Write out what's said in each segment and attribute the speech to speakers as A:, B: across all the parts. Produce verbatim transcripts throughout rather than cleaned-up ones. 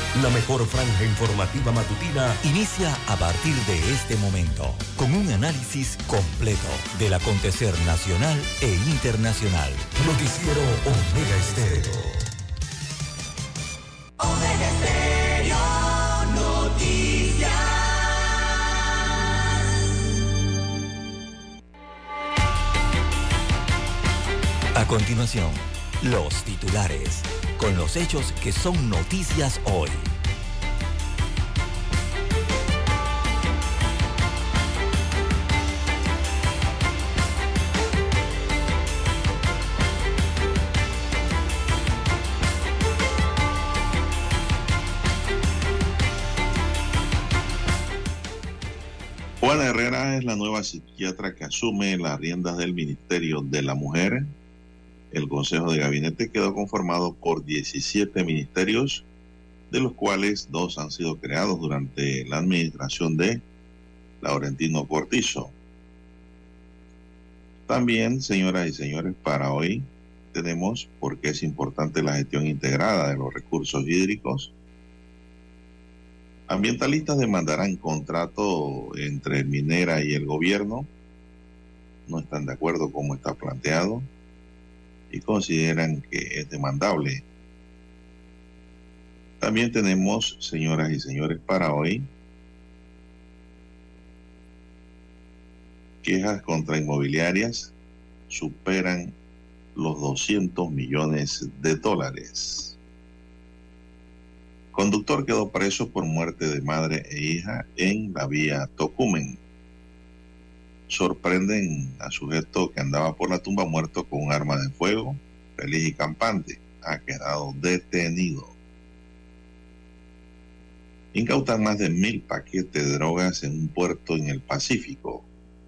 A: La mejor franja informativa matutina
B: inicia a partir de este momento con un análisis completo del acontecer nacional e internacional.
A: Noticiero Omega Estéreo.
C: Omega Estéreo Noticias.
B: A continuación, los titulares, con los hechos que son noticias hoy.
D: Juana Herrera es la nueva psiquiatra que asume las riendas del Ministerio de la Mujer. El Consejo de Gabinete quedó conformado por diecisiete ministerios, de los cuales dos han sido creados durante la administración de Laurentino Cortizo. También, señoras y señores, para hoy tenemos por qué es importante la gestión integrada de los recursos hídricos. Ambientalistas demandarán contrato entre Minera y el gobierno. No están de acuerdo con cómo está planteado y consideran que es demandable. También tenemos, señoras y señores, para hoy, quejas contra inmobiliarias superan los doscientos millones de dólares. Conductor quedó preso por muerte de madre e hija en la vía Tocumen. Sorprenden a sujeto que andaba por la tumba muerto con un arma de fuego, feliz y campante. Ha quedado detenido. Incautan más de mil paquetes de drogas en un puerto en el Pacífico.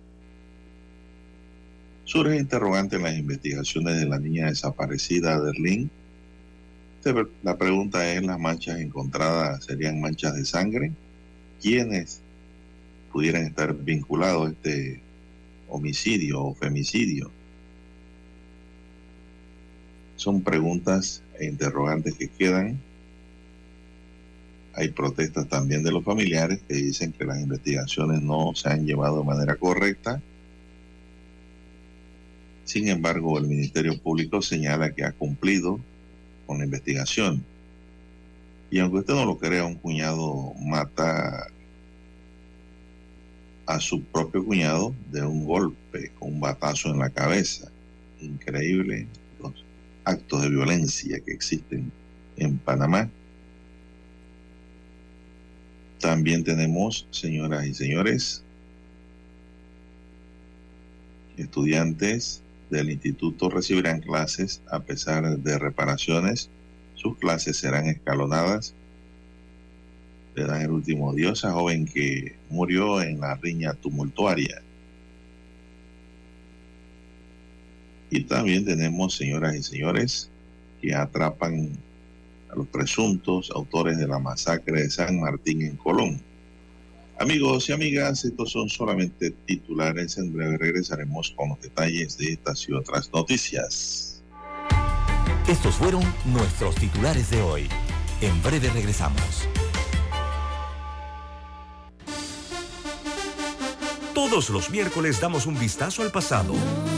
D: Surge interrogante en las investigaciones de la niña desaparecida de Berlín. La pregunta es, ¿las manchas encontradas serían manchas de sangre? ¿Quiénes pudieran estar vinculados a este homicidio o femicidio? Son preguntas e interrogantes que quedan. Hay protestas también de los familiares que dicen que las investigaciones no se han llevado de manera correcta. Sin embargo, el Ministerio Público señala que ha cumplido con la investigación. Y aunque usted no lo crea, un cuñado mata a su propio cuñado de un golpe, con un batazo en la cabeza. Increíble los actos de violencia que existen en Panamá. También tenemos, señoras y señores, estudiantes del instituto recibirán clases a pesar de reparaciones. Sus clases serán escalonadas. Le dan el último adiós a joven que murió en la riña tumultuaria. Y también tenemos, señoras y señores, que atrapan a los presuntos autores de la masacre de San Martín en Colón. Amigos y amigas, estos son solamente titulares. En breve regresaremos con los detalles de estas y otras noticias.
B: Estos fueron nuestros titulares de hoy. En breve regresamos.
A: Todos los miércoles damos un vistazo al pasado.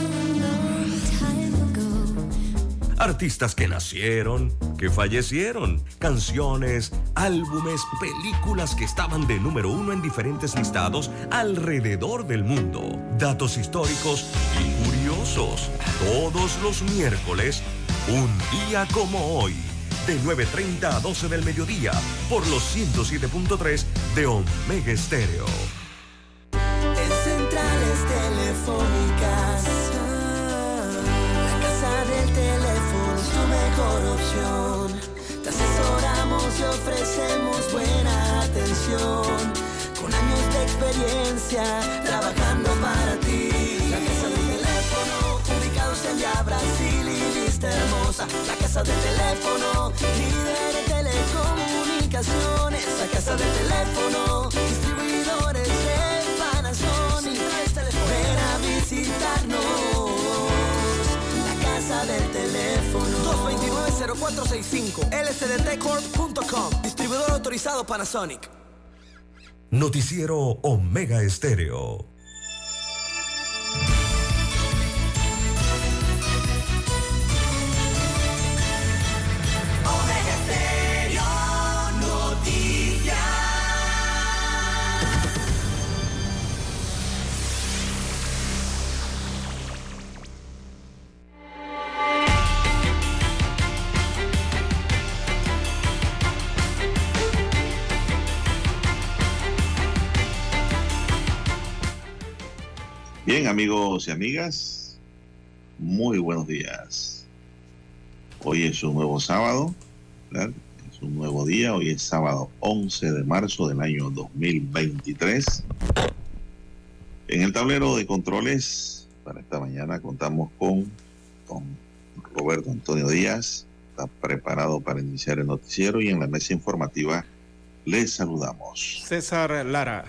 A: Artistas que nacieron, que fallecieron, canciones, álbumes, películas que estaban de número uno en diferentes listados alrededor del mundo. Datos históricos y curiosos. Todos los miércoles, un día como hoy, de nueve treinta a doce del mediodía, por los ciento siete punto tres de Omega Estéreo.
C: En centrales telefónicas, la casa del teléfono es tu mejor opción. Te asesoramos y ofrecemos buena atención, con años de experiencia trabajando para ti. La casa del teléfono, ubicados en Via Brasil y Vista Hermosa. La casa del teléfono, líder en telecomunicaciones. La casa del teléfono, distribuidores de Panasonic. Ven a visitarnos. La casa del teléfono. dos dos nueve, cero cuatro sesenta y cinco. L C D T corp punto com. Distribuidor autorizado Panasonic.
A: Noticiero Omega Estéreo.
D: Bien, amigos y amigas, muy buenos días. Hoy es un nuevo sábado, ¿verdad? Es un nuevo día. Hoy es sábado once de marzo del año dos mil veintitrés. En el tablero de controles para esta mañana contamos con, con Roberto Antonio Díaz. Está preparado para iniciar el noticiero y en la mesa informativa les saludamos
E: César Lara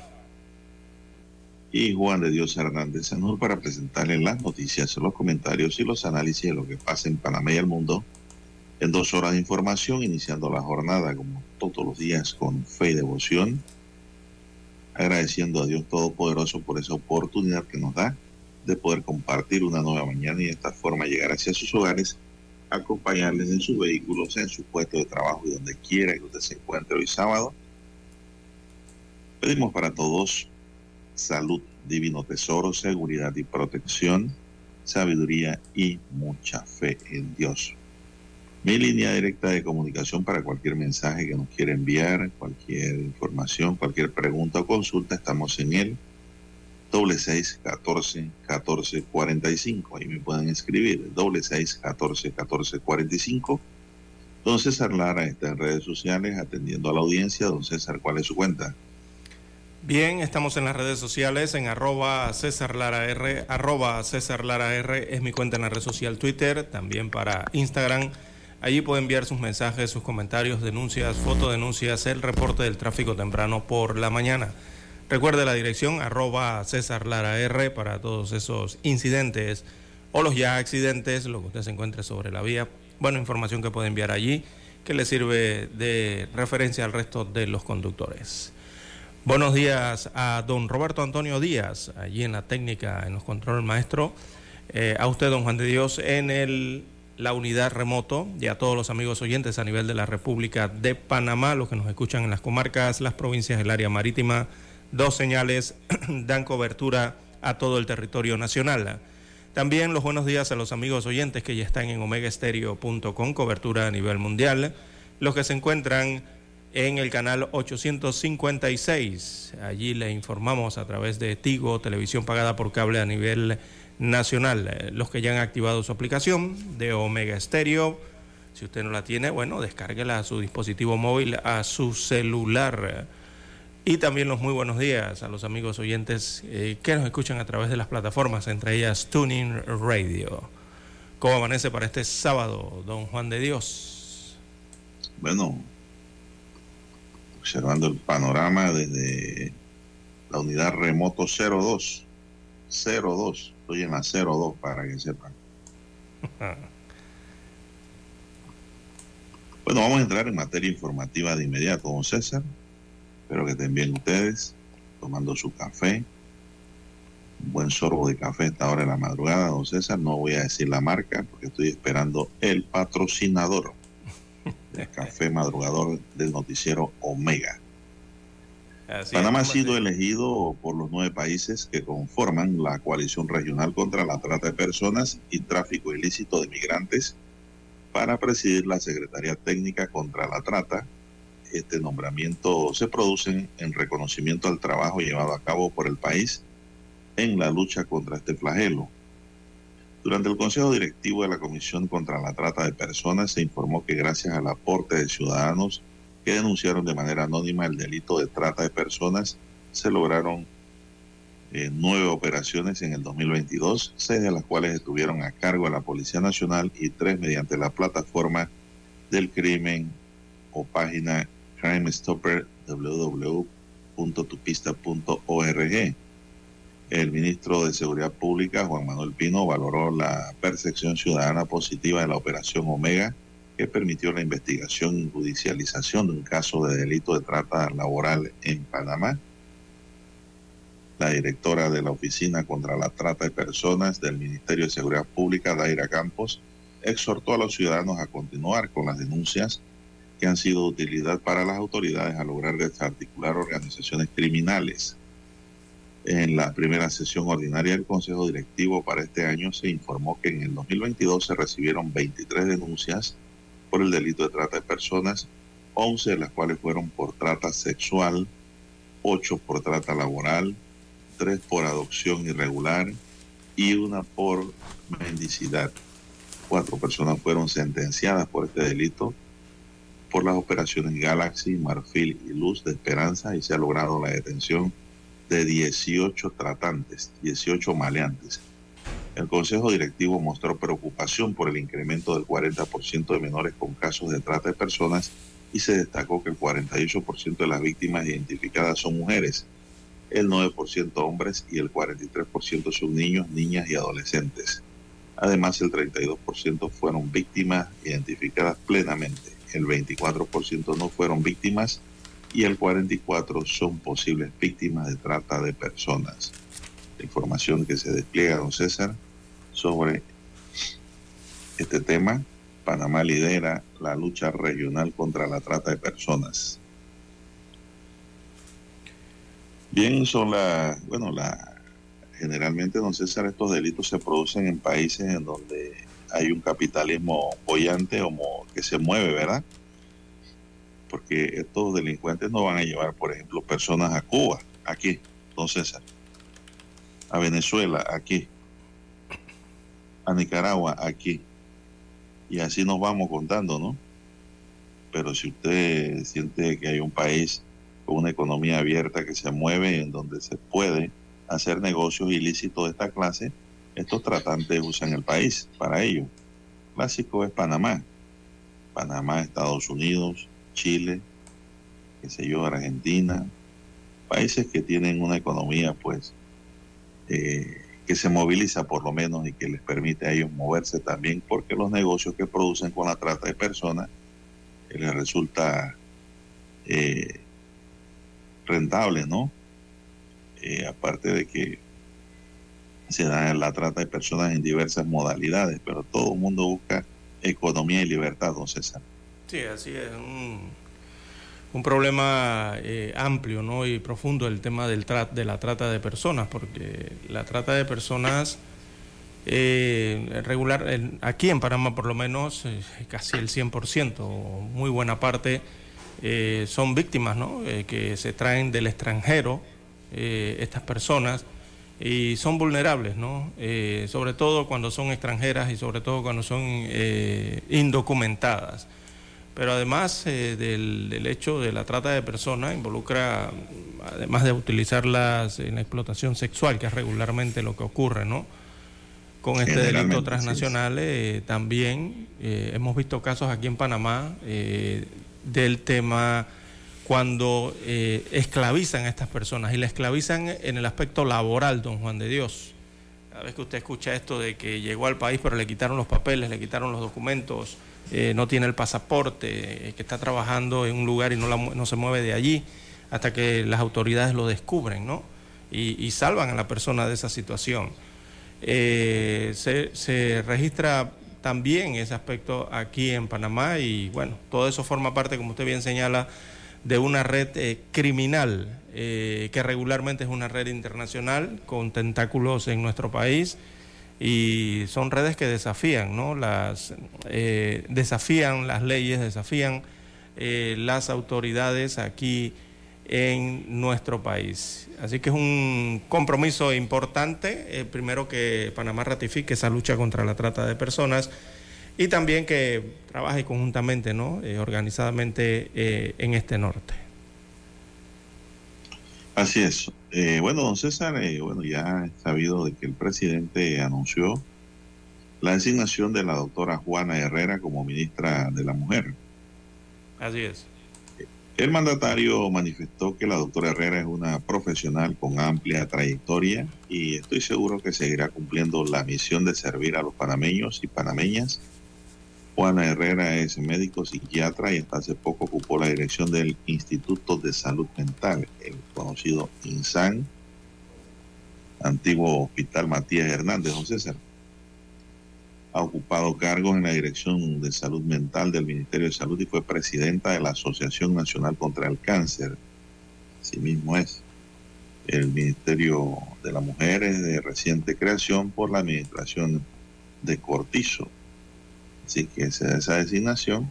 D: y Juan de Dios Hernández Sanur para presentarles las noticias, los comentarios y los análisis de lo que pasa en Panamá y el mundo en dos horas de información, iniciando la jornada como todos los días con fe y devoción, agradeciendo a Dios Todopoderoso por esa oportunidad que nos da de poder compartir una nueva mañana y de esta forma llegar hacia sus hogares, acompañarles en sus vehículos, en su puesto de trabajo y donde quiera que usted se encuentre hoy sábado. Pedimos para todos salud, divino tesoro, seguridad y protección, sabiduría y mucha fe en Dios. Mi línea directa de comunicación para cualquier mensaje que nos quiera enviar, cualquier información, cualquier pregunta o consulta, estamos en el doble seis catorce catorce cuarenta y cinco. Ahí me pueden escribir, doble seis catorce catorce cuarenta y cinco. Don César Lara está en redes sociales atendiendo a la audiencia. Don César, ¿cuál es su cuenta?
E: Bien, estamos en las redes sociales, en arroba César Lara R, arroba César Lara R es mi cuenta en la red social Twitter, también para Instagram. Allí puede enviar sus mensajes, sus comentarios, denuncias, fotodenuncias, el reporte del tráfico temprano por la mañana. Recuerde la dirección, arroba César Lara R para todos esos incidentes o los ya accidentes, lo que usted se encuentre sobre la vía. Buena información que puede enviar allí, que le sirve de referencia al resto de los conductores. Buenos días a don Roberto Antonio Díaz, allí en la técnica, en los controles maestro. Eh, a usted, don Juan de Dios, en el, la unidad remoto, y a todos los amigos oyentes a nivel de la República de Panamá, los que nos escuchan en las comarcas, las provincias del área marítima. Dos señales dan cobertura a todo el territorio nacional. También los buenos días a los amigos oyentes que ya están en omega estéreo punto com, cobertura a nivel mundial. Los que se encuentran en el canal ochocientos cincuenta y seis. Allí le informamos a través de Tigo, televisión pagada por cable a nivel nacional. Los que ya han activado su aplicación de Omega Estéreo, si usted no la tiene, bueno, descárguela a su dispositivo móvil, a su celular. Y también los muy buenos días a los amigos oyentes eh, que nos escuchan a través de las plataformas, entre ellas Tuning Radio. ¿Cómo amanece para este sábado, don Juan de Dios?
D: Bueno, observando el panorama desde la unidad remoto cero dos. cero dos. Estoy en la cero dos para que sepan. Bueno, vamos a entrar en materia informativa de inmediato, don César. Espero que estén bien ustedes, tomando su café. Un buen sorbo de café a esta hora de la madrugada, don César. No voy a decir la marca porque estoy esperando el patrocinador del café madrugador del noticiero Omega. Así Panamá ha sido elegido por los nueve países que conforman la coalición regional contra la trata de personas y tráfico ilícito de migrantes para presidir la Secretaría Técnica contra la Trata. Este nombramiento se produce en reconocimiento al trabajo llevado a cabo por el país en la lucha contra este flagelo. Durante el Consejo Directivo de la Comisión contra la Trata de Personas se informó que gracias al aporte de ciudadanos que denunciaron de manera anónima el delito de trata de personas, se lograron eh, nueve operaciones en el dos mil veintidós, seis de las cuales estuvieron a cargo de la Policía Nacional y tres mediante la plataforma del crimen o página Crime Stopper w w w punto tupista punto org. El ministro de Seguridad Pública, Juan Manuel Pino, valoró la percepción ciudadana positiva de la operación Omega que permitió la investigación y judicialización de un caso de delito de trata laboral en Panamá. La directora de la Oficina contra la Trata de Personas del Ministerio de Seguridad Pública, Daira Campos, exhortó a los ciudadanos a continuar con las denuncias que han sido de utilidad para las autoridades a lograr desarticular organizaciones criminales. En la primera sesión ordinaria del Consejo Directivo para este año se informó que en el dos mil veintidós se recibieron veintitrés denuncias por el delito de trata de personas, once de las cuales fueron por trata sexual, ocho por trata laboral, tres por adopción irregular y una por mendicidad. Cuatro personas fueron sentenciadas por este delito por las operaciones Galaxy, Marfil y Luz de Esperanza, y se ha logrado la detención de dieciocho tratantes, dieciocho maleantes. El Consejo Directivo mostró preocupación por el incremento del cuarenta por ciento de menores con casos de trata de personas y se destacó que el cuarenta y ocho por ciento de las víctimas identificadas son mujeres, el nueve por ciento hombres y el cuarenta y tres por ciento son niños, niñas y adolescentes. Además, el treinta y dos por ciento fueron víctimas identificadas plenamente, el veinticuatro por ciento no fueron víctimas y el cuarenta y cuatro por ciento son posibles víctimas de trata de personas. La información que se despliega, don César, sobre este tema. Panamá lidera la lucha regional contra la trata de personas. Bien, son las, bueno, la, generalmente, don César, estos delitos se producen en países en donde hay un capitalismo boyante o que se mueve, ¿verdad? Porque estos delincuentes no van a llevar, por ejemplo, personas a Cuba, aquí, don César, a Venezuela, aquí, a Nicaragua, aquí, y así nos vamos contando, ¿no? Pero si usted siente que hay un país con una economía abierta que se mueve, en donde se puede hacer negocios ilícitos de esta clase, estos tratantes usan el país para ello. Clásico es Panamá. Panamá, Estados Unidos, Chile, qué sé yo, Argentina, países que tienen una economía, pues, eh, que se moviliza por lo menos y que les permite a ellos moverse también, porque los negocios que producen con la trata de personas eh, les resulta eh, rentable, ¿no? Eh, aparte de que se da la trata de personas en diversas modalidades, pero todo el mundo busca economía y libertad, don César.
E: Sí, así es, un, un problema eh, amplio, ¿no? Y profundo el tema del tra de la trata de personas, porque la trata de personas eh, regular, el, aquí en Panamá por lo menos, eh, casi el cien por ciento, muy buena parte, eh, son víctimas, ¿no? Eh, que se traen del extranjero, eh, estas personas, y son vulnerables, ¿no? Eh, sobre todo cuando son extranjeras y sobre todo cuando son eh, indocumentadas. Pero además eh, del, del hecho de la trata de personas, involucra, además de utilizarlas en la explotación sexual, que es regularmente lo que ocurre, ¿no? Con este delito transnacional, eh, también eh, hemos visto casos aquí en Panamá eh, del tema cuando eh, esclavizan a estas personas, y la esclavizan en el aspecto laboral, don Juan de Dios. Cada vez que usted escucha esto de que llegó al país pero le quitaron los papeles, le quitaron los documentos, eh, no tiene el pasaporte, eh, que está trabajando en un lugar y no, la, no se mueve de allí hasta que las autoridades lo descubren, ¿no? Y, y salvan a la persona de esa situación. Eh, se, se registra también ese aspecto aquí en Panamá y bueno, todo eso forma parte, como usted bien señala, de una red eh, criminal eh, que regularmente es una red internacional con tentáculos en nuestro país, y son redes que desafían, ¿no? Las eh, desafían las leyes, desafían eh, las autoridades aquí en nuestro país. Así que es un compromiso importante, eh, primero que Panamá ratifique esa lucha contra la trata de personas, y también que trabaje conjuntamente, ¿no? Eh, organizadamente eh, en este norte.
D: Así es. Eh, bueno, don César, eh, bueno, ya es sabido de que el presidente anunció la designación de la doctora Juana Herrera como ministra de la Mujer.
E: Así es.
D: El mandatario manifestó que la doctora Herrera es una profesional con amplia trayectoria y estoy seguro que seguirá cumpliendo la misión de servir a los panameños y panameñas Juana Herrera es médico psiquiatra y hasta hace poco ocupó la dirección del Instituto de Salud Mental, el conocido INSAN, antiguo Hospital Matías Hernández, don César. Ha ocupado cargos en la Dirección de Salud Mental del Ministerio de Salud y fue presidenta de la Asociación Nacional contra el Cáncer. Asimismo es el Ministerio de la Mujer es de reciente creación por la administración de Cortizo. Así que esa, esa designación,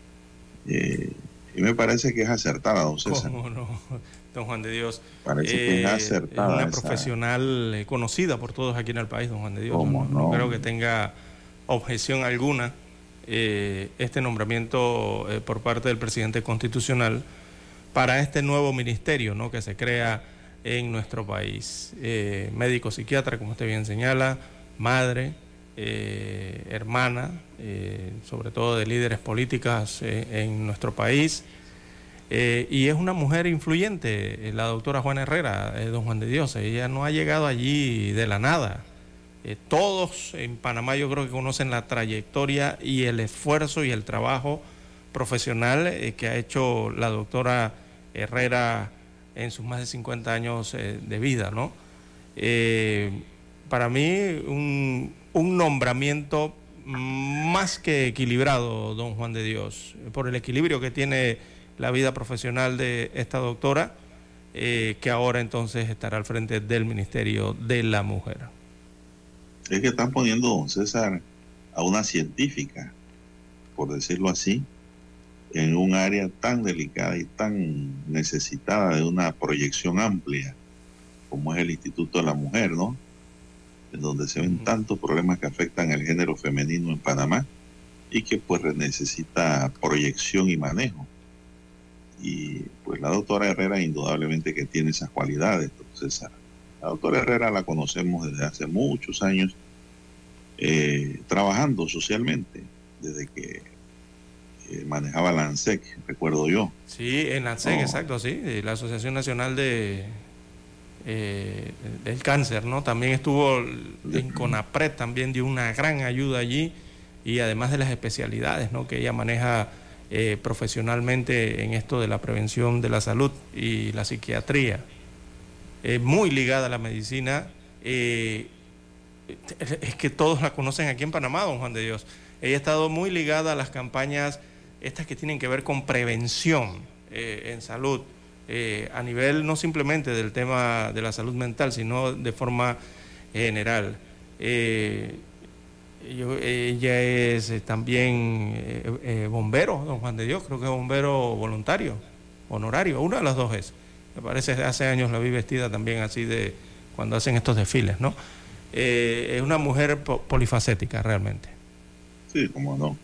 D: eh, y me parece que es acertada, don César.
E: ¿Cómo no, don Juan de Dios?
D: Parece eh, que es acertada.
E: Es una
D: esa...
E: profesional conocida por todos aquí en el país, don Juan de Dios.
D: ¿Cómo
E: no,
D: no?
E: no creo que tenga objeción alguna eh, este nombramiento eh, por parte del presidente constitucional para este nuevo ministerio, ¿no?, que se crea en nuestro país. Eh, médico psiquiatra, como usted bien señala, madre, eh, hermana, eh, sobre todo de líderes políticas eh, en nuestro país. Eh, y es una mujer influyente, eh, la doctora Juana Herrera, eh, don Juan de Dios. Ella no ha llegado allí de la nada. Eh, todos en Panamá yo creo que conocen la trayectoria y el esfuerzo y el trabajo profesional eh, que ha hecho la doctora Herrera en sus más de cincuenta años eh, de vida, ¿no? Eh, para mí un, un nombramiento más que equilibrado, don Juan de Dios, por el equilibrio que tiene la vida profesional de esta doctora, eh, que ahora entonces estará al frente del Ministerio de la Mujer.
D: Es que están poniendo, don César, a una científica, por decirlo así, en un área tan delicada y tan necesitada de una proyección amplia como es el Instituto de la Mujer, ¿no? En donde se ven uh-huh. tantos problemas que afectan al género femenino en Panamá y que pues necesita proyección y manejo. Y pues la doctora Herrera indudablemente que tiene esas cualidades, entonces la doctora Herrera la conocemos desde hace muchos años eh, trabajando socialmente, desde que eh, manejaba la ANSEC, recuerdo yo.
E: Sí, en la ANSEC,
D: no.
E: exacto, sí, la Asociación Nacional de eh, del Cáncer, ¿no? También estuvo en CONAPRED, también dio una gran ayuda allí, y además de las especialidades, ¿no?, que ella maneja eh, profesionalmente en esto de la prevención de la salud y la psiquiatría. Eh, muy ligada a la medicina, eh, es que todos la conocen aquí en Panamá, don Juan de Dios. Ella ha estado muy ligada a las campañas estas que tienen que ver con prevención eh, en salud, eh, a nivel no simplemente del tema de la salud mental, sino de forma general. Eh, yo, ella es eh, también eh, eh, bombero, don Juan de Dios, creo que es bombero voluntario, honorario, una de las dos es. Me parece que hace años la vi vestida también así de cuando hacen estos desfiles, ¿no? Eh, es una mujer po polifacética realmente.
D: Sí, cómo no.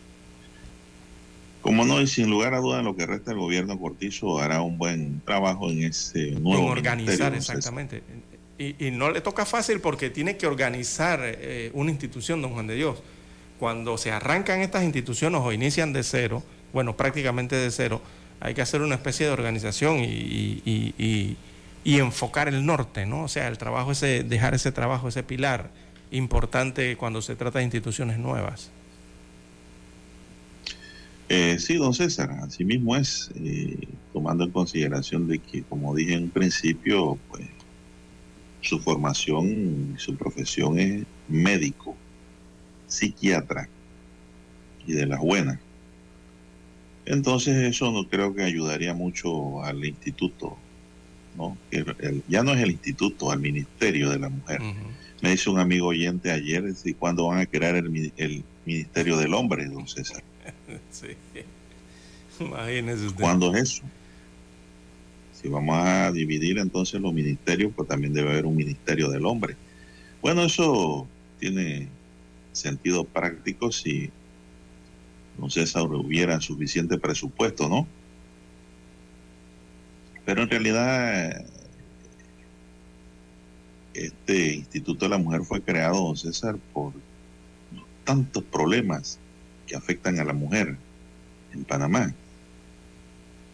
D: Como no, y sin lugar a dudas, en lo que resta del gobierno Cortizo hará un buen trabajo en ese nuevo
E: en organizar,
D: ministerio,
E: exactamente. Y, y no le toca fácil porque tiene que organizar eh, una institución, don Juan de Dios. Cuando se arrancan estas instituciones o inician de cero, bueno, prácticamente de cero, hay que hacer una especie de organización y, y, y, y enfocar el norte, ¿no? O sea, el trabajo ese, dejar ese trabajo, ese pilar importante cuando se trata de instituciones nuevas.
D: Eh, sí, don César, así mismo es, eh, tomando en consideración de que, como dije en un principio, pues su formación, su profesión es médico, psiquiatra y de las buenas. Entonces eso no creo que ayudaría mucho al instituto, ¿no? El, el, ya no es el instituto, al Ministerio de la Mujer. Uh-huh. Me dice un amigo oyente ayer, ¿sí, cuándo van a crear el, el Ministerio del Hombre, don César?
E: Sí. Imagínese usted.
D: ¿Cuándo es eso? Si vamos a dividir entonces los ministerios, pues también debe haber un Ministerio del Hombre. Bueno, eso tiene sentido práctico si don César hubiera suficiente presupuesto, ¿no? Pero en realidad este Instituto de la Mujer fue creado, don César, por tantos problemas que afectan a la mujer en Panamá.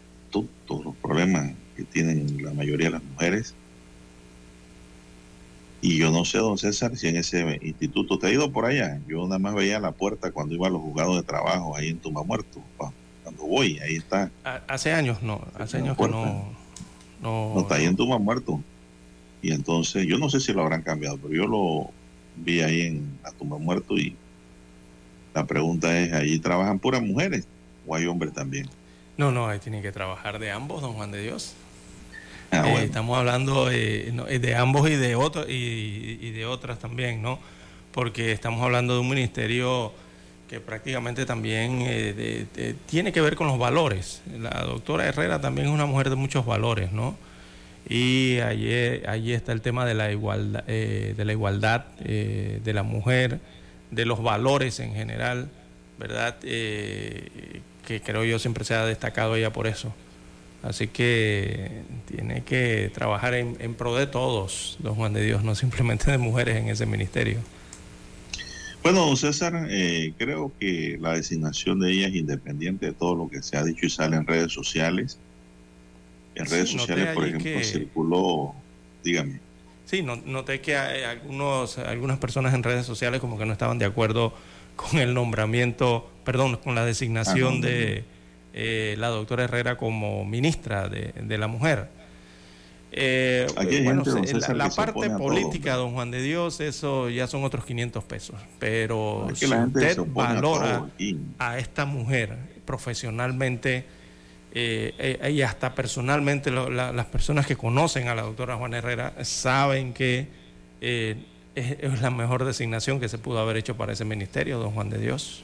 D: Todos los problemas que tienen la mayoría de las mujeres Y yo no sé, don César, si en ese instituto te ha ido por allá. Yo nada más veía la puerta cuando iba a los juzgados de trabajo ahí en Tumamuerto. Cuando voy, ahí está.
E: Hace años no, hace años que no, no.
D: No está ahí en Tumamuerto. Y entonces, yo no sé si lo habrán cambiado, pero yo lo vi ahí en la Tumamuerto y la pregunta es, ¿allí trabajan puras mujeres o hay hombres también?
E: No, no, ahí tienen que trabajar de ambos, don Juan de Dios.
D: Ah,
E: eh,
D: bueno.
E: Estamos hablando eh, no, de ambos y de otros y, y de otras también, ¿no? Porque estamos hablando de un ministerio que prácticamente también eh, de, de, tiene que ver con los valores. La doctora Herrera también es una mujer de muchos valores, ¿no? Y allí, allí está el tema de la igualdad, eh, de la igualdad eh, de la mujer, de los valores en general, ¿verdad? Eh, que creo yo siempre se ha destacado ella por eso. Así que tiene que trabajar en, en pro de todos, don Juan de Dios, no simplemente de mujeres en ese ministerio.
D: Bueno, don César, eh, creo que la designación de ella es independiente de todo lo que se ha dicho y sale en redes sociales. En redes
E: sí,
D: sociales, por ejemplo, que... circuló, dígame.
E: Sí, noté que hay algunos, algunas personas en redes sociales como que no estaban de acuerdo con el nombramiento, perdón, con la designación ah, no, no, de eh, la doctora Herrera como ministra de, de la mujer. Eh, bueno, gente, la, la parte política, todo, don Juan de Dios, eso ya son otros quinientos pesos. Pero
D: es
E: si
D: que la gente
E: usted valora
D: a,
E: a esta mujer profesionalmente, eh, y hasta personalmente, lo, la, las personas que conocen a la doctora Juana Herrera saben que eh, es, es la mejor designación que se pudo haber hecho para ese ministerio, don Juan de Dios.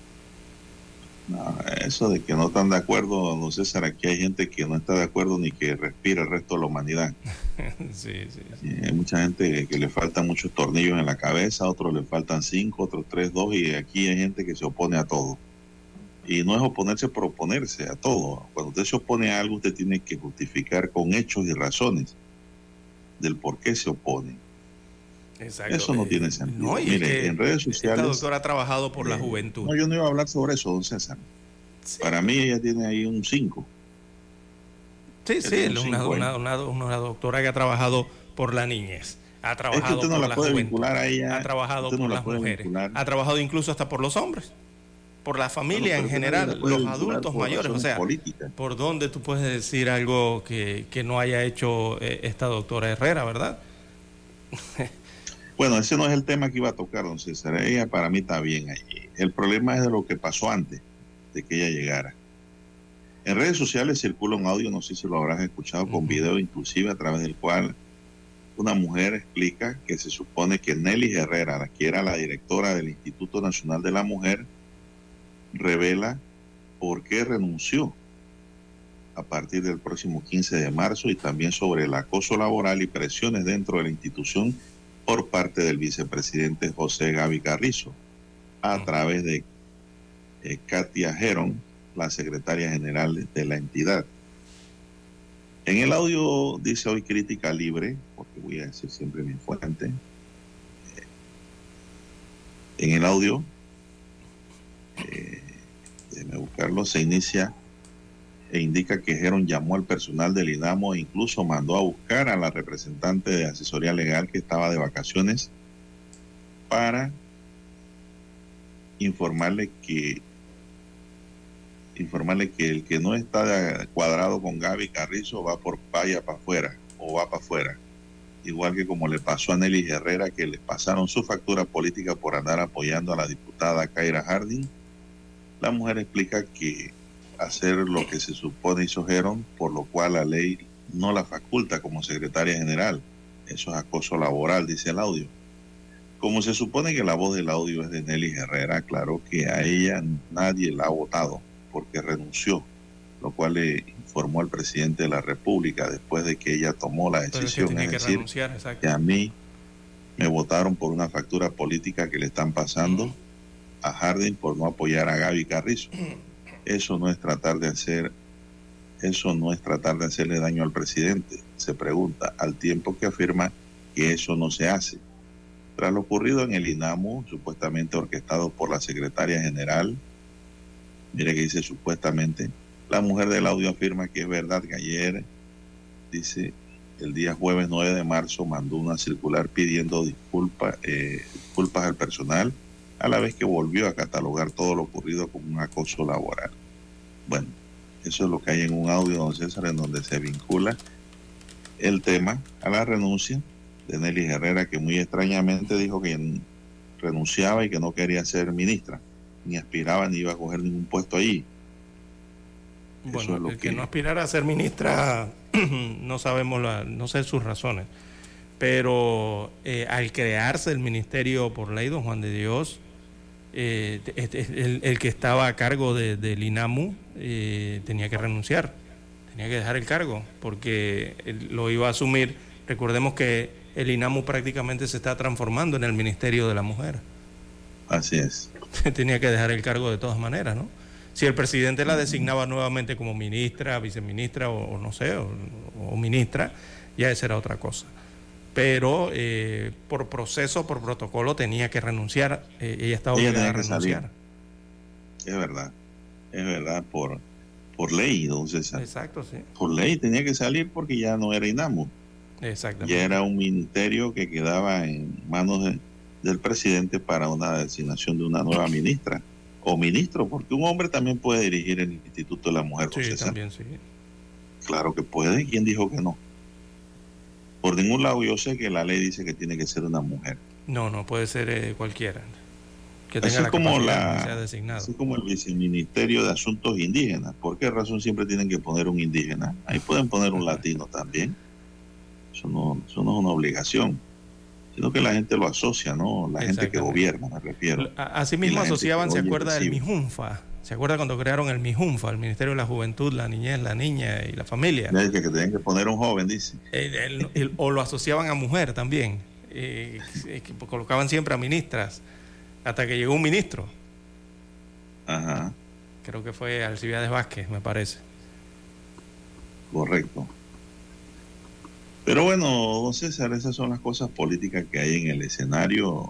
D: No, eso de que no están de acuerdo, don César, aquí hay gente que no está de acuerdo ni que respira el resto de la humanidad.
E: sí, sí, sí.
D: Hay mucha gente que le faltan muchos tornillos en la cabeza, a otros le faltan cinco, otros tres, dos, y aquí hay gente que se opone a todo. Y no es oponerse por oponerse a todo. Cuando usted se opone a algo, usted tiene que justificar con hechos y razones del por qué se opone.
E: Exacto.
D: Eso no tiene sentido.
E: No,
D: Mire, en redes sociales...
E: Esta doctora ha trabajado por eh, la juventud.
D: No, yo no iba a hablar sobre eso, don César. Sí. Para mí ella tiene ahí un cinco.
E: Sí, sí, es una, una, una, una doctora que ha trabajado por la niñez. Ha trabajado
D: es que usted no
E: por
D: la,
E: la
D: puede
E: juventud.
D: Vincular a ella,
E: ha trabajado por
D: no
E: las mujeres. Vincular. Ha trabajado incluso hasta por los hombres. Por la familia en general, los adultos mayores. O sea,
D: política.
E: ¿por dónde tú puedes decir algo que, que no haya hecho eh, esta doctora Herrera, verdad?
D: Bueno, ese no es el tema que iba a tocar, don César. Ella para mí está bien ahí. El problema es de lo que pasó antes de que ella llegara. En redes sociales circula un audio, no sé si lo habrás escuchado, uh-huh. con video inclusive, a través del cual una mujer explica que se supone que Nelly Herrera, que era la directora del Instituto Nacional de la Mujer, revela por qué renunció a partir del próximo quince de marzo y también sobre el acoso laboral y presiones dentro de la institución por parte del vicepresidente José Gaby Carrizo, a través de eh, Katia Gerón, la secretaria general de la entidad. En el audio dice hoy crítica libre, porque voy a decir siempre mi fuente. Eh, en el audio, eh, déjeme buscarlo, se inicia e indica que Gerón llamó al personal del INAMO e incluso mandó a buscar a la representante de asesoría legal que estaba de vacaciones para informarle que informarle que el que no está cuadrado con Gaby Carrizo va por vaya para afuera o va para afuera, igual que como le pasó a Nelly Herrera, que le pasaron su factura política por andar apoyando a la diputada Kaira Harding. La mujer explica que hacer lo que se supone hizo Gerón, por lo cual la ley no la faculta como secretaria general. Eso es acoso laboral, dice el audio. Como se supone que la voz del audio es de Nelly Herrera, claro que a ella nadie la ha votado porque renunció, lo cual le informó al presidente de la República después de que ella tomó la decisión.
E: Es,
D: es
E: que
D: decir, que a mí me votaron por una factura política que le están pasando uh-huh. a Harding por no apoyar a Gaby Carrizo. Eso no es tratar de hacer, eso no es tratar de hacerle daño al presidente, se pregunta, al tiempo que afirma que eso no se hace. Tras lo ocurrido en el INAMO, supuestamente orquestado por la secretaria general, mire que dice supuestamente, la mujer del audio afirma que es verdad que ayer, dice, el día jueves nueve de marzo mandó una circular pidiendo disculpa, eh, disculpas al personal, a la vez que volvió a catalogar todo lo ocurrido como un acoso laboral. Bueno, eso es lo que hay en un audio, don César, en donde se vincula el tema a la renuncia de Nelly Herrera, que muy extrañamente dijo que renunciaba y que no quería ser ministra, ni aspiraba ni iba a coger ningún puesto ahí.
E: Bueno, es el que, que no aspirara a ser ministra, no sabemos, la, no sé sus razones, pero eh, al crearse el ministerio por ley, don Juan de Dios, eh, el, el que estaba a cargo de, del INAMU eh, tenía que renunciar, tenía que dejar el cargo, porque él lo iba a asumir. Recordemos que el INAMU prácticamente se está transformando en el Ministerio de la Mujer.
D: Así es.
E: Tenía que dejar el cargo de todas maneras, ¿no? Si el presidente la designaba nuevamente como ministra, viceministra o, o no sé, o, o ministra, ya esa era otra cosa. Pero eh, por proceso, por protocolo, tenía que renunciar. Eh, ella estaba obligada a renunciar.
D: Es verdad, es verdad, por, por ley, don César.
E: Exacto, sí.
D: Por ley tenía que salir porque ya no era INAMU.
E: Exactamente.
D: Ya era un ministerio que quedaba en manos de, del presidente para una designación de una nueva ministra. O ministro, porque un hombre también puede dirigir el Instituto de la Mujer.
E: Sí, también sí.
D: Claro que puede. ¿Quién dijo que no? Por ningún lado yo sé que la ley dice que tiene que ser una mujer.
E: No, no puede ser eh, cualquiera que tenga
D: así
E: la
D: como
E: capacidad
D: la,
E: de ser designado.
D: Así como el viceministerio de Asuntos Indígenas. ¿Por qué razón siempre tienen que poner un indígena? Ahí pueden poner un latino también. Eso no, eso no es una obligación, sino que la gente lo asocia, ¿no? La gente que gobierna, me refiero.
E: Así mismo asociaban, ¿se acuerda del MIJUNFA? ¿Se acuerda cuando crearon el MIJUNFA, el Ministerio de la Juventud, la Niñez, la Niña y la Familia?
D: Es que, que tenían que poner un joven, dice.
E: El, el, el, o lo asociaban a mujer también. Eh, que colocaban siempre a ministras, hasta que llegó un ministro.
D: Ajá.
E: Creo que fue Alcibiades Vázquez, me parece.
D: Correcto. Pero bueno, don César, esas son las cosas políticas que hay en el escenario.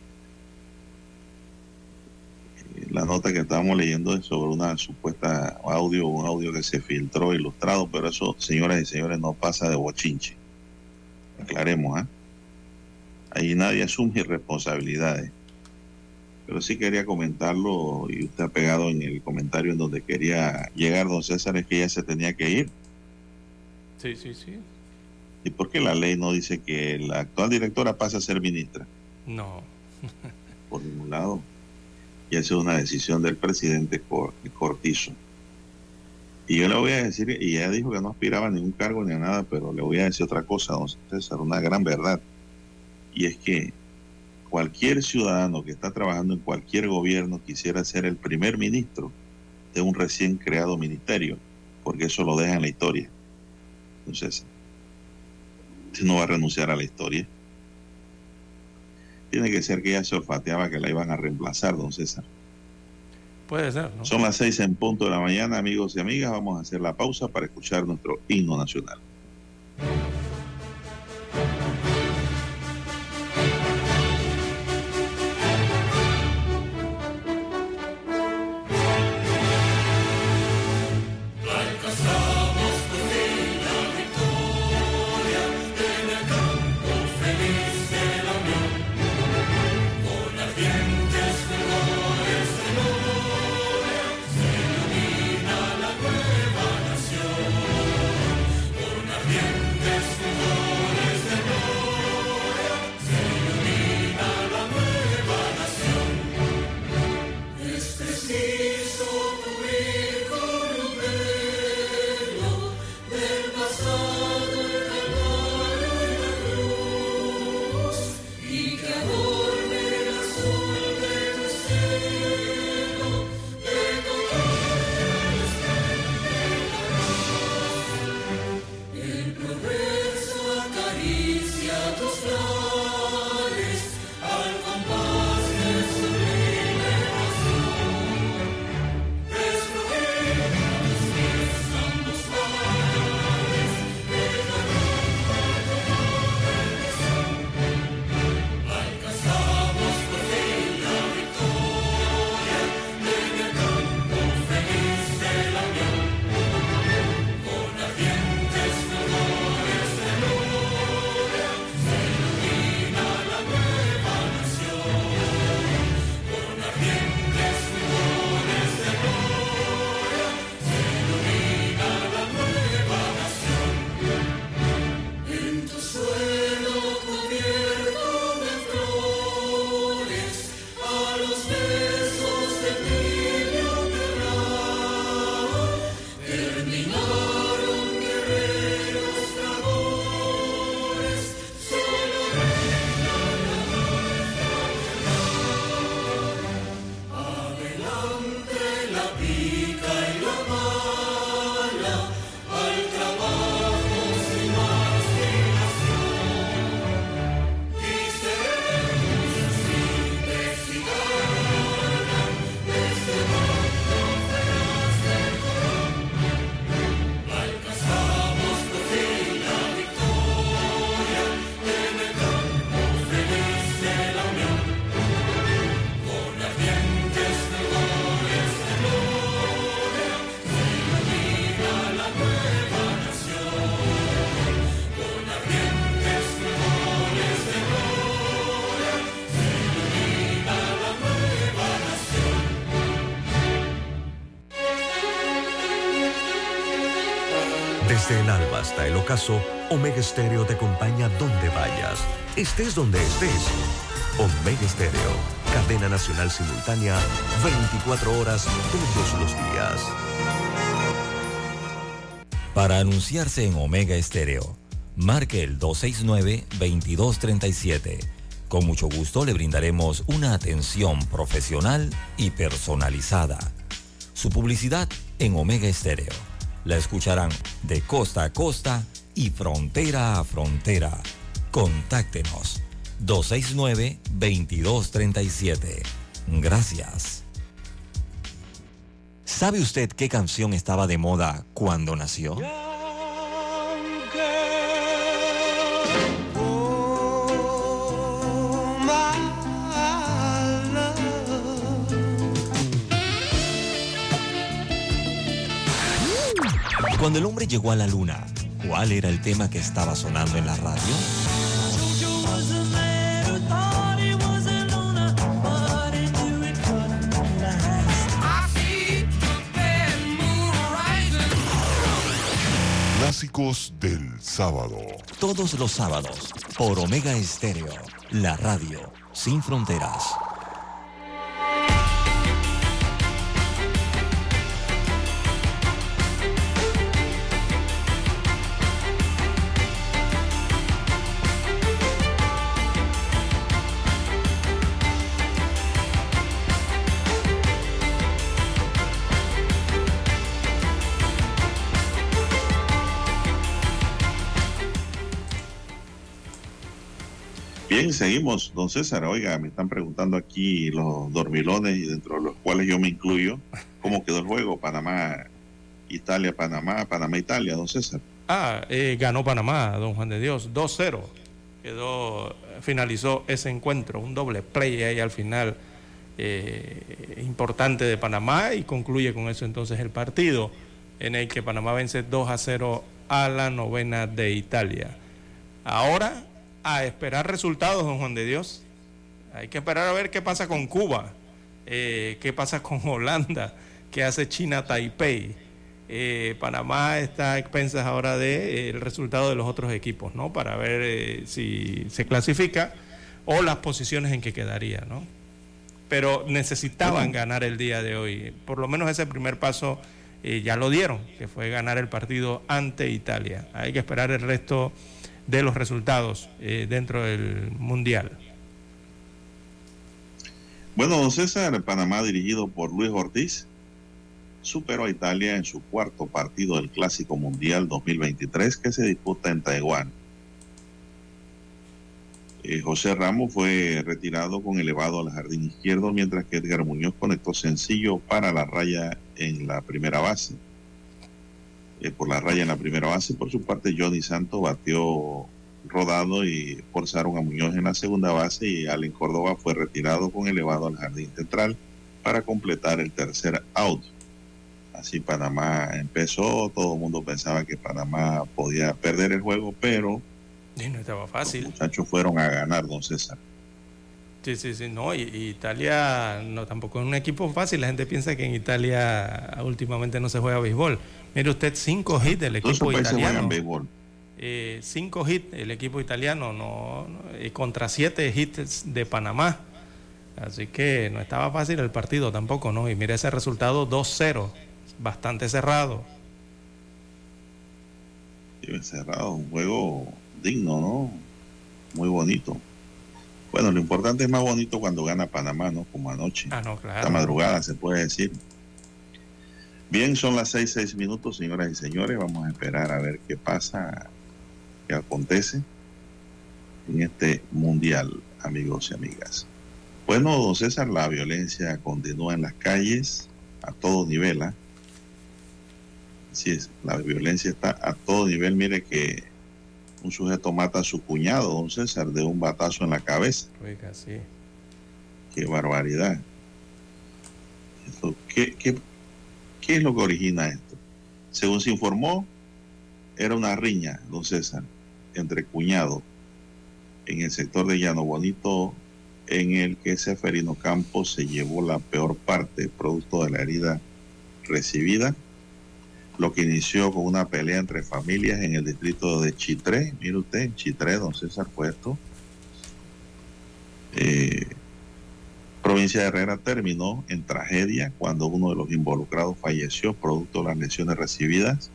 D: La nota que estábamos leyendo es sobre una supuesta audio, un audio que se filtró ilustrado, pero eso, señoras y señores, no pasa de bochinche. Aclaremos, ¿ah? ¿eh? Ahí nadie asume responsabilidades. Pero sí quería comentarlo, y usted ha pegado en el comentario en donde quería llegar, don César, es que ella se tenía que ir.
E: Sí, sí, sí.
D: ¿Y por qué la ley no dice que la actual directora pase a ser ministra?
E: No.
D: Por ningún lado. Y esa es una decisión del presidente Cortizo. Y yo le voy a decir, y ella dijo que no aspiraba a ningún cargo ni a nada, pero le voy a decir otra cosa, don César, una gran verdad. Y es que cualquier ciudadano que está trabajando en cualquier gobierno quisiera ser el primer ministro de un recién creado ministerio, porque eso lo deja en la historia. Entonces, no va a renunciar a la historia. Tiene que ser que ella se olfateaba que la iban a reemplazar, don César.
E: Puede ser, ¿no?
D: Son las seis en punto de la mañana, amigos y amigas. Vamos a hacer la pausa para escuchar nuestro himno nacional.
F: Una
A: Desde el alba hasta el ocaso, Omega Estéreo te acompaña donde vayas, estés donde estés. Omega Estéreo, cadena nacional simultánea, veinticuatro horas todos los días.
B: Para anunciarse en Omega Estéreo, marque el dos seis nueve, veintidós treinta y siete. Con mucho gusto le brindaremos una atención profesional y personalizada. Su publicidad en Omega Estéreo. La escucharán de costa a costa y frontera a frontera. Contáctenos dos seis nueve, veintidós treinta y siete. Gracias. ¿Sabe usted qué canción estaba de moda cuando nació? Cuando el hombre llegó a la luna, ¿cuál era el tema que estaba sonando en la radio?
F: Clásicos del sábado.
B: Todos los sábados, por Omega Estéreo, la radio sin fronteras.
D: Bien, seguimos, don César. Oiga, me están preguntando aquí los dormilones, y dentro de los cuales yo me incluyo, ¿cómo quedó el juego? Panamá, Italia, Panamá, Panamá, Italia, don César.
E: Ah, eh, ganó Panamá, don Juan de Dios, dos cero. Quedó, finalizó ese encuentro, un doble play ahí al final eh, importante de Panamá, y concluye con eso entonces el partido, en el que Panamá vence dos a cero a la novena de Italia. Ahora, a esperar resultados, don Juan de Dios. Hay que esperar a ver qué pasa con Cuba, eh, qué pasa con Holanda, qué hace China Taipei. Eh, Panamá está a expensas ahora del de, eh, resultado de los otros equipos, ¿no? Para ver eh, si se clasifica o las posiciones en que quedaría, ¿no? Pero necesitaban ganar el día de hoy. Por lo menos ese primer paso eh, ya lo dieron, que fue ganar el partido ante Italia. Hay que esperar el resto de los resultados eh, dentro del Mundial.
D: Bueno, don César, Panamá, dirigido por Luis Ortiz, superó a Italia en su cuarto partido del Clásico Mundial dos mil veintitrés, que se disputa en Taiwán. Eh, José Ramos fue retirado con elevado al jardín izquierdo, mientras que Edgar Muñoz conectó sencillo para la raya en la primera base. Eh, por la raya en la primera base. Por su parte, Johnny Santos batió rodado y forzaron a Muñoz en la segunda base, y Allen Córdoba fue retirado con elevado al jardín central para completar el tercer out. Así Panamá empezó, todo el mundo pensaba que Panamá podía perder el juego, pero
E: y no estaba fácil.
D: Los muchachos fueron a ganar, don César.
E: Sí, sí, sí, no, y, y Italia no tampoco es un equipo fácil. La gente piensa que en Italia últimamente no se juega béisbol. Mire usted, cinco hits del equipo italiano.
D: Béisbol.
E: Eh, cinco hits el equipo italiano, no, no eh, contra siete hits de Panamá. Así que no estaba fácil el partido tampoco, ¿no? Y mire ese resultado dos cero, bastante cerrado.
D: Sí, cerrado, un juego digno, ¿no? Muy bonito. Bueno, lo importante es más bonito cuando gana Panamá, ¿no? Como anoche.
E: Ah, no, claro.
D: Esta madrugada, se puede decir. Bien, son las seis, seis minutos, señoras y señores. Vamos a esperar a ver qué pasa, qué acontece en este mundial, amigos y amigas. Bueno, don César, la violencia continúa en las calles a todo nivel, ¿eh? Así es, la violencia está a todo nivel. Mire que un sujeto mata a su cuñado, don César, de un batazo en la cabeza.
E: Oiga, sí.
D: Qué barbaridad. Esto, ¿qué, qué, ¿Qué es lo que origina esto? Según se informó, era una riña, don César, entre cuñados en el sector de Llano Bonito, en el que Seferino Campos se llevó la peor parte, producto de la herida recibida. lo que inició con una pelea entre familias en el distrito de Chitré. Mire usted, en Chitré, don César, fue esto. Eh, provincia de Herrera terminó en tragedia cuando uno de los involucrados falleció producto de las lesiones recibidas.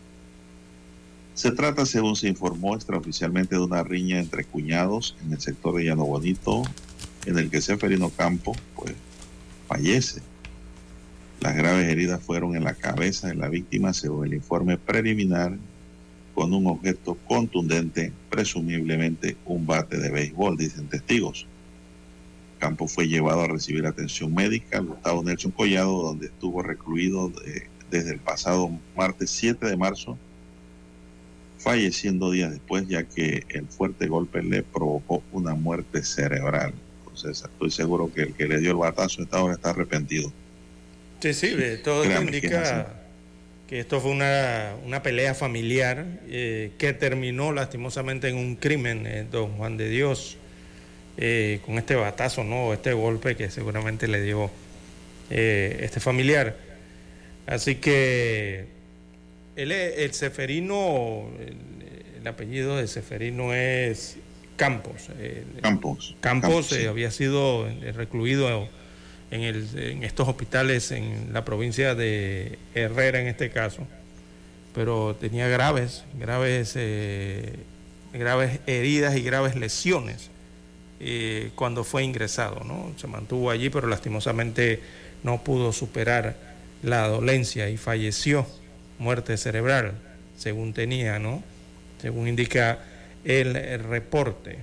D: Se trata, según se informó extraoficialmente, de una riña entre cuñados en el sector de Llano Bonito, en el que Seferino Campos pues, fallece. Las graves heridas fueron en la cabeza de la víctima, según el informe preliminar, con un objeto contundente, presumiblemente un bate de béisbol, dicen testigos. Campos fue llevado a recibir atención médica al Gustavo Nelson Collado, donde estuvo recluido de, desde el pasado martes siete de marzo, falleciendo días después, ya que el fuerte golpe le provocó una muerte cerebral. Entonces, estoy seguro que el que le dio el batazo esta hora está arrepentido.
E: Sí, sí, todo esto indica que esto fue una, una pelea familiar eh, que terminó lastimosamente en un crimen, eh, don Juan de Dios, eh, con este batazo, ¿no? Este golpe que seguramente le dio eh, este familiar. Así que él, el Seferino, el, el apellido de Seferino es Campos. Eh,
D: Campos.
E: Campos,
D: Campos
E: eh,
D: sí.
E: había sido recluido en, el, en estos hospitales en la provincia de Herrera en este caso, pero tenía graves, graves, eh, graves heridas y graves lesiones eh, cuando fue ingresado, ¿no? Se mantuvo allí, pero lastimosamente no pudo superar la dolencia y falleció, muerte cerebral, según tenía, ¿no? Según indica el, el reporte.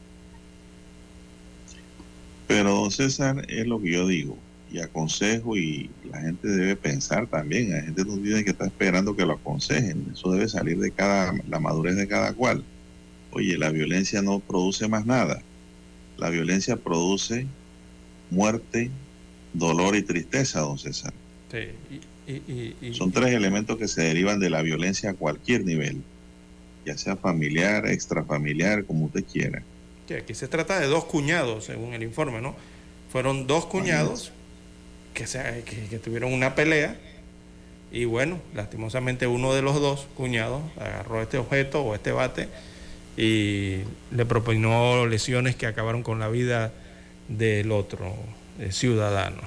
D: Pero, don César, es lo que yo digo y aconsejo, y la gente debe pensar también. La gente no tiene que estar esperando que lo aconsejen. Eso debe salir de cada, la madurez de cada cual. Oye, la violencia no produce más nada. La violencia produce muerte, dolor y tristeza, don César.
E: Sí, y, y, y,
D: Son tres elementos que se derivan de la violencia a cualquier nivel, ya sea familiar, extrafamiliar, como usted quiera.
E: que aquí se trata de dos cuñados, según el informe, ¿no? Fueron dos cuñados que, se, que, que tuvieron una pelea y bueno, lastimosamente uno de los dos cuñados agarró este objeto o este bate y le propinó lesiones que acabaron con la vida del otro eh, ciudadano.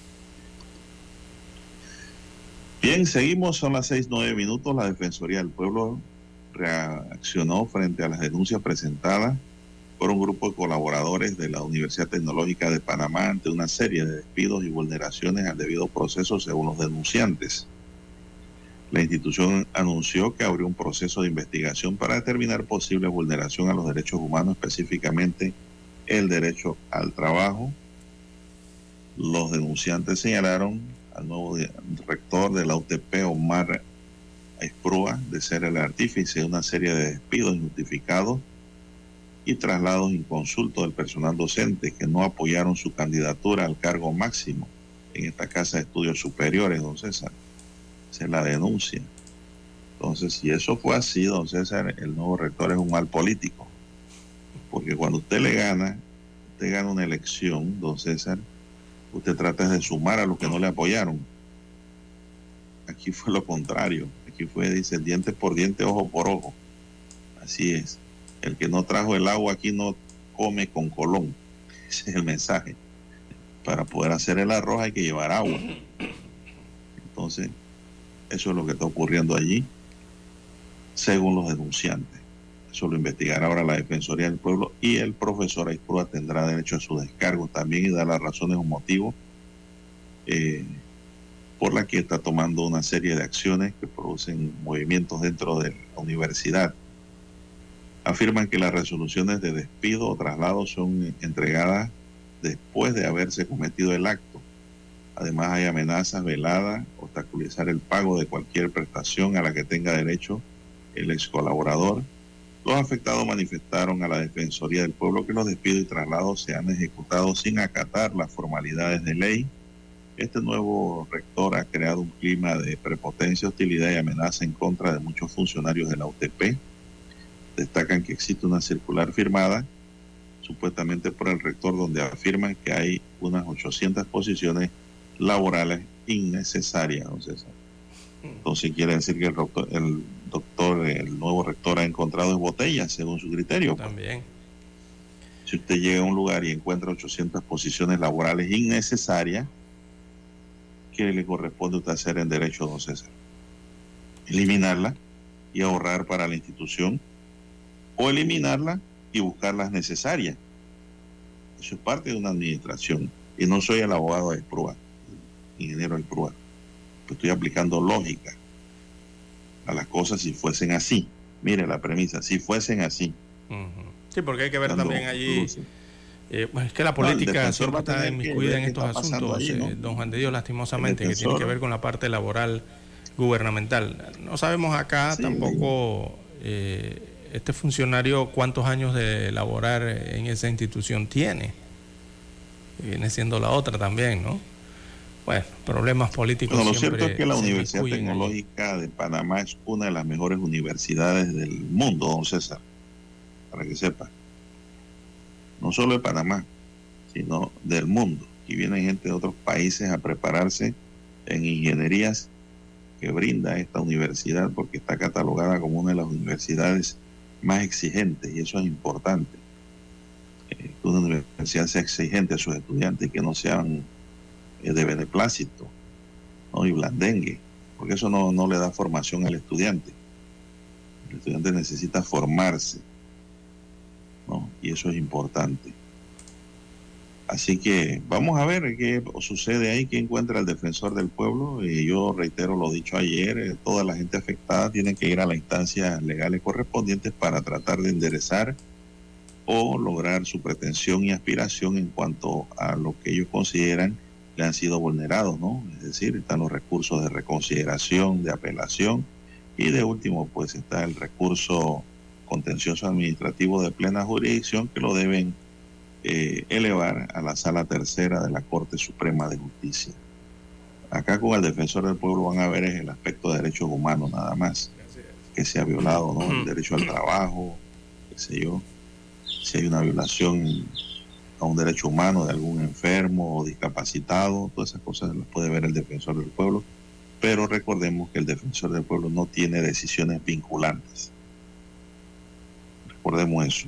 D: Bien, seguimos, son las seis, nueve minutos. La Defensoría del Pueblo reaccionó frente a las denuncias presentadas por un grupo de colaboradores de la Universidad Tecnológica de Panamá ante una serie de despidos y vulneraciones al debido proceso según los denunciantes. La institución anunció que abrió un proceso de investigación para determinar posible vulneración a los derechos humanos, específicamente el derecho al trabajo. Los denunciantes señalaron al nuevo rector de la U T P, Omar Esprúa, de ser el artífice de una serie de despidos injustificados y traslados inconsultos del personal docente que no apoyaron su candidatura al cargo máximo en esta Casa de Estudios Superiores, don César. Esa es la denuncia. Entonces, si eso fue así, don César, el nuevo rector es un mal político. Porque cuando usted le gana, usted gana una elección, don César, usted trata de sumar a los que no le apoyaron. Aquí fue lo contrario. Aquí fue, dice, diente por diente, ojo por ojo. Así es. El que no trajo el agua aquí no come con colón. Ese es el mensaje. Para poder hacer el arroz hay que llevar agua. Entonces, eso es lo que está ocurriendo allí, según los denunciantes. Eso lo investigará ahora la Defensoría del Pueblo y el profesor Esprúa tendrá derecho a su descargo también y dar las razones o motivos eh, por la que está tomando una serie de acciones que producen movimientos dentro de la universidad. Afirman que las resoluciones de despido o traslado son entregadas después de haberse cometido el acto. Además, hay amenazas veladas, obstaculizar el pago de cualquier prestación a la que tenga derecho el ex colaborador. Los afectados manifestaron a la Defensoría del Pueblo que los despidos y traslados se han ejecutado sin acatar las formalidades de ley. Este nuevo rector ha creado un clima de prepotencia, hostilidad y amenaza en contra de muchos funcionarios de la U T P. Destacan que existe una circular firmada supuestamente por el rector donde afirman que hay unas ochocientas posiciones laborales innecesarias, don César. Entonces quiere decir que el doctor, el doctor, el nuevo rector ha encontrado botellas según su criterio.
E: También.
D: Si usted llega a un lugar y encuentra ochocientas posiciones laborales innecesarias, ¿qué le corresponde a usted hacer en derecho, don César? Eliminarla y ahorrar para la institución, o eliminarla y buscar las necesarias. Eso es parte de una administración. Y no soy el abogado de Prua, ingeniero de Prua. Estoy aplicando lógica a las cosas si fuesen así. Mire la premisa, si fuesen así.
E: Uh-huh. Sí, porque hay que ver
D: Dando
E: también allí, eh, pues es que la política
D: no,
E: siempre está inmiscuida en estos asuntos,
D: allí, ¿no?
E: eh, don Juan de Dios, lastimosamente, que tiene que ver con la parte laboral gubernamental. No sabemos acá sí, tampoco eh, este funcionario cuántos años de laborar en esa institución tiene. Viene siendo la otra también, ¿no? Bueno, problemas políticos.
D: Bueno, lo cierto es que la Universidad Tecnológica de Panamá es una de las mejores universidades del mundo, don César, para que sepa. No solo de Panamá, sino del mundo. Y vienen gente de otros países a prepararse en ingenierías que brinda esta universidad, porque está catalogada como una de las universidades más exigentes, y eso es importante. Eh, que una universidad sea exigente a sus estudiantes y que no sean de beneplácito, ¿no? Y blandengue, porque eso no, no le da formación al estudiante. El estudiante necesita formarse, ¿no? Y eso es importante. Así que vamos a ver qué sucede ahí, qué encuentra el defensor del pueblo. Y yo reitero lo dicho ayer, eh, toda la gente afectada tiene que ir a las instancias legales correspondientes para tratar de enderezar o lograr su pretensión y aspiración en cuanto a lo que ellos consideran le han sido vulnerados, ¿no? Es decir, están los recursos de reconsideración, de apelación, y de último, pues está el recurso contencioso administrativo de plena jurisdicción, que lo deben eh, elevar a la Sala Tercera de la Corte Suprema de Justicia. Acá con el defensor del pueblo van a ver el aspecto de derechos humanos nada más, que se ha violado, ¿no? El derecho al trabajo, qué sé yo, si hay una violación a un derecho humano de algún enfermo o discapacitado, todas esas cosas las puede ver el defensor del pueblo, pero recordemos que el defensor del pueblo no tiene decisiones vinculantes. Recordemos eso.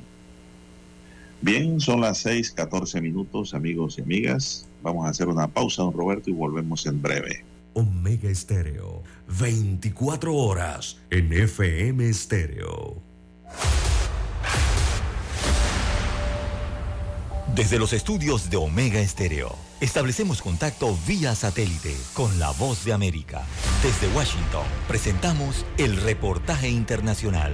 D: Bien, son las seis catorce minutos, amigos y amigas. Vamos a hacer una pausa, don Roberto, y volvemos en breve.
A: Omega Estéreo, veinticuatro horas en F M Estéreo.
B: Desde los estudios de Omega Estéreo, establecemos contacto vía satélite con la Voz de América. Desde Washington, presentamos el reportaje internacional.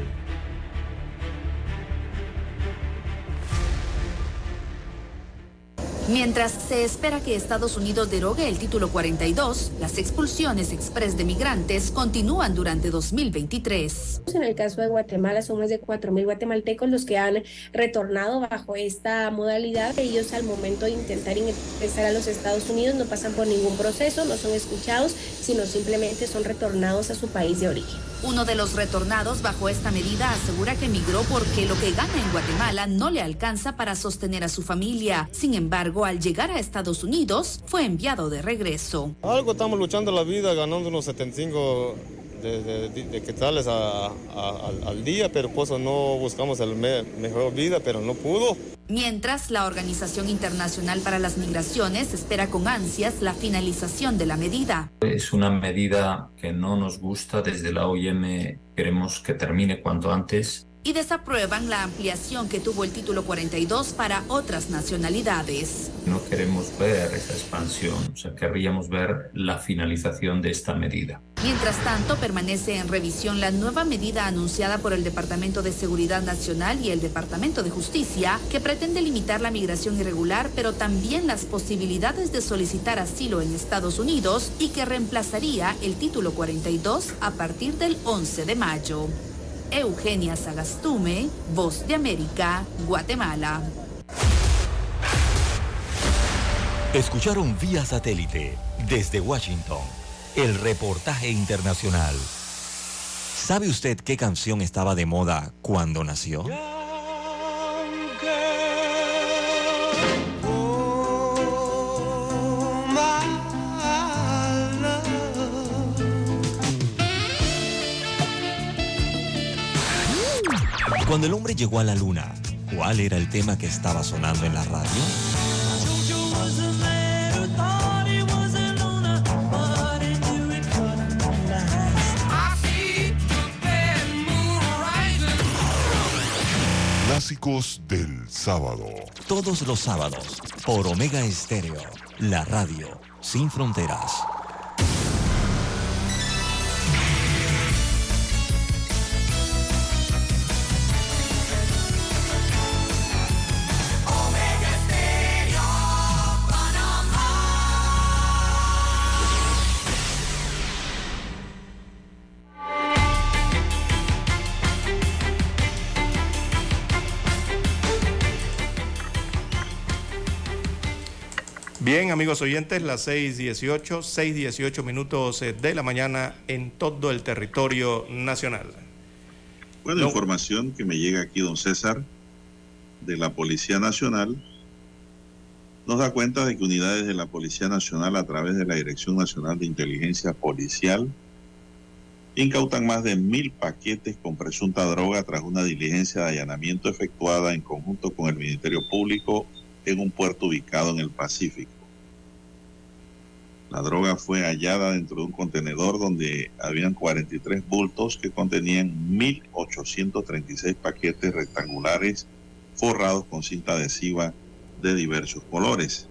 G: Mientras se espera que Estados Unidos derogue el título cuarenta y dos, las expulsiones express de migrantes continúan durante dos mil veintitrés.
H: En el caso de Guatemala son más de cuatro mil guatemaltecos los que han retornado bajo esta modalidad. Ellos al momento de intentar ingresar a los Estados Unidos no pasan por ningún proceso, no son escuchados, sino simplemente son retornados a su país de origen.
G: Uno de los retornados bajo esta medida asegura que migró porque lo que gana en Guatemala no le alcanza para sostener a su familia. Sin embargo, al llegar a Estados Unidos, fue enviado de regreso.
I: Algo estamos luchando la vida, ganando unos setenta y cinco de, de, de, de quetzales a, a, al, al día, pero pues no buscamos el me, mejor vida, pero no pudo.
G: Mientras, la Organización Internacional para las Migraciones espera con ansias la finalización de la medida.
J: Es una medida que no nos gusta. Desde la O I M queremos que termine cuanto antes.
G: Y desaprueban la ampliación que tuvo el título cuarenta y dos para otras nacionalidades.
J: No queremos ver esa expansión, o sea, querríamos ver la finalización de esta medida.
G: Mientras tanto, permanece en revisión la nueva medida anunciada por el Departamento de Seguridad Nacional y el Departamento de Justicia, que pretende limitar la migración irregular, pero también las posibilidades de solicitar asilo en Estados Unidos, y que reemplazaría el título cuarenta y dos a partir del once de mayo. Eugenia Sagastume, Voz de América, Guatemala.
B: Escucharon vía satélite desde Washington el reportaje internacional. ¿Sabe usted qué canción estaba de moda cuando nació? Cuando el hombre llegó a la luna, ¿cuál era el tema que estaba sonando en la radio?
F: Clásicos del sábado.
B: Todos los sábados, por Omega Estéreo, la radio sin fronteras.
E: Bien, amigos oyentes, las seis dieciocho, seis dieciocho minutos de la mañana en todo el territorio nacional.
D: Bueno, don... información que me llega aquí, don César, de la Policía Nacional, nos da cuenta de que unidades de la Policía Nacional a través de la Dirección Nacional de Inteligencia Policial incautan más de mil paquetes con presunta droga tras una diligencia de allanamiento efectuada en conjunto con el Ministerio Público en un puerto ubicado en el Pacífico. La droga fue hallada dentro de un contenedor donde habían cuarenta y tres bultos que contenían mil ochocientos treinta y seis paquetes rectangulares forrados con cinta adhesiva de diversos colores.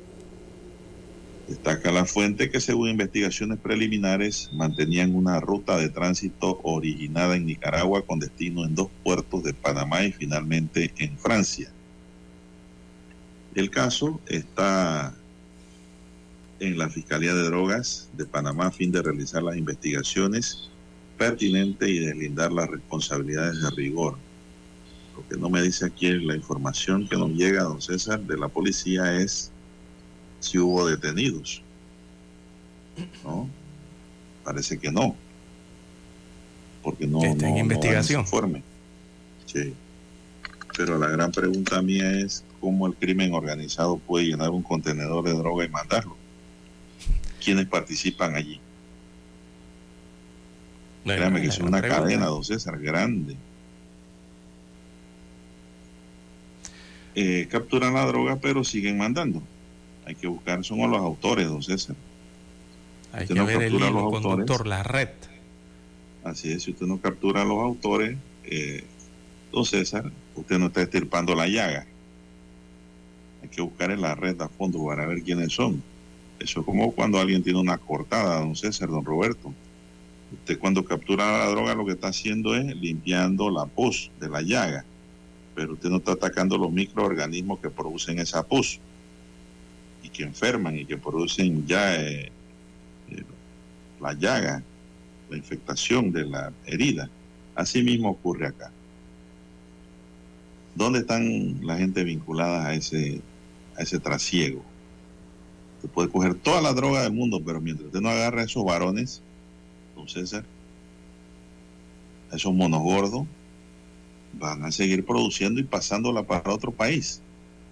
D: Destaca la fuente que, según investigaciones preliminares, mantenían una ruta de tránsito originada en Nicaragua con destino en dos puertos de Panamá y finalmente en Francia. El caso está en la Fiscalía de Drogas de Panamá a fin de realizar las investigaciones pertinentes y deslindar las responsabilidades de rigor. Lo que no me dice aquí la información que nos llega, don César, de la policía es si hubo detenidos. ¿No? Parece que no. Porque no,
E: está en
D: no,
E: investigación.
D: No informe. Sí. Pero la gran pregunta mía es cómo el crimen organizado puede llenar un contenedor de droga y mandarlo. ¿Quiénes participan allí? No, Créame no, que es una pregunta. Cadena, don César, grande. Eh, capturan la droga, pero siguen mandando. Hay que buscar, son a los autores, don César.
E: Hay usted que no ver el hilo conductor, la red.
D: Así es, si usted no captura a los autores, eh, don César, usted no está estirpando la llaga. Hay que buscar en la red a fondo para ver quiénes son. Eso es como cuando alguien tiene una cortada, don César, don Roberto. Usted cuando captura la droga lo que está haciendo es limpiando la pus de la llaga, pero usted no está atacando los microorganismos que producen esa pus y que enferman y que producen ya eh, eh, la llaga, la infectación de la herida. Así mismo ocurre acá. ¿Dónde están la gente vinculada a ese, a ese trasiego? Usted puede coger toda la droga del mundo, pero mientras usted no agarra a esos varones, don César, a esos monos gordos, van a seguir produciendo y pasándola para otro país.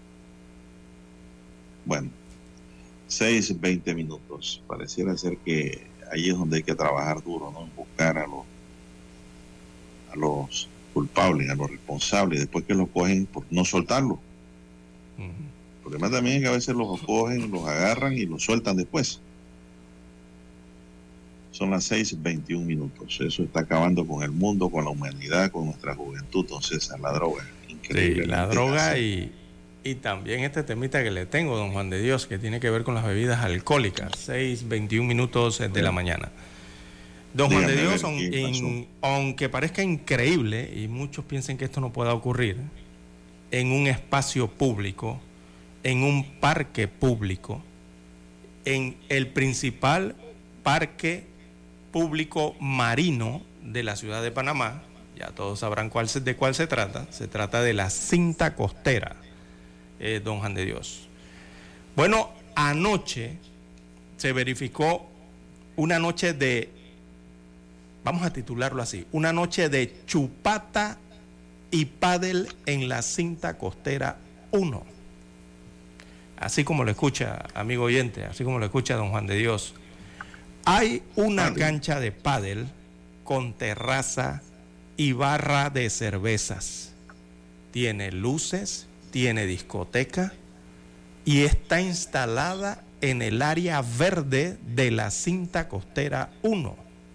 D: Bueno, seis, veinte minutos. Pareciera ser que ahí es donde hay que trabajar duro, ¿no? En buscar a los, a los culpables, a los responsables, después que los cogen por no soltarlo. Uh-huh. El problema también es que a veces los cogen, los agarran y los sueltan después. Son las seis veintiún minutos. Eso está acabando con el mundo, con la humanidad, con nuestra juventud. Entonces, la droga.
E: Increíble. Sí, la droga y, y también este temita que le tengo, don Juan de Dios, que tiene que ver con las bebidas alcohólicas. seis veintiún minutos de bueno. la mañana. Don Dígame Juan de Dios, on, en, aunque parezca increíble y muchos piensen que esto no pueda ocurrir, en un espacio público, en un parque público, en el principal parque público marino de la ciudad de Panamá, ya todos sabrán cuál se, de cuál se trata, se trata de la cinta costera, eh, don Juan de Dios. Bueno, anoche se verificó una noche de, vamos a titularlo así, una noche de chupata y pádel en la cinta costera uno. Así como lo escucha, amigo oyente, así como lo escucha don Juan de Dios. Hay una cancha de pádel con terraza y barra de cervezas. Tiene luces, tiene discoteca y está instalada en el área verde de la cinta costera uno.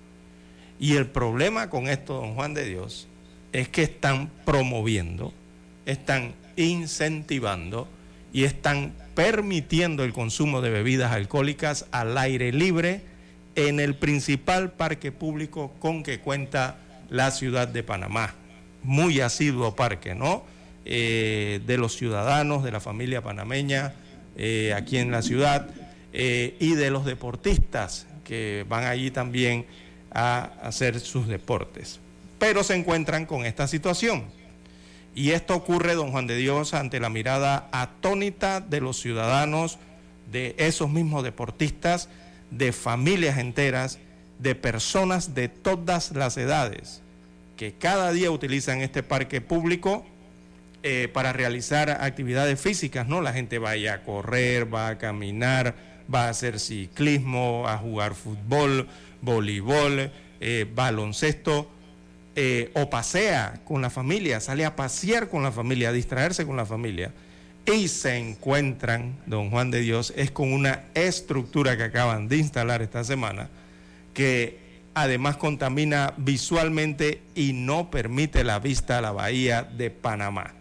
E: Y el problema con esto, don Juan de Dios, es que están promoviendo, están incentivando y están permitiendo el consumo de bebidas alcohólicas al aire libre en el principal parque público con que cuenta la ciudad de Panamá. Muy asiduo parque, ¿no? Eh, de los ciudadanos, de la familia panameña eh, aquí en la ciudad eh, y de los deportistas que van allí también a hacer sus deportes. Pero se encuentran con esta situación. Y esto ocurre, don Juan de Dios, ante la mirada atónita de los ciudadanos, de esos mismos deportistas, de familias enteras, de personas de todas las edades, que cada día utilizan este parque público eh, para realizar actividades físicas, ¿no? La gente va a ir a correr, va a caminar, va a hacer ciclismo, a jugar fútbol, voleibol, eh, baloncesto, eh, o pasea con la familia, sale a pasear con la familia, a distraerse con la familia, y se encuentran, don Juan de Dios, es con una estructura que acaban de instalar esta semana, que además contamina visualmente y no permite la vista a la bahía de Panamá.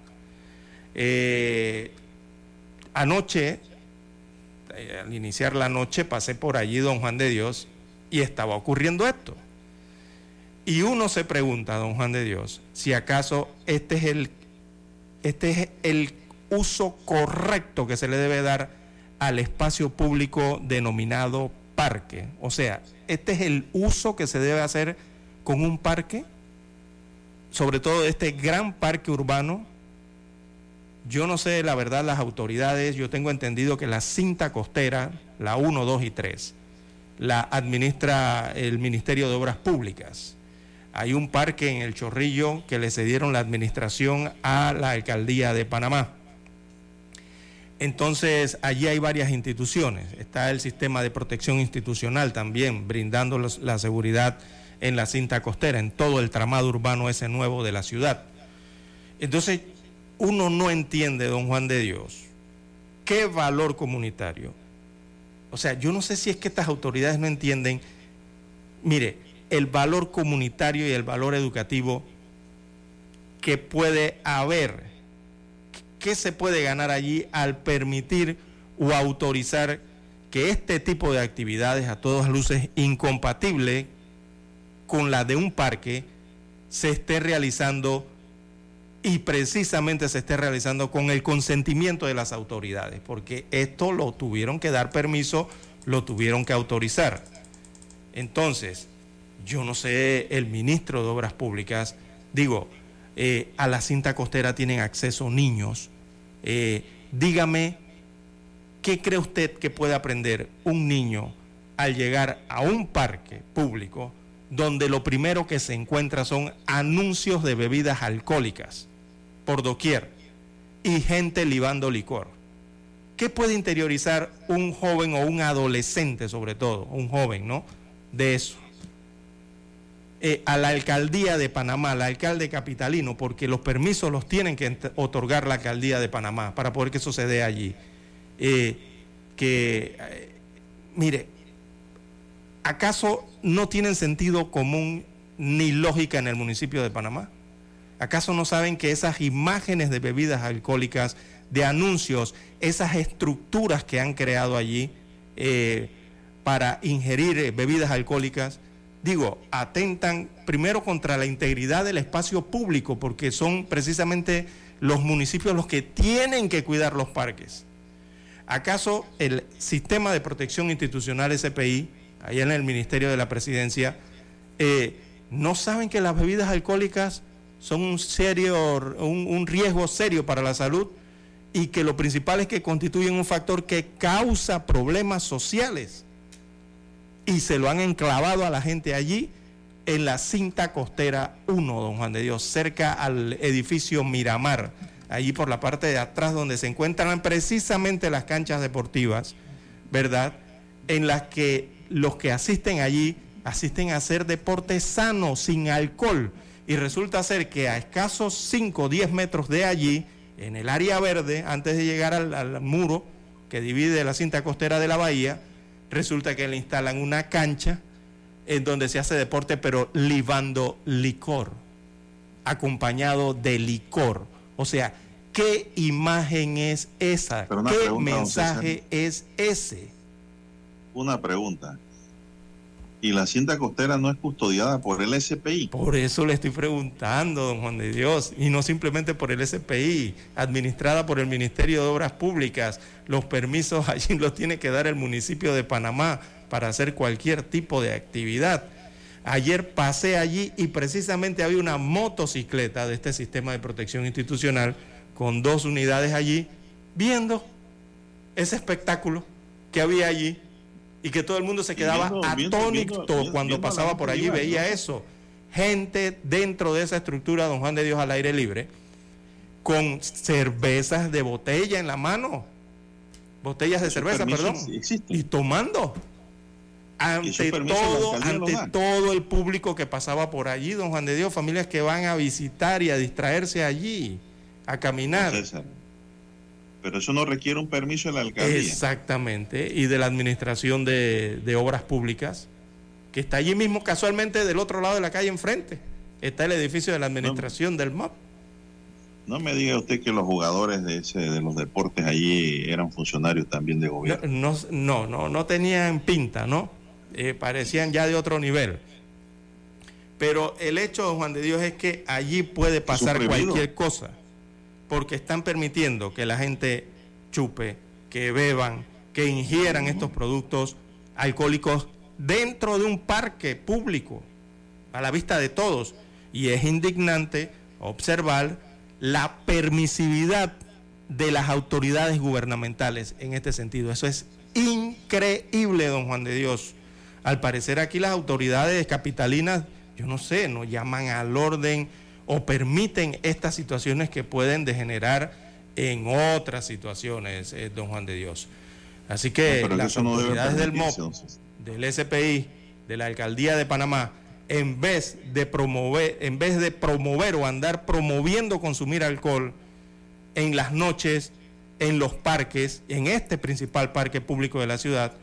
E: Eh, anoche, eh, al iniciar la noche, pasé por allí, don Juan de Dios, y estaba ocurriendo esto. Y uno se pregunta, don Juan de Dios, si acaso este es el, este es el uso correcto que se le debe dar al espacio público denominado parque. O sea, este es el uso que se debe hacer con un parque, sobre todo este gran parque urbano. Yo no sé, la verdad, las autoridades, yo tengo entendido que la cinta costera, la uno, dos y tres, la administra el Ministerio de Obras Públicas. Hay un parque en El Chorrillo que le cedieron la administración a la Alcaldía de Panamá. Entonces, allí hay varias instituciones. Está el sistema de protección institucional también, brindando los, la seguridad en la cinta costera, en todo el tramado urbano ese nuevo de la ciudad. Entonces, uno no entiende, don Juan de Dios, qué valor comunitario. O sea, yo no sé si es que estas autoridades no entienden, mire, el valor comunitario y el valor educativo que puede haber. ¿Qué se puede ganar allí al permitir o autorizar que este tipo de actividades, a todas luces incompatible con la de un parque, se esté realizando, y precisamente se esté realizando con el consentimiento de las autoridades? Porque esto lo tuvieron que dar permiso, lo tuvieron que autorizar. Entonces, yo no sé, el ministro de Obras Públicas, digo, eh, a la cinta costera tienen acceso niños. Eh, dígame, ¿qué cree usted que puede aprender un niño al llegar a un parque público donde lo primero que se encuentra son anuncios de bebidas alcohólicas por doquier y gente libando licor? ¿Qué puede interiorizar un joven o un adolescente, sobre todo, un joven, ¿no?, de eso? Eh, a la Alcaldía de Panamá, al alcalde capitalino, porque los permisos los tienen que otorgar la Alcaldía de Panamá para poder que eso se dé allí. Eh, que, eh, mire, ¿acaso no tienen sentido común ni lógica en el municipio de Panamá? ¿Acaso no saben que esas imágenes de bebidas alcohólicas, de anuncios, esas estructuras que han creado allí eh, para ingerir eh, bebidas alcohólicas, digo, atentan primero contra la integridad del espacio público, porque son precisamente los municipios los que tienen que cuidar los parques? ¿Acaso el Sistema de Protección Institucional S P I, allá en el Ministerio de la Presidencia, eh, no saben que las bebidas alcohólicas son un, serio, un, un riesgo serio para la salud, y que lo principal es que constituyen un factor que causa problemas sociales? Y se lo han enclavado a la gente allí en la cinta costera uno, don Juan de Dios, cerca al edificio Miramar, allí por la parte de atrás donde se encuentran precisamente las canchas deportivas, ¿verdad?, en las que los que asisten allí asisten a hacer deporte sano, sin alcohol, Y resulta ser que a escasos cinco o diez metros de allí, en el área verde, antes de llegar al, al muro que divide la cinta costera de la bahía, resulta que le instalan una cancha en donde se hace deporte, pero libando licor, acompañado de licor. O sea, ¿qué imagen es esa? ¿Qué pregunta, mensaje es ese?
D: Una pregunta. ¿Y la cinta costera no es custodiada por el S P I?
E: Por eso le estoy preguntando, don Juan de Dios, y no simplemente por el S P I, administrada por el Ministerio de Obras Públicas. Los permisos allí los tiene que dar el municipio de Panamá para hacer cualquier tipo de actividad. Ayer pasé allí y precisamente había una motocicleta de este sistema de protección institucional con dos unidades allí, viendo ese espectáculo que había allí. Y que todo el mundo se quedaba viendo, atónito viendo, viendo, cuando viendo pasaba por allí, veía ¿no? eso. Gente dentro de esa estructura, don Juan de Dios, al aire libre, con cervezas de botella en la mano, botellas de cerveza, perdón, existe. Y tomando. Ante todo, ante todo el público que pasaba por allí, don Juan de Dios, familias que van a visitar y a distraerse allí, a caminar.
D: César. Pero eso no requiere un permiso de la alcaldía.
E: Exactamente, y de la administración de, de obras públicas, que está allí mismo, casualmente del otro lado de la calle enfrente, está el edificio de la administración no, del M A P.
D: No me diga usted que los jugadores de ese de los deportes allí eran funcionarios también de gobierno.
E: No, no, no, no tenían pinta, ¿no? Eh, parecían ya de otro nivel. Pero el hecho, don Juan de Dios, es que allí puede pasar cualquier cosa, porque están permitiendo que la gente chupe, que beban, que ingieran estos productos alcohólicos dentro de un parque público, a la vista de todos. Y es indignante observar la permisividad de las autoridades gubernamentales en este sentido. Eso es increíble, don Juan de Dios. Al parecer aquí las autoridades capitalinas, yo no sé, no llaman al orden o permiten estas situaciones que pueden degenerar en otras situaciones, eh, don Juan de Dios. Así que no, las autoridades no del M O P, del S P I, de la Alcaldía de Panamá, en vez de promover, en vez de promover o andar promoviendo consumir alcohol en las noches, en los parques, en este principal parque público de la ciudad,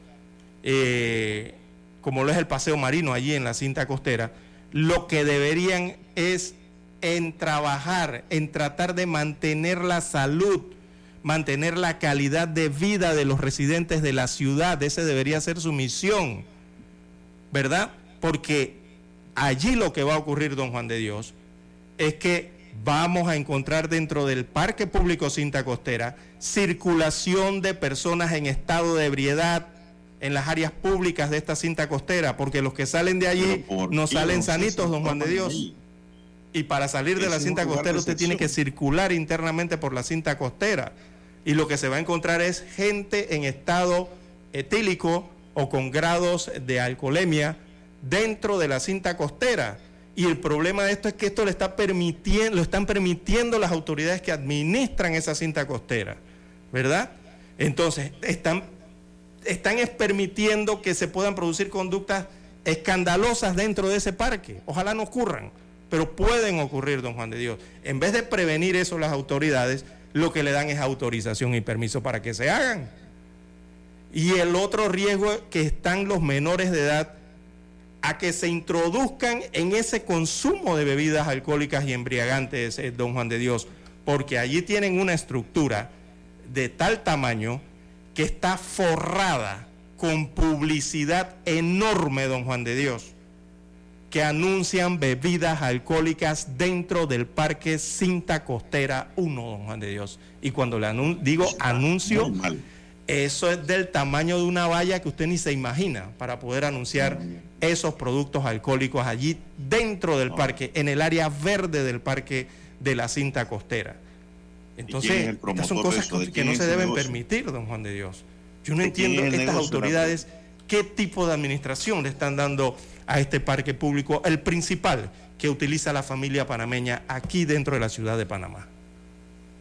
E: eh, como lo es el Paseo Marino allí en la cinta costera, lo que deberían es en trabajar, en tratar de mantener la salud, mantener la calidad de vida de los residentes de la ciudad. Esa debería ser su misión, ¿verdad? Porque allí lo que va a ocurrir, don Juan de Dios, es que vamos a encontrar dentro del Parque Público Cinta Costera circulación de personas en estado de ebriedad en las áreas públicas de esta cinta costera, porque los que salen de allí no salen sanitos, don Juan de Dios. Y para salir de la cinta costera usted tiene que circular internamente por la cinta costera. Y lo que se va a encontrar es gente en estado etílico o con grados de alcoholemia dentro de la cinta costera. Y el problema de esto es que esto le está permitiendo, lo están permitiendo las autoridades que administran esa cinta costera, ¿verdad? Entonces, están, están es permitiendo que se puedan producir conductas escandalosas dentro de ese parque. Ojalá no ocurran, pero pueden ocurrir, don Juan de Dios. En vez de prevenir eso las autoridades, lo que le dan es autorización y permiso para que se hagan. Y el otro riesgo es que están los menores de edad a que se introduzcan en ese consumo de bebidas alcohólicas y embriagantes, eh, don Juan de Dios, porque allí tienen una estructura de tal tamaño que está forrada con publicidad enorme, don Juan de Dios, que anuncian bebidas alcohólicas dentro del Parque Cinta Costera uno, don Juan de Dios. Y cuando le anun digo anuncio, eso es del tamaño de una valla que usted ni se imagina para poder anunciar esos productos alcohólicos allí dentro del parque, en el área verde del Parque de la Cinta Costera. Entonces, estas son cosas que, que no se deben permitir, don Juan de Dios. Yo no entiendo estas autoridades qué tipo de administración le están dando a este parque público, el principal que utiliza la familia panameña aquí dentro de la ciudad de Panamá.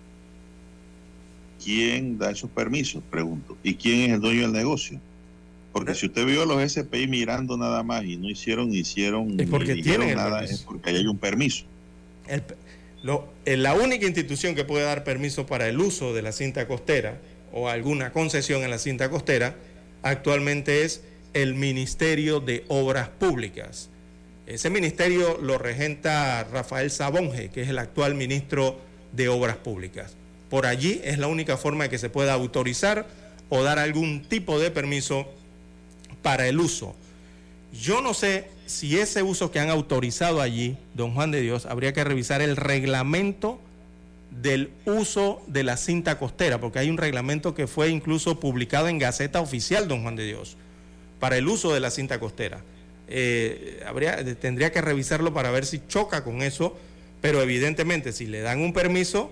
D: ¿Quién da esos permisos? Pregunto. ¿Y quién es el dueño del negocio? Porque si usted vio a los S P I mirando nada más y no hicieron, ni hicieron,
E: es porque
D: ni
E: tienen
D: nada, es porque hay un permiso.
E: El, lo, la única institución que puede dar permiso para el uso de la cinta costera o alguna concesión en la cinta costera actualmente es el Ministerio de Obras Públicas. Ese ministerio lo regenta Rafael Sabonge, que es el actual ministro de Obras Públicas. Por allí es la única forma de que se pueda autorizar o dar algún tipo de permiso para el uso. Yo no sé si ese uso que han autorizado allí, don Juan de Dios, habría que revisar el reglamento del uso de la cinta costera, porque hay un reglamento que fue incluso publicado en Gaceta Oficial, don Juan de Dios, para el uso de la cinta costera. Eh, habría, tendría que revisarlo para ver si choca con eso, pero evidentemente si le dan un permiso,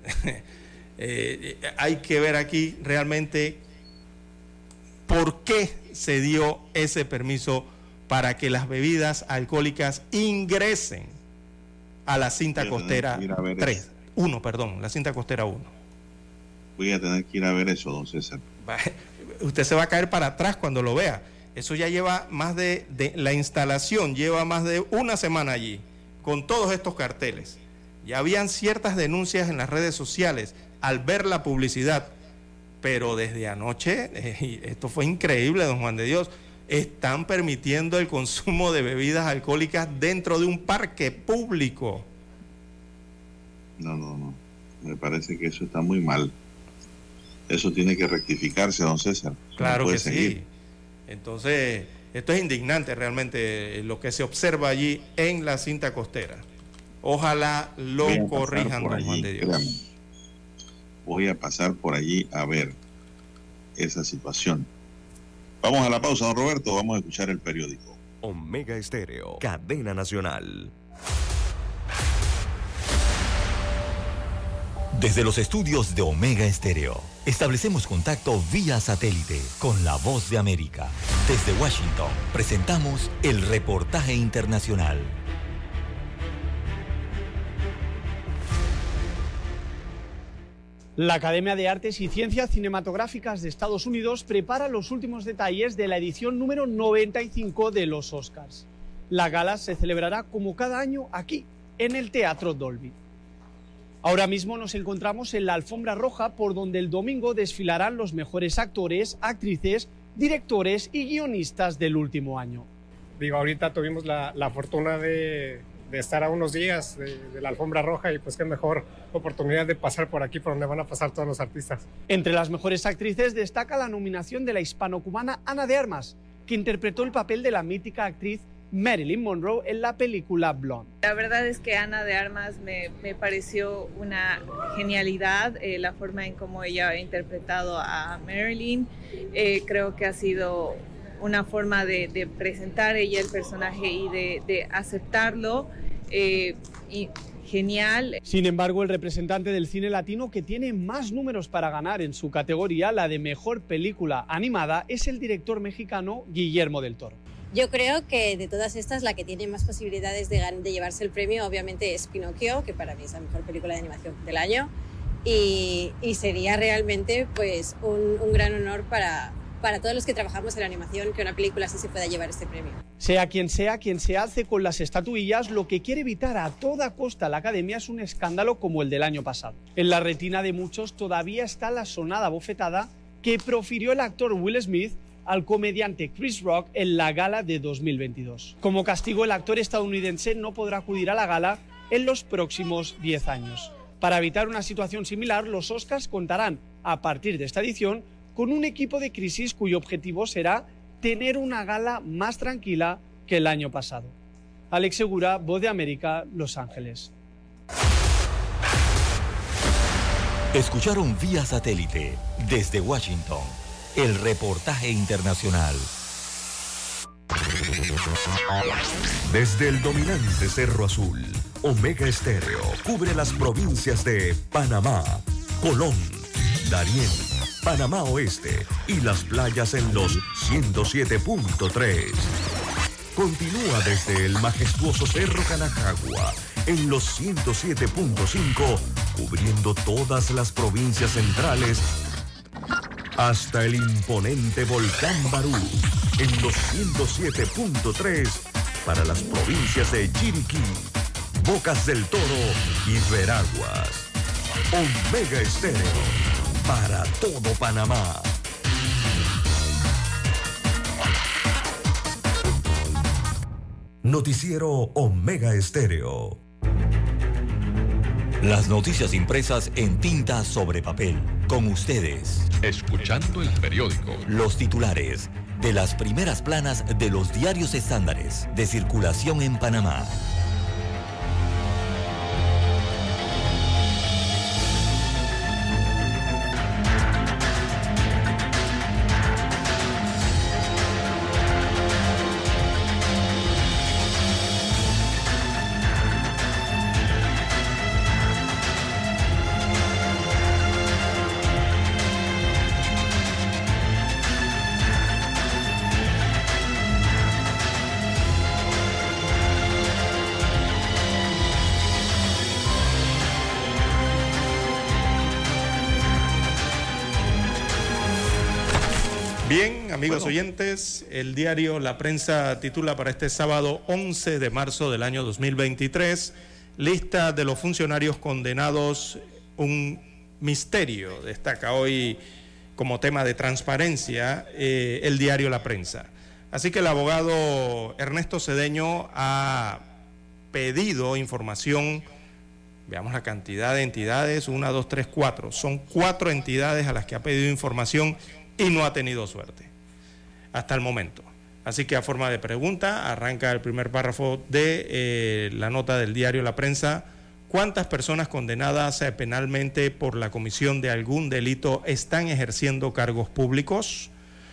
E: eh, hay que ver aquí realmente por qué se dio ese permiso para que las bebidas alcohólicas ingresen a la cinta costera tres, uno, perdón, la cinta costera uno.
D: Voy a tener que ir a ver eso, don César.
E: Usted se va a caer para atrás cuando lo vea. Eso ya lleva más de, de la instalación, lleva más de una semana allí, con todos estos carteles. Ya habían ciertas denuncias en las redes sociales al ver la publicidad, pero desde anoche, eh, esto fue increíble, don Juan de Dios, están permitiendo el consumo de bebidas alcohólicas dentro de un parque público.
D: No, no, no, me parece que eso está muy mal. Eso tiene que rectificarse, don César.
E: Claro
D: no
E: que
D: seguir.
E: sí. Entonces, esto es indignante realmente lo que se observa allí en la cinta costera. Ojalá lo corrijan, don Juan de Dios.
D: Créame. Voy a pasar por allí a ver esa situación. Vamos a la pausa, don Roberto, vamos a escuchar el periódico.
A: Omega Estéreo, cadena nacional.
B: Desde los estudios de Omega Estéreo, establecemos contacto vía satélite con la Voz de América. Desde Washington, presentamos el reportaje internacional.
K: La Academia de Artes y Ciencias Cinematográficas de Estados Unidos prepara los últimos detalles de la edición número noventa y cinco de los Oscars. La gala se celebrará como cada año aquí, en el Teatro Dolby. Ahora mismo nos encontramos en la alfombra roja por donde el domingo desfilarán los mejores actores, actrices, directores y guionistas del último año.
L: Digo, ahorita tuvimos la, la fortuna de, de estar a unos días de, de la alfombra roja y pues qué mejor oportunidad de pasar por aquí por donde van a pasar todos los artistas.
K: Entre las mejores actrices destaca la nominación de la hispano-cubana Ana de Armas, que interpretó el papel de la mítica actriz Marilyn Monroe en la película Blonde.
M: La verdad es que Ana de Armas me, me pareció una genialidad, eh, la forma en cómo ella ha interpretado a Marilyn. Eh, creo que ha sido una forma de, de presentar ella el personaje y de, de aceptarlo. Eh, y genial.
K: Sin embargo, el representante del cine latino que tiene más números para ganar en su categoría, la de mejor película animada, es el director mexicano Guillermo del Toro.
N: Yo creo que de todas estas la que tiene más posibilidades de, de llevarse el premio obviamente es Pinocchio, que para mí es la mejor película de animación del año, y, y sería realmente pues un, un gran honor para, para todos los que trabajamos en la animación que una película así se pueda llevar este premio.
K: Sea quien sea quien se alce con las estatuillas, lo que quiere evitar a toda costa la Academia es un escándalo como el del año pasado. En la retina de muchos todavía está la sonada bofetada que profirió el actor Will Smith al comediante Chris Rock en la gala de dos mil veintidós. Como castigo, el actor estadounidense no podrá acudir a la gala en los próximos diez años. Para evitar una situación similar, los Oscars contarán, a partir de esta edición, con un equipo de crisis cuyo objetivo será tener una gala más tranquila que el año pasado. Alex Segura, Voz de América, Los Ángeles.
B: Escucharon vía satélite desde Washington el reportaje internacional.
A: Desde el dominante Cerro Azul, Omega Estéreo cubre las provincias de Panamá, Colón, Darién, Panamá Oeste y las playas en los ciento siete punto tres. Continúa desde el majestuoso Cerro Canajagua en los ciento siete punto cinco, cubriendo todas las provincias centrales hasta el imponente volcán Barú en los ciento siete punto tres para las provincias de Chiriquí, Bocas del Toro y Veraguas. Omega Estéreo para todo Panamá. Noticiero Omega Estéreo.
B: Las noticias impresas en tinta sobre papel. Con ustedes.
O: Escuchando el periódico.
B: Los titulares de las primeras planas de los diarios estándares de circulación en Panamá.
E: Bien, amigos bueno. oyentes, el diario La Prensa titula para este sábado once de marzo del año dos mil veintitrés, lista de los funcionarios condenados, un misterio. Destaca hoy como tema de transparencia eh, el diario La Prensa. Así que el abogado Ernesto Cedeño ha pedido información. Veamos la cantidad de entidades, una, dos, tres, cuatro. Son cuatro entidades a las que ha pedido información y no ha tenido suerte hasta el momento. Así que a forma de pregunta, arranca el primer párrafo de eh, la nota del diario La Prensa. ¿Cuántas personas condenadas eh, penalmente por la comisión de algún delito están ejerciendo cargos públicos?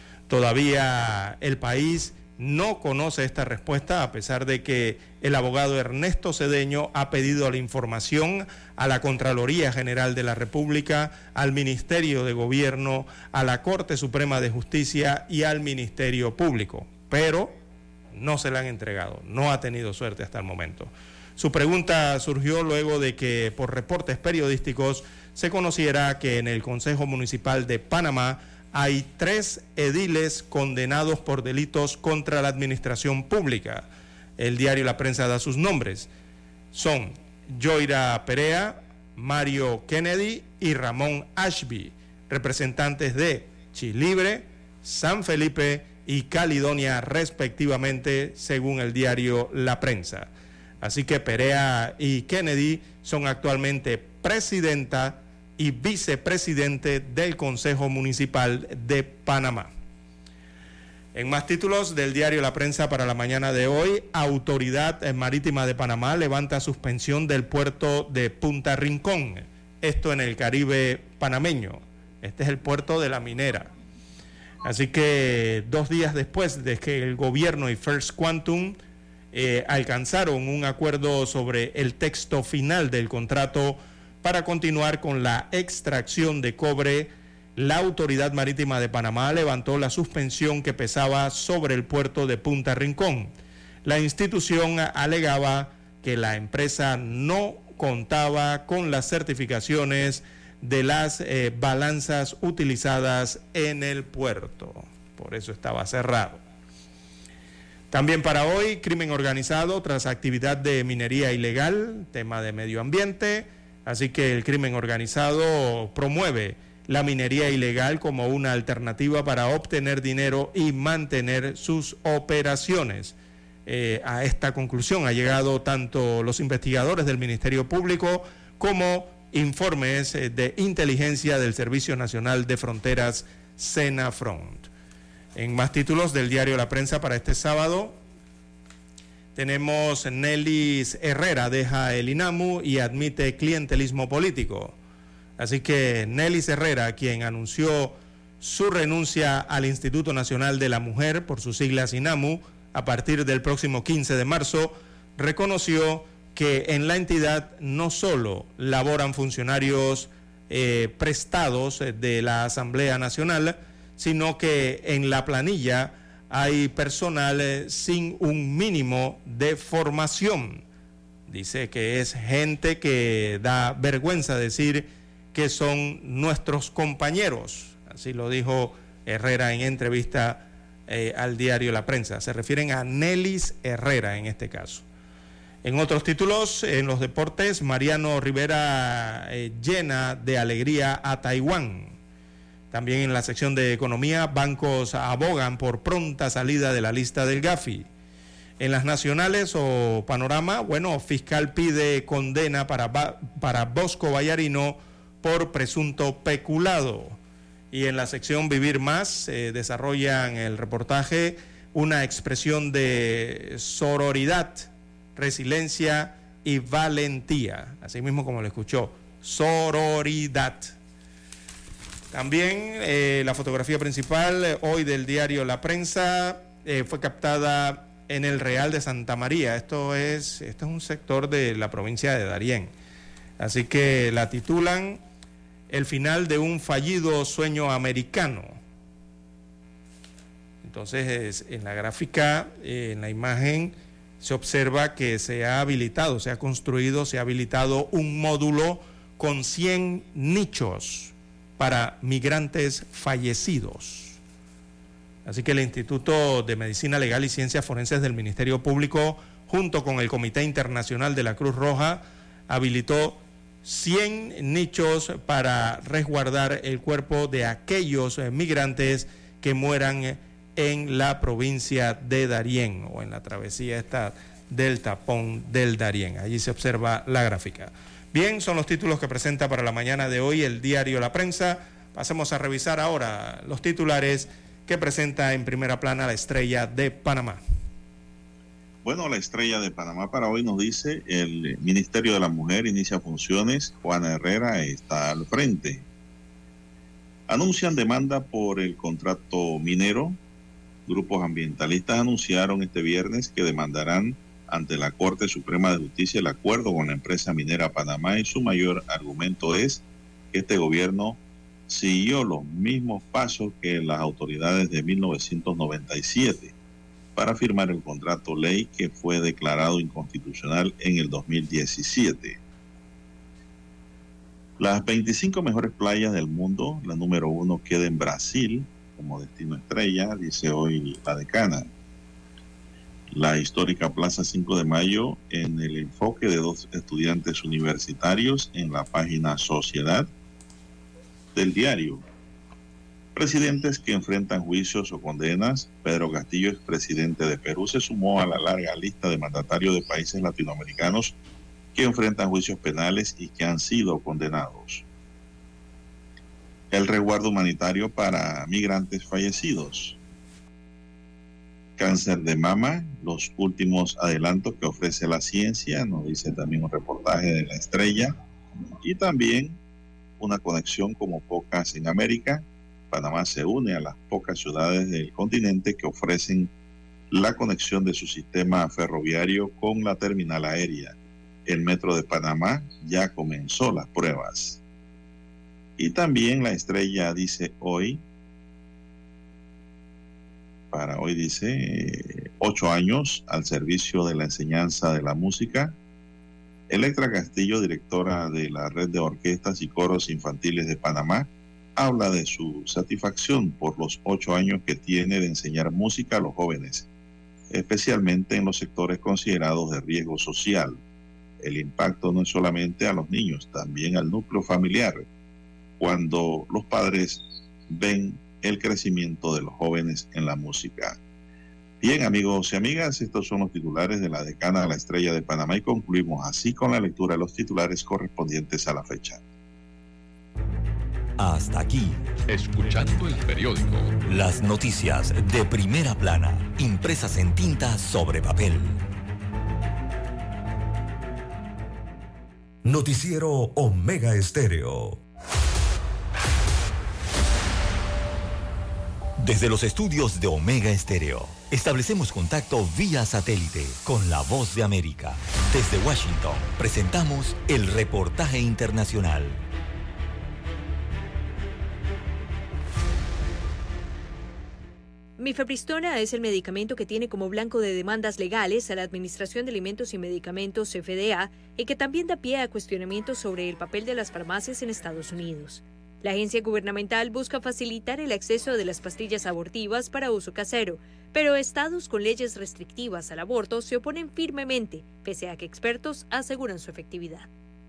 E: Todavía el país no conoce esta respuesta, a pesar de que el abogado Ernesto Cedeño ha pedido la información a la Contraloría General de la República, al Ministerio de Gobierno, a la Corte Suprema de Justicia y al Ministerio Público, pero no se la han entregado, no ha tenido suerte hasta el momento. Su pregunta surgió luego de que por reportes periodísticos se conociera que en el Consejo Municipal de Panamá hay tres ediles condenados por delitos contra la administración pública. El diario La Prensa da sus nombres. Son Yoira Perea, Mario Kennedy y Ramón Ashby, representantes de Chilibre, San Felipe y Caledonia respectivamente, según el diario La Prensa. Así que Perea y Kennedy son actualmente presidenta y vicepresidente del Consejo Municipal de Panamá. En más títulos del diario La Prensa para la mañana de hoy, Autoridad Marítima de Panamá levanta suspensión del puerto de Punta Rincón, esto en el Caribe panameño. Este es el puerto de La Minera. Así que dos días después de que el gobierno y First Quantum eh, alcanzaron un acuerdo sobre el texto final del contrato para continuar con la extracción de cobre, la Autoridad Marítima de Panamá levantó la suspensión que pesaba sobre el puerto de Punta Rincón. La institución alegaba que la empresa no contaba con las certificaciones de las eh, balanzas utilizadas en el puerto. Por eso estaba cerrado. También para hoy, crimen organizado tras actividad de minería ilegal, tema de medio ambiente. Así que el crimen organizado promueve la minería ilegal como una alternativa para obtener dinero y mantener sus operaciones. Eh, a esta conclusión ha llegado tanto los investigadores del Ministerio Público como informes eh, de inteligencia del Servicio Nacional de Fronteras, SENAFRONT. En más títulos del diario La Prensa para este sábado, tenemos Nelis Herrera deja el INAMU y admite clientelismo político. Así que Nelis Herrera, quien anunció su renuncia al Instituto Nacional de la Mujer, por sus siglas INAMU, a partir del próximo quince de marzo, reconoció que en la entidad no solo laboran funcionarios eh, prestados de la Asamblea Nacional, sino que en la planilla hay personal eh, sin un mínimo de formación. Dice que es gente que da vergüenza decir que son nuestros compañeros. Así lo dijo Herrera en entrevista eh, al diario La Prensa. Se refieren a Nelis Herrera en este caso. En otros títulos, en los deportes, Mariano Rivera eh, llena de alegría a Taiwán. También en la sección de economía, bancos abogan por pronta salida de la lista del Gafi. En las nacionales o panorama, bueno, fiscal pide condena para, para Bosco Vallarino por presunto peculado. Y en la sección Vivir Más, eh, desarrollan el reportaje una expresión de sororidad, resiliencia y valentía, así mismo como lo escuchó, sororidad. También eh, la fotografía principal eh, hoy del diario La Prensa eh, fue captada en el Real de Santa María. Esto es, esto es un sector de la provincia de Darién. Así que la titulan El final de un fallido sueño americano. Entonces, en la gráfica, eh, en la imagen, se observa que se ha habilitado, se ha construido, se ha habilitado un módulo con cien nichos para migrantes fallecidos. Así que el Instituto de Medicina Legal y Ciencias Forenses del Ministerio Público, junto con el Comité Internacional de la Cruz Roja, habilitó cien nichos para resguardar el cuerpo de aquellos migrantes que mueran en la provincia de Darién o en la travesía esta del tapón del Darién. Allí se observa la gráfica. Bien, son los títulos que presenta para la mañana de hoy el diario La Prensa. Pasemos a revisar ahora los titulares que presenta en primera plana la Estrella de Panamá.
D: Bueno, la Estrella de Panamá para hoy nos dice: el Ministerio de la Mujer inicia funciones, Juana Herrera está al frente. Anuncian demanda por el contrato minero. Grupos ambientalistas anunciaron este viernes que demandarán ante la Corte Suprema de Justicia el acuerdo con la empresa minera Panamá, y su mayor argumento es que este gobierno siguió los mismos pasos que las autoridades de mil novecientos noventa y siete para firmar el contrato ley que fue declarado inconstitucional en el dos mil diecisiete. Las veinticinco mejores playas del mundo, la número uno queda en Brasil como destino estrella, dice hoy la Decana. La histórica Plaza cinco de Mayo en el enfoque de dos estudiantes universitarios en la página Sociedad del diario. Presidentes que enfrentan juicios o condenas. Pedro Castillo, expresidente de Perú, se sumó a la larga lista de mandatarios de países latinoamericanos que enfrentan juicios penales y que han sido condenados. El resguardo humanitario para migrantes fallecidos. Cáncer de mama, los últimos adelantos que ofrece la ciencia, nos dice también un reportaje de La Estrella. Y también una conexión como pocas en América. Panamá se une a las pocas ciudades del continente que ofrecen la conexión de su sistema ferroviario con la terminal aérea. El Metro de Panamá ya comenzó las pruebas. Y también La Estrella dice hoy, para hoy dice, ocho años al servicio de la enseñanza de la música. Electra Castillo, directora de la Red de Orquestas y Coros Infantiles de Panamá, habla de su satisfacción por los ocho años que tiene de enseñar música a los jóvenes, especialmente en los sectores considerados de riesgo social. El impacto no es solamente a los niños, también al núcleo familiar, cuando los padres ven el crecimiento de los jóvenes en la música. Bien, amigos y amigas, estos son los titulares de la Decana de La Estrella de Panamá, y concluimos así con la lectura de los titulares correspondientes a la fecha.
B: Hasta aquí,
O: escuchando el periódico.
B: Las noticias de primera plana, impresas en tinta sobre papel.
A: Noticiero Omega Estéreo.
B: Desde los estudios de Omega Estéreo, establecemos contacto vía satélite con la Voz de América. Desde Washington, presentamos el reportaje internacional.
P: Mifepristona es el medicamento que tiene como blanco de demandas legales a la Administración de Alimentos y Medicamentos F D A y que también da pie a cuestionamientos sobre el papel de las farmacias en Estados Unidos. La agencia gubernamental busca facilitar el acceso de las pastillas abortivas para uso casero, pero estados con leyes restrictivas al aborto se oponen firmemente, pese a que expertos aseguran su efectividad.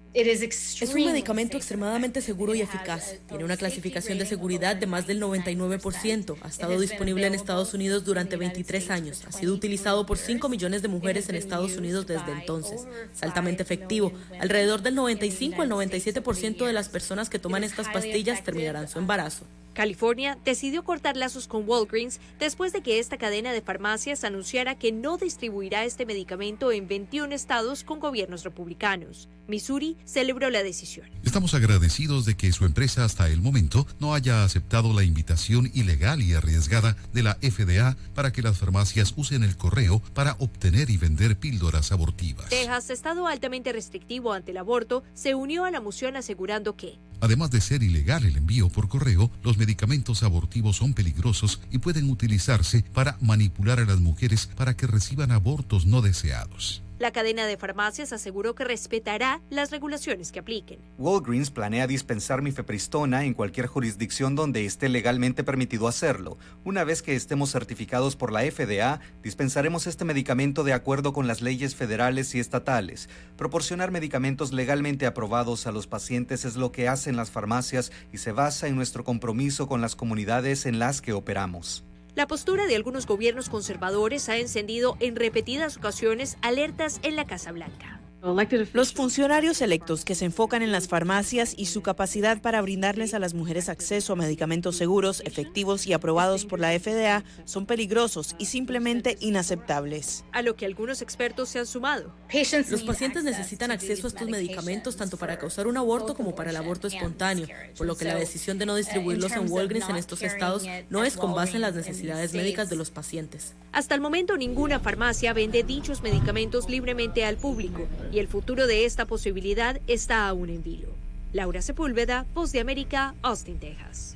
Q: Es un medicamento extremadamente seguro y eficaz. Tiene una clasificación de seguridad de más del noventa y nueve por ciento. Ha estado disponible en Estados Unidos durante veintitrés años. Ha sido utilizado por cinco millones de mujeres en Estados Unidos desde entonces. Es altamente efectivo. Alrededor del noventa y cinco al noventa y siete por ciento de las personas que toman estas pastillas terminarán su embarazo.
P: California decidió cortar lazos con Walgreens después de que esta cadena de farmacias anunciara que no distribuirá este medicamento en veintiún estados con gobiernos republicanos. Missouri celebró la decisión.
R: Estamos agradecidos de que su empresa hasta el momento no haya aceptado la invitación ilegal y arriesgada de la F D A para que las farmacias usen el correo para obtener y vender píldoras abortivas.
P: Texas, estado altamente restrictivo ante el aborto, se unió a la moción asegurando que,
R: además de ser ilegal el envío por correo, los medicamentos abortivos son peligrosos y pueden utilizarse para manipular a las mujeres para que reciban abortos no deseados.
P: la cadena de farmacias aseguró que respetará las regulaciones que apliquen.
S: Walgreens planea dispensar mifepristona en cualquier jurisdicción donde esté legalmente permitido hacerlo. Una vez que estemos certificados por la F D A, dispensaremos este medicamento de acuerdo con las leyes federales y estatales. Proporcionar medicamentos legalmente aprobados a los pacientes es lo que hacen las farmacias y se basa en nuestro compromiso con las comunidades en las que operamos.
P: La postura de algunos gobiernos conservadores ha encendido en repetidas ocasiones alertas en la Casa Blanca.
T: Los funcionarios electos que se enfocan en las farmacias y su capacidad para brindarles a las mujeres acceso a medicamentos seguros, efectivos y aprobados por la F D A son peligrosos y simplemente inaceptables.
P: A lo que algunos expertos se han sumado.
Q: Los pacientes necesitan acceso a estos medicamentos tanto para causar un aborto como para el aborto espontáneo, por lo que la decisión de no distribuirlos en Walgreens en estos estados no es con base en las necesidades médicas de los pacientes.
P: Hasta el momento ninguna farmacia vende dichos medicamentos libremente al público y el futuro de esta posibilidad está aún en vilo. Laura Sepúlveda, Voz de América, Austin, Texas.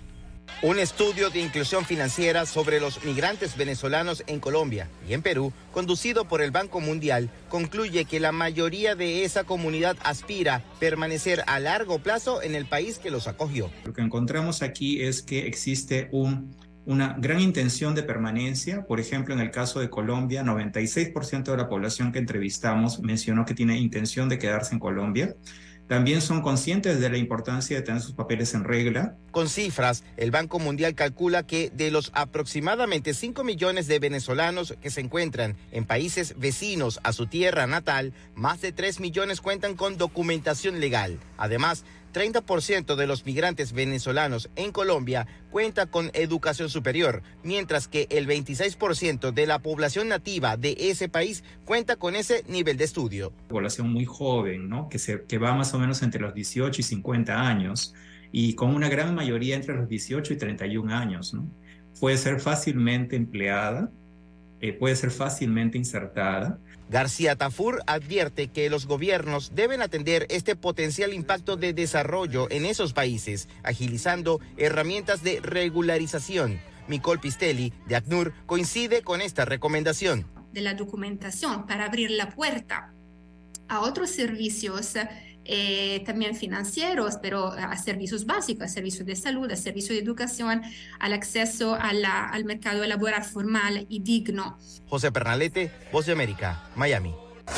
U: Un estudio de inclusión financiera sobre los migrantes venezolanos en Colombia y en Perú, conducido por el Banco Mundial, concluye que la mayoría de esa comunidad aspira a permanecer a largo plazo en el país que los acogió.
V: Lo que encontramos aquí es que existe un una gran intención de permanencia. Por ejemplo, en el caso de Colombia, noventa y seis por ciento de la población que entrevistamos mencionó que tiene intención de quedarse en Colombia. También son conscientes de la importancia de tener sus papeles en regla.
U: Con cifras, el Banco Mundial calcula que de los aproximadamente cinco millones de venezolanos que se encuentran en países vecinos a su tierra natal, más de tres millones cuentan con documentación legal. Además, treinta por ciento de los migrantes venezolanos en Colombia cuenta con educación superior, mientras que el veintiséis por ciento de la población nativa de ese país cuenta con ese nivel de estudio.
V: Población muy joven, ¿no? que, se, que va más o menos entre los dieciocho y cincuenta años, y con una gran mayoría entre los dieciocho y treinta y un años, ¿no? Puede ser fácilmente empleada, eh, puede ser fácilmente insertada.
U: García Tafur advierte que los gobiernos deben atender este potencial impacto de desarrollo en esos países, agilizando herramientas de regularización. Nicole Pistelli, de ACNUR, coincide con esta recomendación.
W: De la documentación para abrir la puerta a otros servicios eh, también financieros, pero a servicios básicos, a servicios de salud, a servicios de educación, al acceso a la, al mercado laboral formal y digno.
U: José Pernalete, Voz de América, Miami.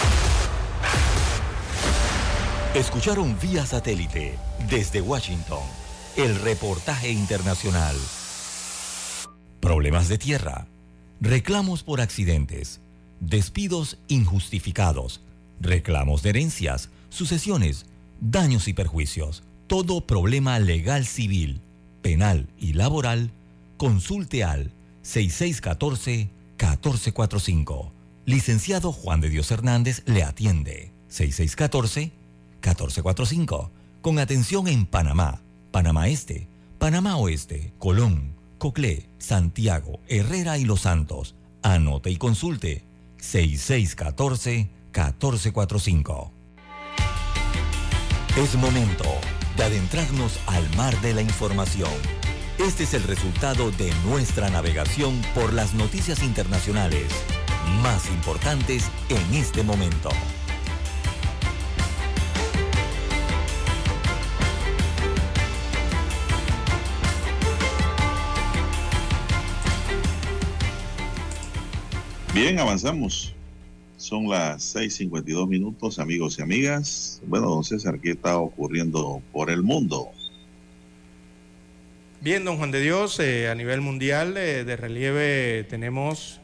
B: Escucharon vía satélite desde Washington el reportaje internacional. Problemas de tierra, reclamos por accidentes, despidos injustificados, reclamos de herencias, sucesiones, daños y perjuicios. Todo problema legal civil, penal y laboral, consulte al seis seis uno cuatro, uno cuatro cuatro cinco. Licenciado Juan de Dios Hernández le atiende. seis seis uno cuatro, uno cuatro cuatro cinco. Con atención en Panamá, Panamá Este, Panamá Oeste, Colón, Coclé, Santiago, Herrera y Los Santos. Anote y consulte seis seis uno cuatro, uno cuatro cuatro cinco. Es momento de adentrarnos al mar de la información. Este es el resultado de nuestra navegación por las noticias internacionales más importantes en este momento.
D: Bien, avanzamos. Son las seis cincuenta y dos minutos, amigos y amigas. Bueno, don César, ¿qué está ocurriendo por el mundo?
E: Bien, don Juan de Dios, eh, a nivel mundial eh, de relieve tenemos,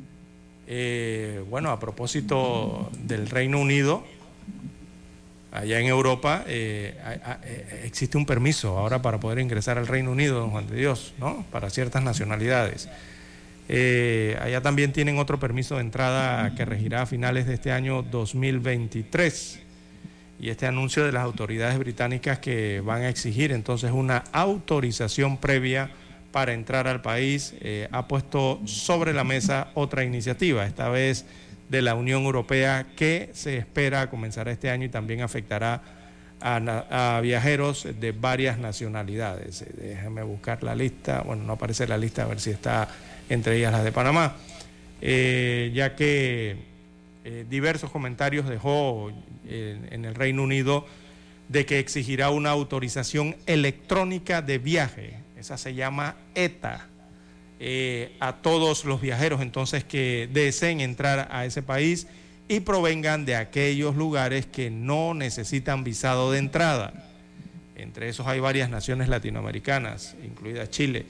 E: eh, bueno, a propósito del Reino Unido, allá en Europa eh, a, a, eh, existe un permiso ahora para poder ingresar al Reino Unido, don Juan de Dios, ¿no? Para ciertas nacionalidades. Eh, allá también tienen otro permiso de entrada que regirá a finales de este año dos mil veintitrés. Y este anuncio de las autoridades británicas que van a exigir entonces una autorización previa para entrar al país eh, ha puesto sobre la mesa otra iniciativa, esta vez de la Unión Europea, que se espera comenzará este año y también afectará a, a viajeros de varias nacionalidades. Eh, déjame buscar la lista, bueno, no aparece la lista, a ver si está entre ellas las de Panamá, eh, ya que eh, diversos comentarios dejó eh, en el Reino Unido de que exigirá una autorización electrónica de viaje, esa se llama ETA, eh, a todos los viajeros entonces que deseen entrar a ese país y provengan de aquellos lugares que no necesitan visado de entrada. Entre esos hay varias naciones latinoamericanas, incluida Chile.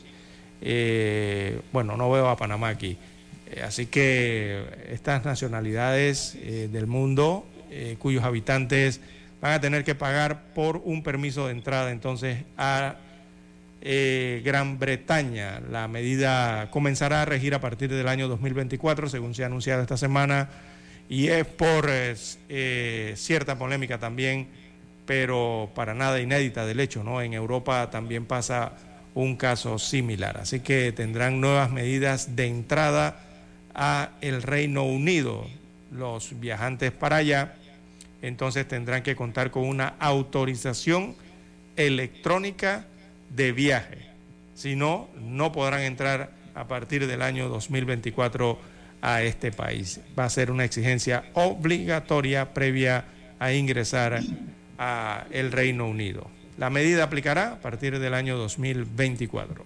E: Eh, bueno, no veo a Panamá aquí. Eh, así que estas nacionalidades eh, del mundo, eh, cuyos habitantes van a tener que pagar por un permiso de entrada entonces a eh, Gran Bretaña. La medida comenzará a regir a partir del año dos mil veinticuatro, según se ha anunciado esta semana, y es por eh, cierta polémica también, pero para nada inédita del hecho, ¿no? En Europa también pasa un caso similar, así que tendrán nuevas medidas de entrada a el Reino Unido. Los viajantes para allá entonces tendrán que contar con una autorización electrónica de viaje, si no, no podrán entrar a partir del año dos mil veinticuatro a este país. Va a ser una exigencia obligatoria previa a ingresar a el Reino Unido. La medida aplicará a partir del año dos mil veinticuatro.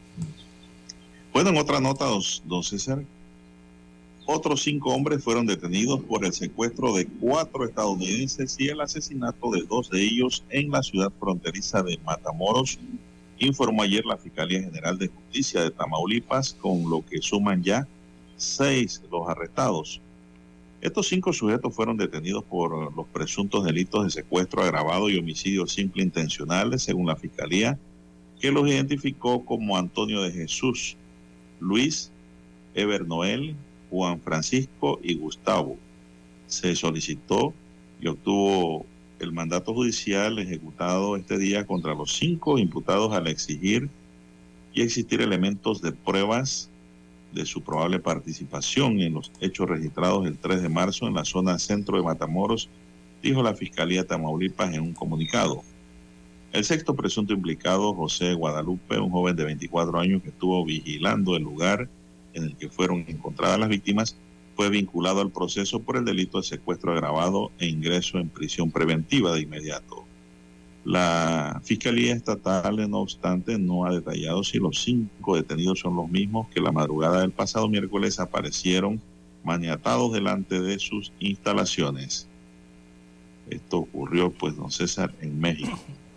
D: Bueno, en otra nota, don César, otros cinco hombres fueron detenidos por el secuestro de cuatro estadounidenses y el asesinato de dos de ellos en la ciudad fronteriza de Matamoros, informó ayer la Fiscalía General de Justicia de Tamaulipas, con lo que suman ya seis los arrestados. Estos cinco sujetos fueron detenidos por los presuntos delitos de secuestro agravado y homicidio simple intencionales, según la Fiscalía, que los identificó como Antonio de Jesús, Luis, Eber Noel, Juan Francisco y Gustavo. Se solicitó y obtuvo el mandato judicial ejecutado este día contra los cinco imputados al exigir y existir elementos de pruebas de su probable participación en los hechos registrados el tres de marzo en la zona centro de Matamoros, dijo la Fiscalía Tamaulipas en un comunicado. El sexto presunto implicado, José Guadalupe, un joven de veinticuatro años que estuvo vigilando el lugar en el que fueron encontradas las víctimas, fue vinculado al proceso por el delito de secuestro agravado e ingreso en prisión preventiva de inmediato. La Fiscalía Estatal, no obstante, no ha detallado si los cinco detenidos son los mismos que la madrugada del pasado miércoles aparecieron maniatados delante de sus instalaciones. Esto ocurrió, pues, don César, en México.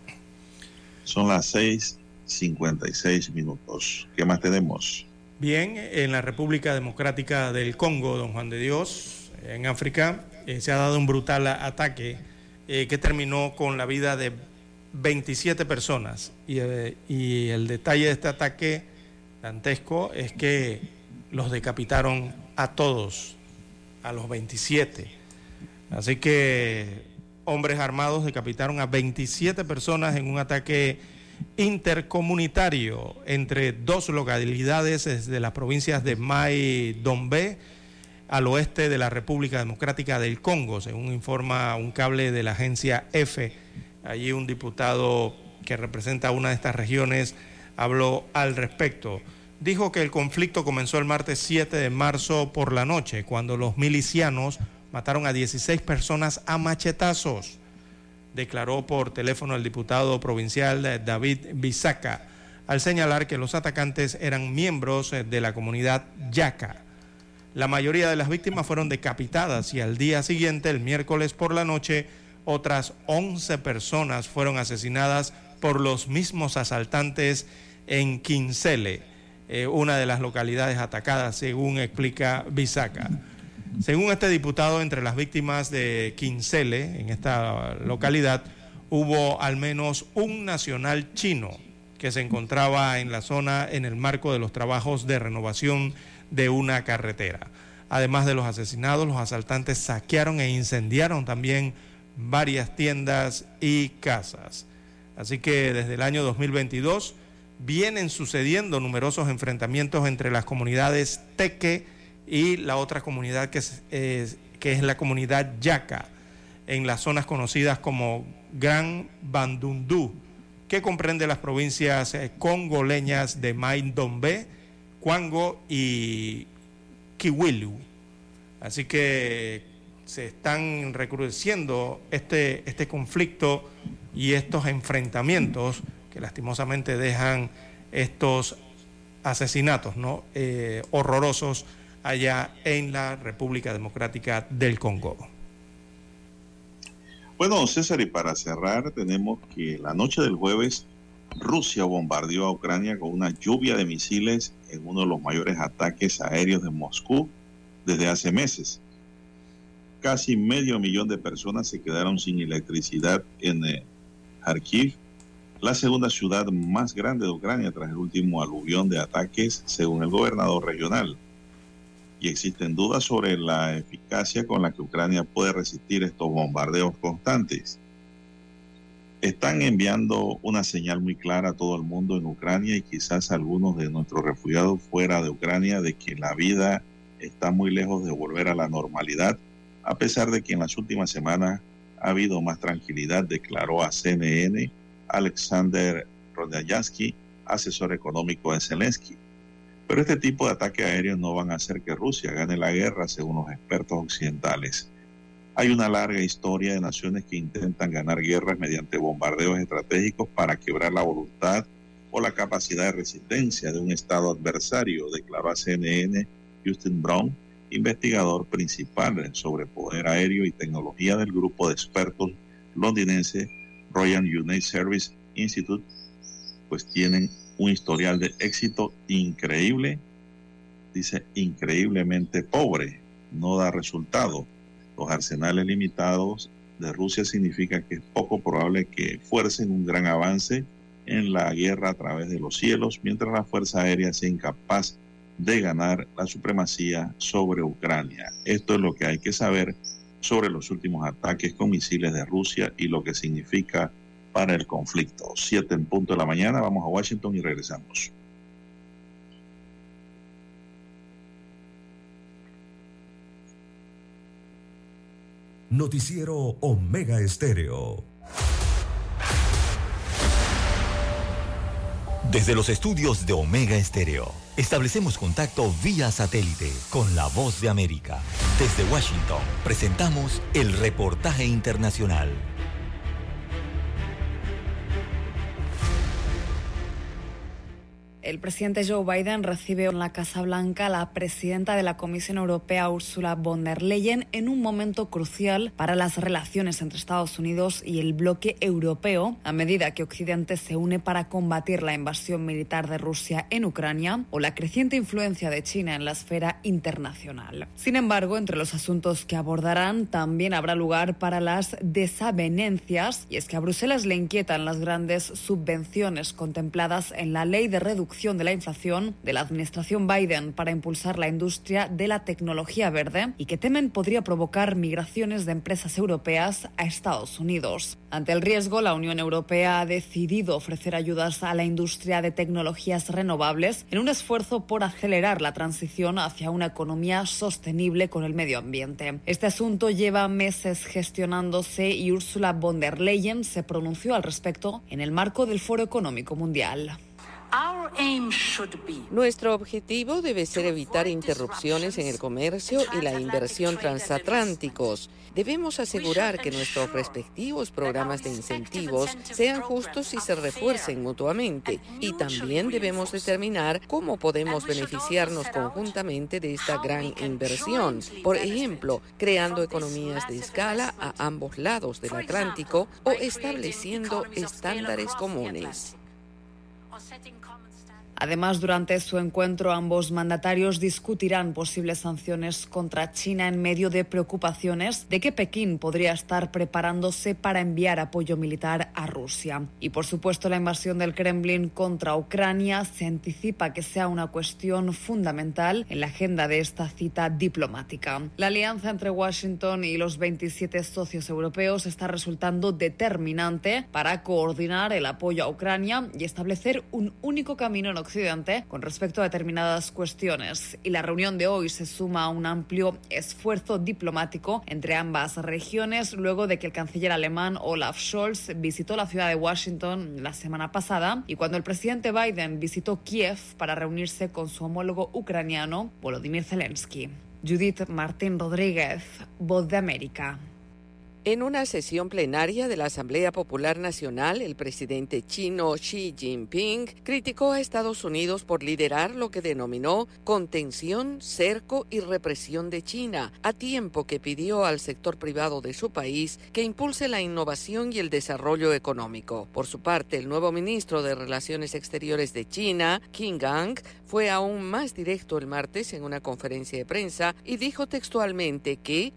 D: Son las seis cincuenta y seis minutos. ¿Qué más tenemos?
E: Bien, en la República Democrática del Congo, don Juan de Dios, en África, eh, se ha dado un brutal ataque eh, que terminó con la vida de veintisiete personas. Y, eh, y el detalle de este ataque dantesco es que los decapitaron a todos, a los veintisiete. Así que hombres armados decapitaron a veintisiete personas en un ataque intercomunitario entre dos localidades de las provincias de Mai Dombe, al oeste de la República Democrática del Congo, según informa un cable de la agencia EFE. Allí un diputado que representa una de estas regiones habló al respecto. Dijo que el conflicto comenzó el martes siete de marzo por la noche, cuando los milicianos mataron a dieciséis personas a machetazos. Declaró por teléfono el diputado provincial David Bisaca, al señalar que los atacantes eran miembros de la comunidad Yaca. La mayoría de las víctimas fueron decapitadas y al día siguiente, el miércoles por la noche, otras once personas fueron asesinadas por los mismos asaltantes en Quincele, eh, una de las localidades atacadas, según explica Bisaca. Según este diputado, entre las víctimas de Quincele, en esta localidad, hubo al menos un nacional chino que se encontraba en la zona en el marco de los trabajos de renovación de una carretera. Además de los asesinados, los asaltantes saquearon e incendiaron también varias tiendas y casas. Así que desde el año dos mil veintidós vienen sucediendo numerosos enfrentamientos entre las comunidades Teque y la otra comunidad que es, eh, que es la comunidad Yaca, en las zonas conocidas como Gran Bandundu, que comprende las provincias eh, congoleñas de Mai Ndombe, Cuango y Kiwilu. Así que se están recrudeciendo este, este conflicto y estos enfrentamientos que lastimosamente dejan estos asesinatos, ¿no? eh, horrorosos allá en la República Democrática del Congo.
D: Bueno, César, y para cerrar, tenemos que la noche del jueves Rusia bombardeó a Ucrania con una lluvia de misiles en uno de los mayores ataques aéreos de Moscú desde hace meses. Casi medio millón de personas se quedaron sin electricidad en eh, Kharkiv, la segunda ciudad más grande de Ucrania tras el último aluvión de ataques, según el gobernador regional. Y existen dudas sobre la eficacia con la que Ucrania puede resistir estos bombardeos constantes. Están enviando una señal muy clara a todo el mundo en Ucrania y quizás a algunos de nuestros refugiados fuera de Ucrania de que la vida está muy lejos de volver a la normalidad, a pesar de que en las últimas semanas ha habido más tranquilidad, declaró a C N N Alexander Rodyansky, asesor económico de Zelensky. Pero este tipo de ataques aéreos no van a hacer que Rusia gane la guerra, según los expertos occidentales. Hay una larga historia de naciones que intentan ganar guerras mediante bombardeos estratégicos para quebrar la voluntad o la capacidad de resistencia de un Estado adversario, declaró a C N N Justin Brown, investigador principal sobre poder aéreo y tecnología del grupo de expertos londinense Royal Unit Service Institute. Pues tienen un historial de éxito increíble, dice increíblemente pobre, no da resultado. Los arsenales limitados de Rusia significa que es poco probable que fuercen un gran avance en la guerra a través de los cielos, mientras la Fuerza Aérea sea incapaz de ganar la supremacía sobre Ucrania. Esto es lo que hay que saber sobre los últimos ataques con misiles de Rusia y lo que significa para el conflicto. Siete en punto de la mañana, vamos a Washington y regresamos.
A: Noticiero Omega Estéreo.
B: Desde los estudios de Omega Estéreo, establecemos contacto vía satélite con la Voz de América. Desde Washington, presentamos el reportaje internacional.
C: El presidente Joe Biden recibe en la Casa Blanca a la presidenta de la Comisión Europea, Ursula von der Leyen, en un momento crucial para las relaciones entre Estados Unidos y el bloque europeo, a medida que Occidente se une para combatir la invasión militar de Rusia en Ucrania o la creciente influencia de China en la esfera internacional. Sin embargo, entre los asuntos que abordarán también habrá lugar para las desavenencias, y es que a Bruselas le inquietan las grandes subvenciones contempladas en la Ley de Reducción de la inflación de la administración Biden para impulsar la industria de la tecnología verde y que temen podría provocar migraciones de empresas europeas a Estados Unidos. Ante el riesgo, la Unión Europea ha decidido ofrecer ayudas a la industria de tecnologías renovables en un esfuerzo por acelerar la transición hacia una economía sostenible con el medio ambiente. Este asunto lleva meses gestionándose y Ursula von der Leyen se pronunció al respecto en el marco del Foro Económico Mundial.
H: Nuestro objetivo debe ser evitar interrupciones en el comercio y la inversión transatlánticos. Debemos asegurar que nuestros respectivos programas de incentivos sean justos y se refuercen mutuamente. Y también debemos determinar cómo podemos beneficiarnos conjuntamente de esta gran inversión. Por ejemplo, creando economías de escala a ambos lados del Atlántico o estableciendo estándares comunes.
C: Además, durante su encuentro, ambos mandatarios discutirán posibles sanciones contra China en medio de preocupaciones de que Pekín podría estar preparándose para enviar apoyo militar a Rusia. Y, por supuesto, la invasión del Kremlin contra Ucrania se anticipa que sea una cuestión fundamental en la agenda de esta cita diplomática. La alianza entre Washington y los veintisiete socios europeos está resultando determinante para coordinar el apoyo a Ucrania y establecer un único camino en Occidente con respecto a determinadas cuestiones. Y la reunión de hoy se suma a un amplio esfuerzo diplomático entre ambas regiones luego de que el canciller alemán Olaf Scholz visitó la ciudad de Washington la semana pasada y cuando el presidente Biden visitó Kiev para reunirse con su homólogo ucraniano Volodymyr Zelensky. Judith Martín Rodríguez, Voz de América.
H: En una sesión plenaria de la Asamblea Popular Nacional, el presidente chino Xi Jinping criticó a Estados Unidos por liderar lo que denominó contención, cerco y represión de China, a tiempo que pidió al sector privado de su país que impulse la innovación y el desarrollo económico. Por su parte, el nuevo ministro de Relaciones Exteriores de China, Qin Gang, fue aún más directo el martes en una conferencia de prensa y dijo textualmente que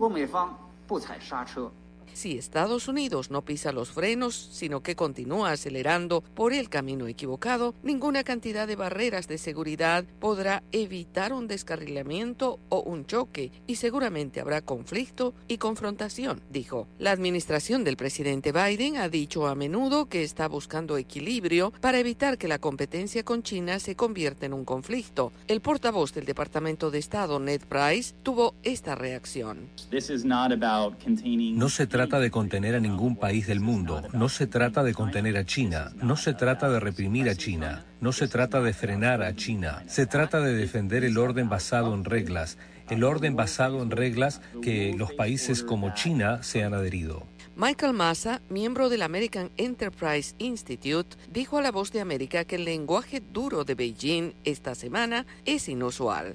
H: si Estados Unidos no pisa los frenos, sino que continúa acelerando por el camino equivocado, ninguna cantidad de barreras de seguridad podrá evitar un descarrilamiento o un choque, y seguramente habrá conflicto y confrontación, dijo. La administración del presidente Biden ha dicho a menudo que está buscando equilibrio para evitar que la competencia con China se convierta en un conflicto. El portavoz del Departamento de Estado, Ned Price, tuvo esta reacción.
I: No se trata de contener a ningún país del mundo, no se trata de contener a China, no se trata de reprimir a China, no se trata de frenar a China, se trata de defender el orden basado en reglas, el orden basado en reglas que los países como China se han adherido.
H: Michael Massa, miembro del American Enterprise Institute, dijo a La Voz de América que el lenguaje duro de Beijing esta semana es inusual.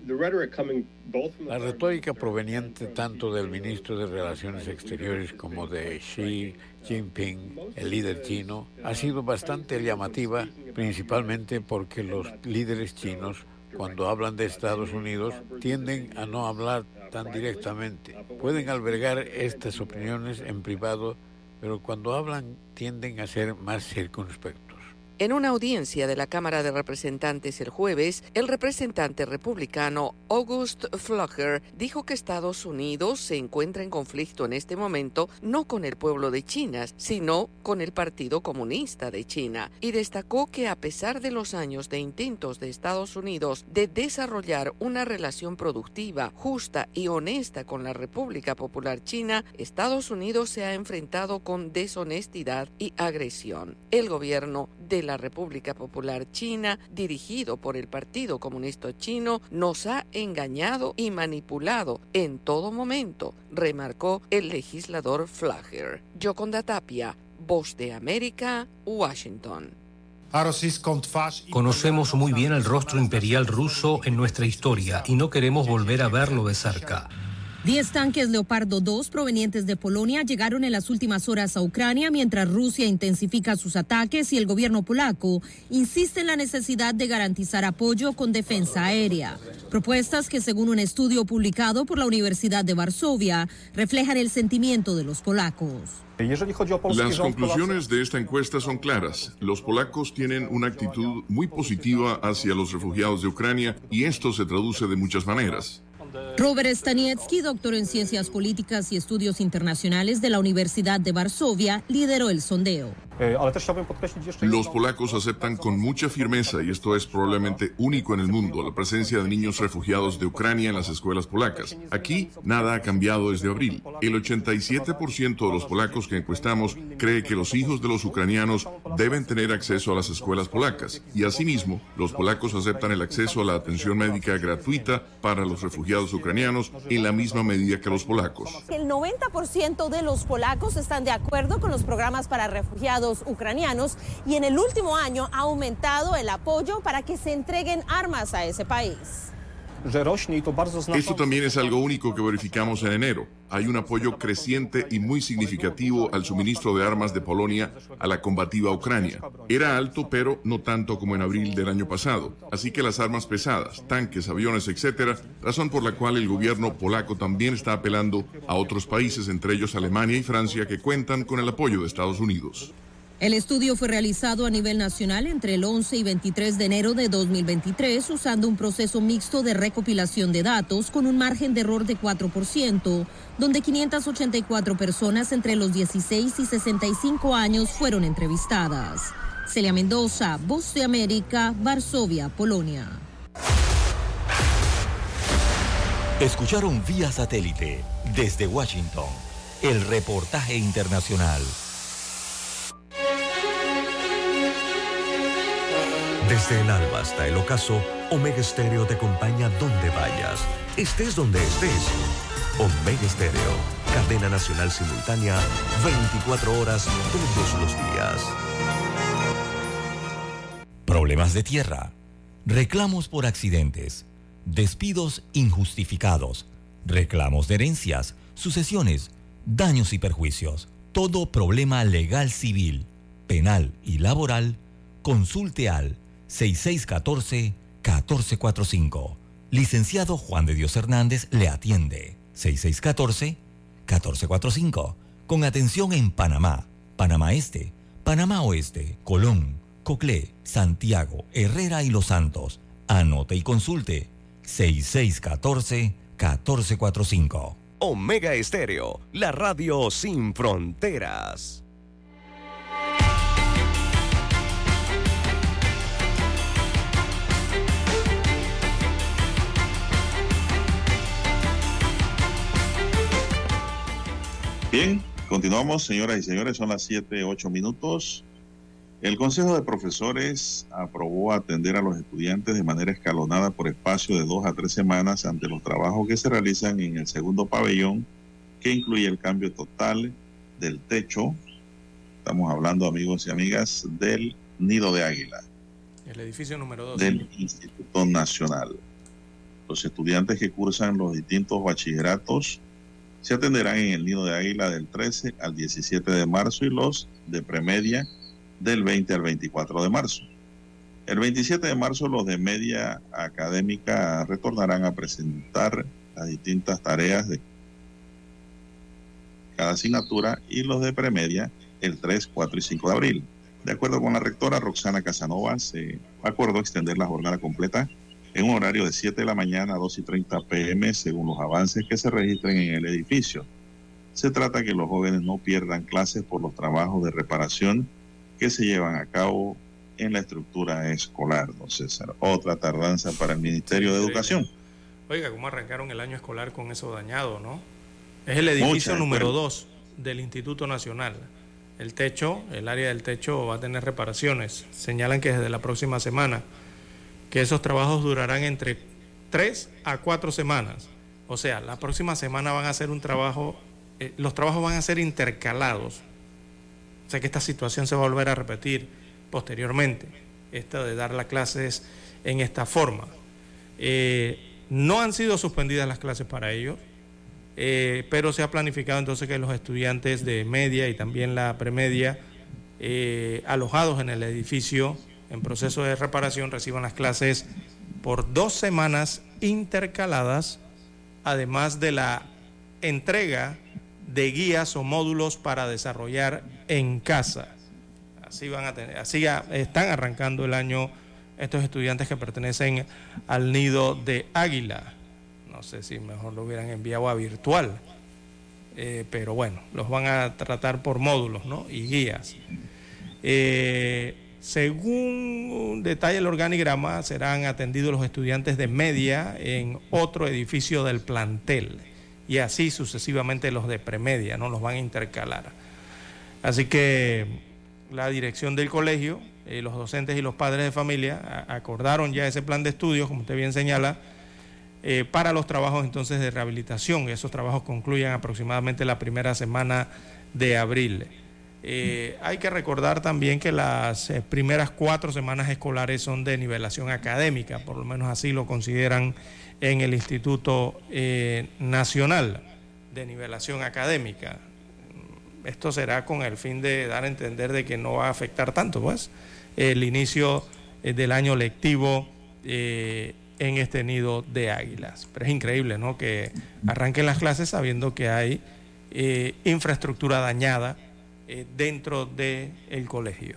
J: La retórica proveniente tanto del ministro de Relaciones Exteriores como de Xi Jinping, el líder chino, ha sido bastante llamativa, principalmente porque los líderes chinos, cuando hablan de Estados Unidos, tienden a no hablar tan directamente. Pueden albergar estas opiniones en privado, pero cuando hablan tienden a ser más circunspectos.
H: En una audiencia de la Cámara de Representantes el jueves, el representante republicano August Flugger dijo que Estados Unidos se encuentra en conflicto en este momento no con el pueblo de China, sino con el Partido Comunista de China, y destacó que a pesar de los años de intentos de Estados Unidos de desarrollar una relación productiva, justa y honesta con la República Popular China, Estados Unidos se ha enfrentado con deshonestidad y agresión. El gobierno de la La República Popular China, dirigido por el Partido Comunista Chino, nos ha engañado y manipulado en todo momento, remarcó el legislador Flugger. Yoconda Tapia, Voz de América, Washington.
X: Conocemos muy bien el rostro imperial ruso en nuestra historia y no queremos volver a verlo de cerca.
Y: Diez tanques Leopardo dos provenientes de Polonia llegaron en las últimas horas a Ucrania mientras Rusia intensifica sus ataques y el gobierno polaco insiste en la necesidad de garantizar apoyo con defensa aérea. Propuestas que, según un estudio publicado por la Universidad de Varsovia, reflejan el sentimiento de los polacos.
Z: Las conclusiones de esta encuesta son claras. Los polacos tienen una actitud muy positiva hacia los refugiados de Ucrania y esto se traduce de muchas maneras.
Y: Robert Staniecki, doctor en Ciencias Políticas y Estudios Internacionales de la Universidad de Varsovia, lideró el sondeo.
Z: Los polacos aceptan con mucha firmeza, y esto es probablemente único en el mundo, la presencia de niños refugiados de Ucrania en las escuelas polacas. Aquí nada ha cambiado desde abril. El ochenta y siete por ciento de los polacos que encuestamos cree que los hijos de los ucranianos deben tener acceso a las escuelas polacas. Y asimismo, los polacos aceptan el acceso a la atención médica gratuita para los refugiados ucranianos en la misma medida que los polacos.
F: El noventa por ciento de los polacos están de acuerdo con los programas para refugiados ucranianos, y en el último año ha aumentado el apoyo para que se entreguen armas a ese país.
Z: Esto también es algo único que verificamos en enero. Hay un apoyo creciente y muy significativo al suministro de armas de Polonia a la combativa Ucrania. Era alto, pero no tanto como en abril del año pasado. Así que las armas pesadas, tanques, aviones, etcétera, razón por la cual el gobierno polaco también está apelando a otros países, entre ellos Alemania y Francia, que cuentan con el apoyo de Estados Unidos.
Y: El estudio fue realizado a nivel nacional entre el once y veintitrés de enero de dos mil veintitrés usando un proceso mixto de recopilación de datos con un margen de error de cuatro por ciento, donde quinientas ochenta y cuatro personas entre los dieciséis y sesenta y cinco años fueron entrevistadas. Celia Mendoza, Voz de América, Varsovia, Polonia.
B: Escucharon vía satélite desde Washington el reportaje internacional.
A: Desde el alba hasta el ocaso, Omega Estéreo te acompaña donde vayas, estés donde estés. Omega Estéreo, cadena nacional simultánea, veinticuatro horas todos los días.
B: Problemas de tierra, reclamos por accidentes, despidos injustificados, reclamos de herencias, sucesiones, daños y perjuicios. Todo problema legal civil, penal y laboral, consulte al seis seis uno cuatro, uno cuatro cuatro cinco. Licenciado Juan de Dios Hernández le atiende. seis seis uno cuatro, uno cuatro cuatro cinco. Con atención en Panamá, Panamá Este, Panamá Oeste, Colón, Coclé, Santiago, Herrera y Los Santos. Anote y consulte. seis seis uno cuatro, uno cuatro cuatro cinco.
A: Omega Estéreo, la radio sin fronteras.
D: Bien, continuamos, señoras y señores, son las siete, ocho minutos. El Consejo de Profesores aprobó atender a los estudiantes de manera escalonada por espacio de dos a tres semanas ante los trabajos que se realizan en el segundo pabellón, que incluye el cambio total del techo. Estamos hablando, amigos y amigas, del Nido de Águila.
E: El edificio número dos.
D: Del Instituto Nacional. Los estudiantes que cursan los distintos bachilleratos se atenderán en el Nido de Águila del trece al diecisiete de marzo y los de premedia del veinte al veinticuatro de marzo. El veintisiete de marzo los de media académica retornarán a presentar las distintas tareas de cada asignatura y los de premedia el tres, cuatro y cinco de abril. De acuerdo con la rectora Roxana Casanova, se acordó extender la jornada completa en un horario de siete de la mañana a dos y treinta pm según los avances que se registren en el edificio. Se trata que los jóvenes no pierdan clases por los trabajos de reparación que se llevan a cabo en la estructura escolar, don César. Otra tardanza para el Ministerio de Educación.
E: Oiga, ¿cómo arrancaron el año escolar con eso dañado, no? Es el edificio número dos del Instituto Nacional. El techo, el área del techo va a tener reparaciones. Señalan que desde la próxima semana, que esos trabajos durarán entre tres a cuatro semanas. O sea, la próxima semana van a hacer un trabajo, eh, los trabajos van a ser intercalados. O sea que esta situación se va a volver a repetir posteriormente, esta de dar las clases en esta forma. Eh, no han sido suspendidas las clases para ellos, eh, pero se ha planificado entonces que los estudiantes de media y también la premedia, eh, alojados en el edificio en proceso de reparación, reciban las clases por dos semanas intercaladas, además de la entrega de guías o módulos para desarrollar en casa. Así van a tener, así ya están arrancando el año estos estudiantes que pertenecen al Nido de Águila. No sé si mejor lo hubieran enviado a virtual, eh, pero bueno, los van a tratar por módulos, ¿no? Y guías. Eh, según detalla el organigrama, serán atendidos los estudiantes de media en otro edificio del plantel y así sucesivamente los de premedia, no los van a intercalar. Así que la dirección del colegio, eh, los docentes y los padres de familia a, acordaron ya ese plan de estudios, como usted bien señala, eh, para los trabajos entonces de rehabilitación. Esos trabajos concluyen aproximadamente la primera semana de abril. Eh, hay que recordar también que las eh, primeras cuatro semanas escolares son de nivelación académica, por lo menos así lo consideran en el Instituto eh, Nacional de Nivelación Académica. Esto será con el fin de dar a entender de que no va a afectar tanto, pues, el inicio eh, del año lectivo eh, en este nido de águilas. Pero es increíble, ¿no?, que arranquen las clases sabiendo que hay eh, infraestructura dañada eh, dentro del colegio.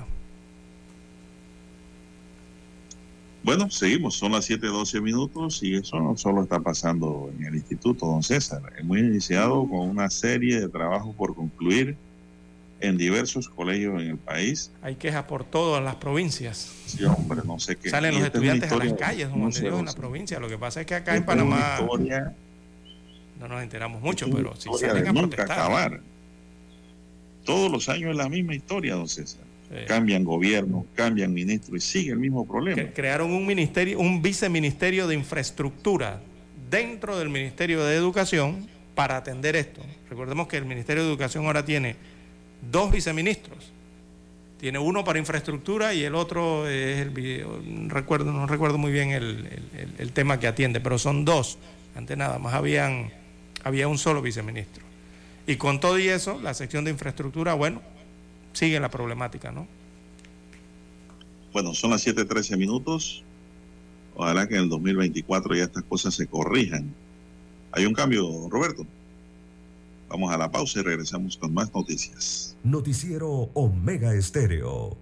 D: Bueno, seguimos, son las siete doce minutos y eso no solo está pasando en el instituto, don César. Hemos iniciado con una serie de trabajos por concluir en diversos colegios en el país.
E: Hay quejas por todas las provincias.
D: Sí, hombre, no sé qué.
E: Salen los estudiantes a las calles, don Juan de Dios, en la provincia. Lo que pasa es que acá en Panamá no nos enteramos mucho, pero si salen a protestar.
D: Acabar. Todos los años es la misma historia, don César. Sí. Cambian gobiernos, cambian ministros y sigue el mismo problema.
E: Que crearon un ministerio, un viceministerio de infraestructura dentro del Ministerio de Educación para atender esto. Recordemos que el Ministerio de Educación ahora tiene dos viceministros. Tiene uno para infraestructura y el otro es el video, recuerdo, no recuerdo muy bien el, el, el tema que atiende, pero son dos. Antes nada más habían, había un solo viceministro. Y con todo y eso, la sección de infraestructura, bueno, sigue la problemática, ¿no?
D: Bueno, son las siete trece minutos. Ojalá que en el dos mil veinticuatro ya estas cosas se corrijan. ¿Hay un cambio, Roberto? Vamos a la pausa y regresamos con más noticias.
A: Noticiero Omega Estéreo.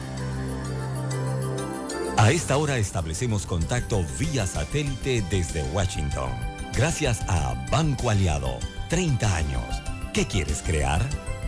B: A esta hora establecemos contacto vía satélite desde Washington. Gracias a Banco Aliado. treinta años. ¿Qué quieres crear?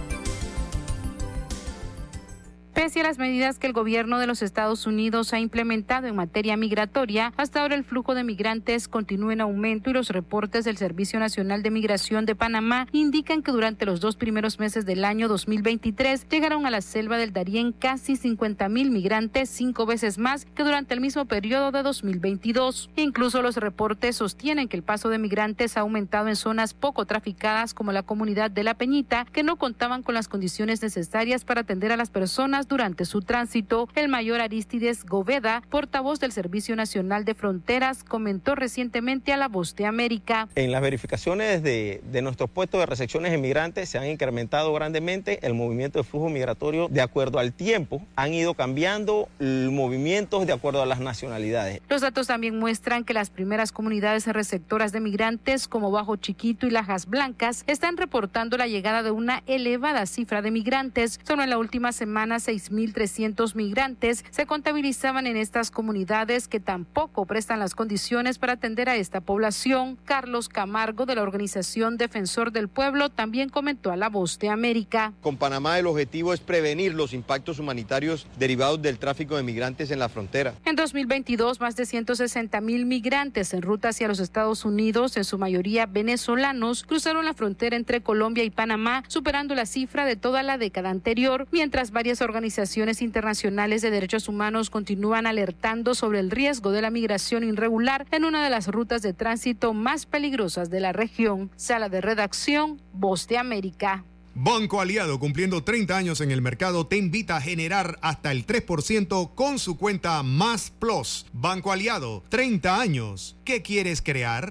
G: Pese a las medidas que el gobierno de los Estados Unidos ha implementado en materia migratoria, hasta ahora el flujo de migrantes continúa en aumento y los reportes del Servicio Nacional de Migración de Panamá indican que durante los dos primeros meses del año dos mil veintitrés llegaron a la selva del Darién casi cincuenta mil migrantes, cinco veces más que durante el mismo periodo de dos mil veintidós. Incluso los reportes sostienen que el paso de migrantes ha aumentado en zonas poco traficadas como la comunidad de La Peñita, que no contaban con las condiciones necesarias para atender a las personas durante su tránsito. El mayor Aristides Goveda, portavoz del Servicio Nacional de Fronteras, comentó recientemente a La Voz de América.
K: En las verificaciones de, de nuestros puestos de recepciones de migrantes se han incrementado grandemente el movimiento de flujo migratorio de acuerdo al tiempo. Han ido cambiando movimientos de acuerdo a las nacionalidades.
G: Los datos también muestran que las primeras comunidades receptoras de migrantes como Bajo Chiquito y Lajas Blancas están reportando la llegada de una elevada cifra de migrantes. Solo en la última semana seis mil trescientos migrantes se contabilizaban en estas comunidades que tampoco prestan las condiciones para atender a esta población. Carlos Camargo, de la organización Defensor del Pueblo, también comentó a La Voz de América.
L: Con Panamá el objetivo es prevenir los impactos humanitarios derivados del tráfico de migrantes en la frontera.
G: En dos mil veintidós, más de ciento sesenta mil migrantes en ruta hacia los Estados Unidos, en su mayoría venezolanos, cruzaron la frontera entre Colombia y Panamá, superando la cifra de toda la década anterior, mientras varias organizaciones Organizaciones internacionales de derechos humanos continúan alertando sobre el riesgo de la migración irregular en una de las rutas de tránsito más peligrosas de la región. Sala de redacción, Voz de América.
M: Banco Aliado, cumpliendo treinta años en el mercado, te invita a generar hasta el tres por ciento con su cuenta Más Plus. Banco Aliado, treinta años. ¿Qué quieres crear?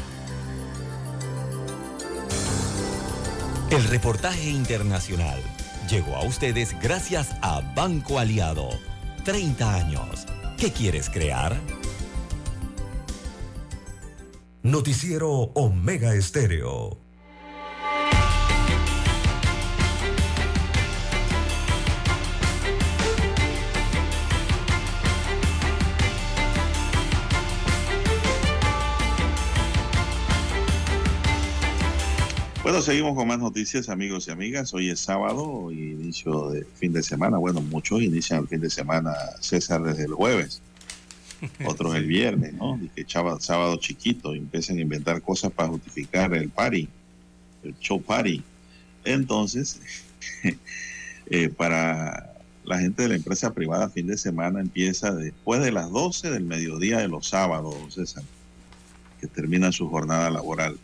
B: El reportaje internacional llegó a ustedes gracias a Banco Aliado. treinta años. ¿Qué quieres crear?
A: Noticiero Omega Estéreo.
D: Bueno, Bueno, seguimos con más noticias, amigos y amigas. Hoy es sábado, inicio de fin de semana. Bueno, muchos inician el fin de semana, César, desde el jueves. Otros sí. El viernes, ¿no? Y que sábado, sábado chiquito y empiezan a inventar cosas para justificar el party, el show party. Entonces, eh, para la gente de la empresa privada, fin de semana empieza después de las doce del mediodía de los sábados, César, que termina su jornada laboral.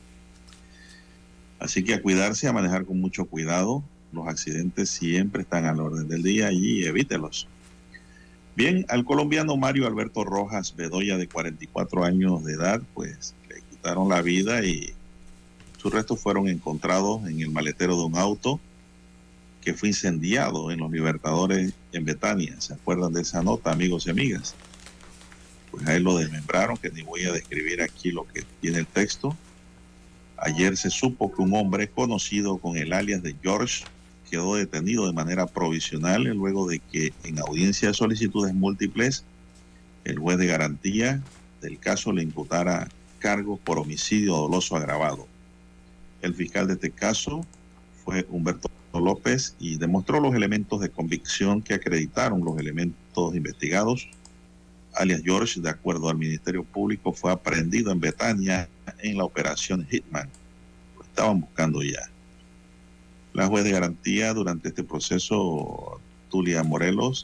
D: Así que a cuidarse, a manejar con mucho cuidado. Los accidentes siempre están al orden del día y evítelos. Bien, al colombiano Mario Alberto Rojas Bedoya, de cuarenta y cuatro años de edad, pues le quitaron la vida y sus restos fueron encontrados en el maletero de un auto que fue incendiado en Los Libertadores en Betania. ¿Se acuerdan de esa nota, amigos y amigas? Pues ahí lo desmembraron, que ni voy a describir aquí lo que tiene el texto. Ayer se supo que un hombre conocido con el alias de George quedó detenido de manera provisional luego de que en audiencia de solicitudes múltiples el juez de garantía del caso le imputara cargos por homicidio doloso agravado. El fiscal de este caso fue Humberto López y demostró los elementos de convicción que acreditaron los elementos investigados. Alias George, de acuerdo al Ministerio Público, fue aprehendido en Betania en la operación Hitman. Lo estaban buscando ya. La juez de garantía durante este proceso, Tulia Morelos,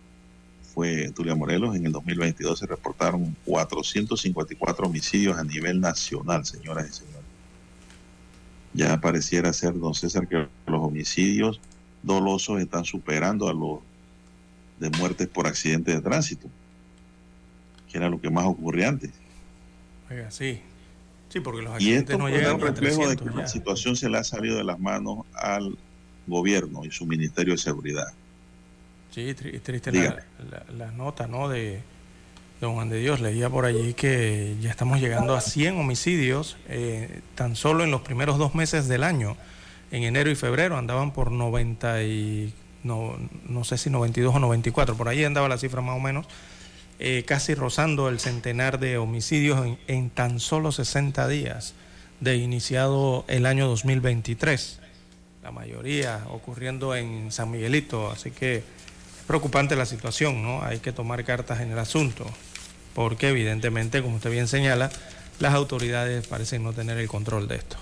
D: fue Tulia Morelos, en el dos mil veintidós se reportaron cuatrocientos cincuenta y cuatro homicidios a nivel nacional, señoras y señores. Ya pareciera ser, don César, que los homicidios dolosos están superando a los de muertes por accidentes de tránsito, que era lo que más ocurría antes.
E: Oiga, sí. Sí, porque los
D: y
E: accidentes
D: esto
E: no
D: fue
E: llegan
D: un reflejo de que
E: ya.
D: La situación se le ha salido de las manos al gobierno y su Ministerio de Seguridad.
E: Sí, triste, triste la, la, la nota, ¿no? De don Juan de Dios. Leía por allí que ya estamos llegando a cien homicidios eh, tan solo en los primeros dos meses del año. En enero y febrero andaban por noventa y no, no sé si noventa y dos o noventa y cuatro, por ahí andaba la cifra más o menos. Eh, casi rozando el centenar de homicidios en, en tan solo sesenta días de iniciado el año dos mil veintitrés. La mayoría ocurriendo en San Miguelito, así que es preocupante la situación, ¿no? Hay que tomar cartas en el asunto, porque evidentemente, como usted bien señala, las autoridades parecen no tener el control de esto.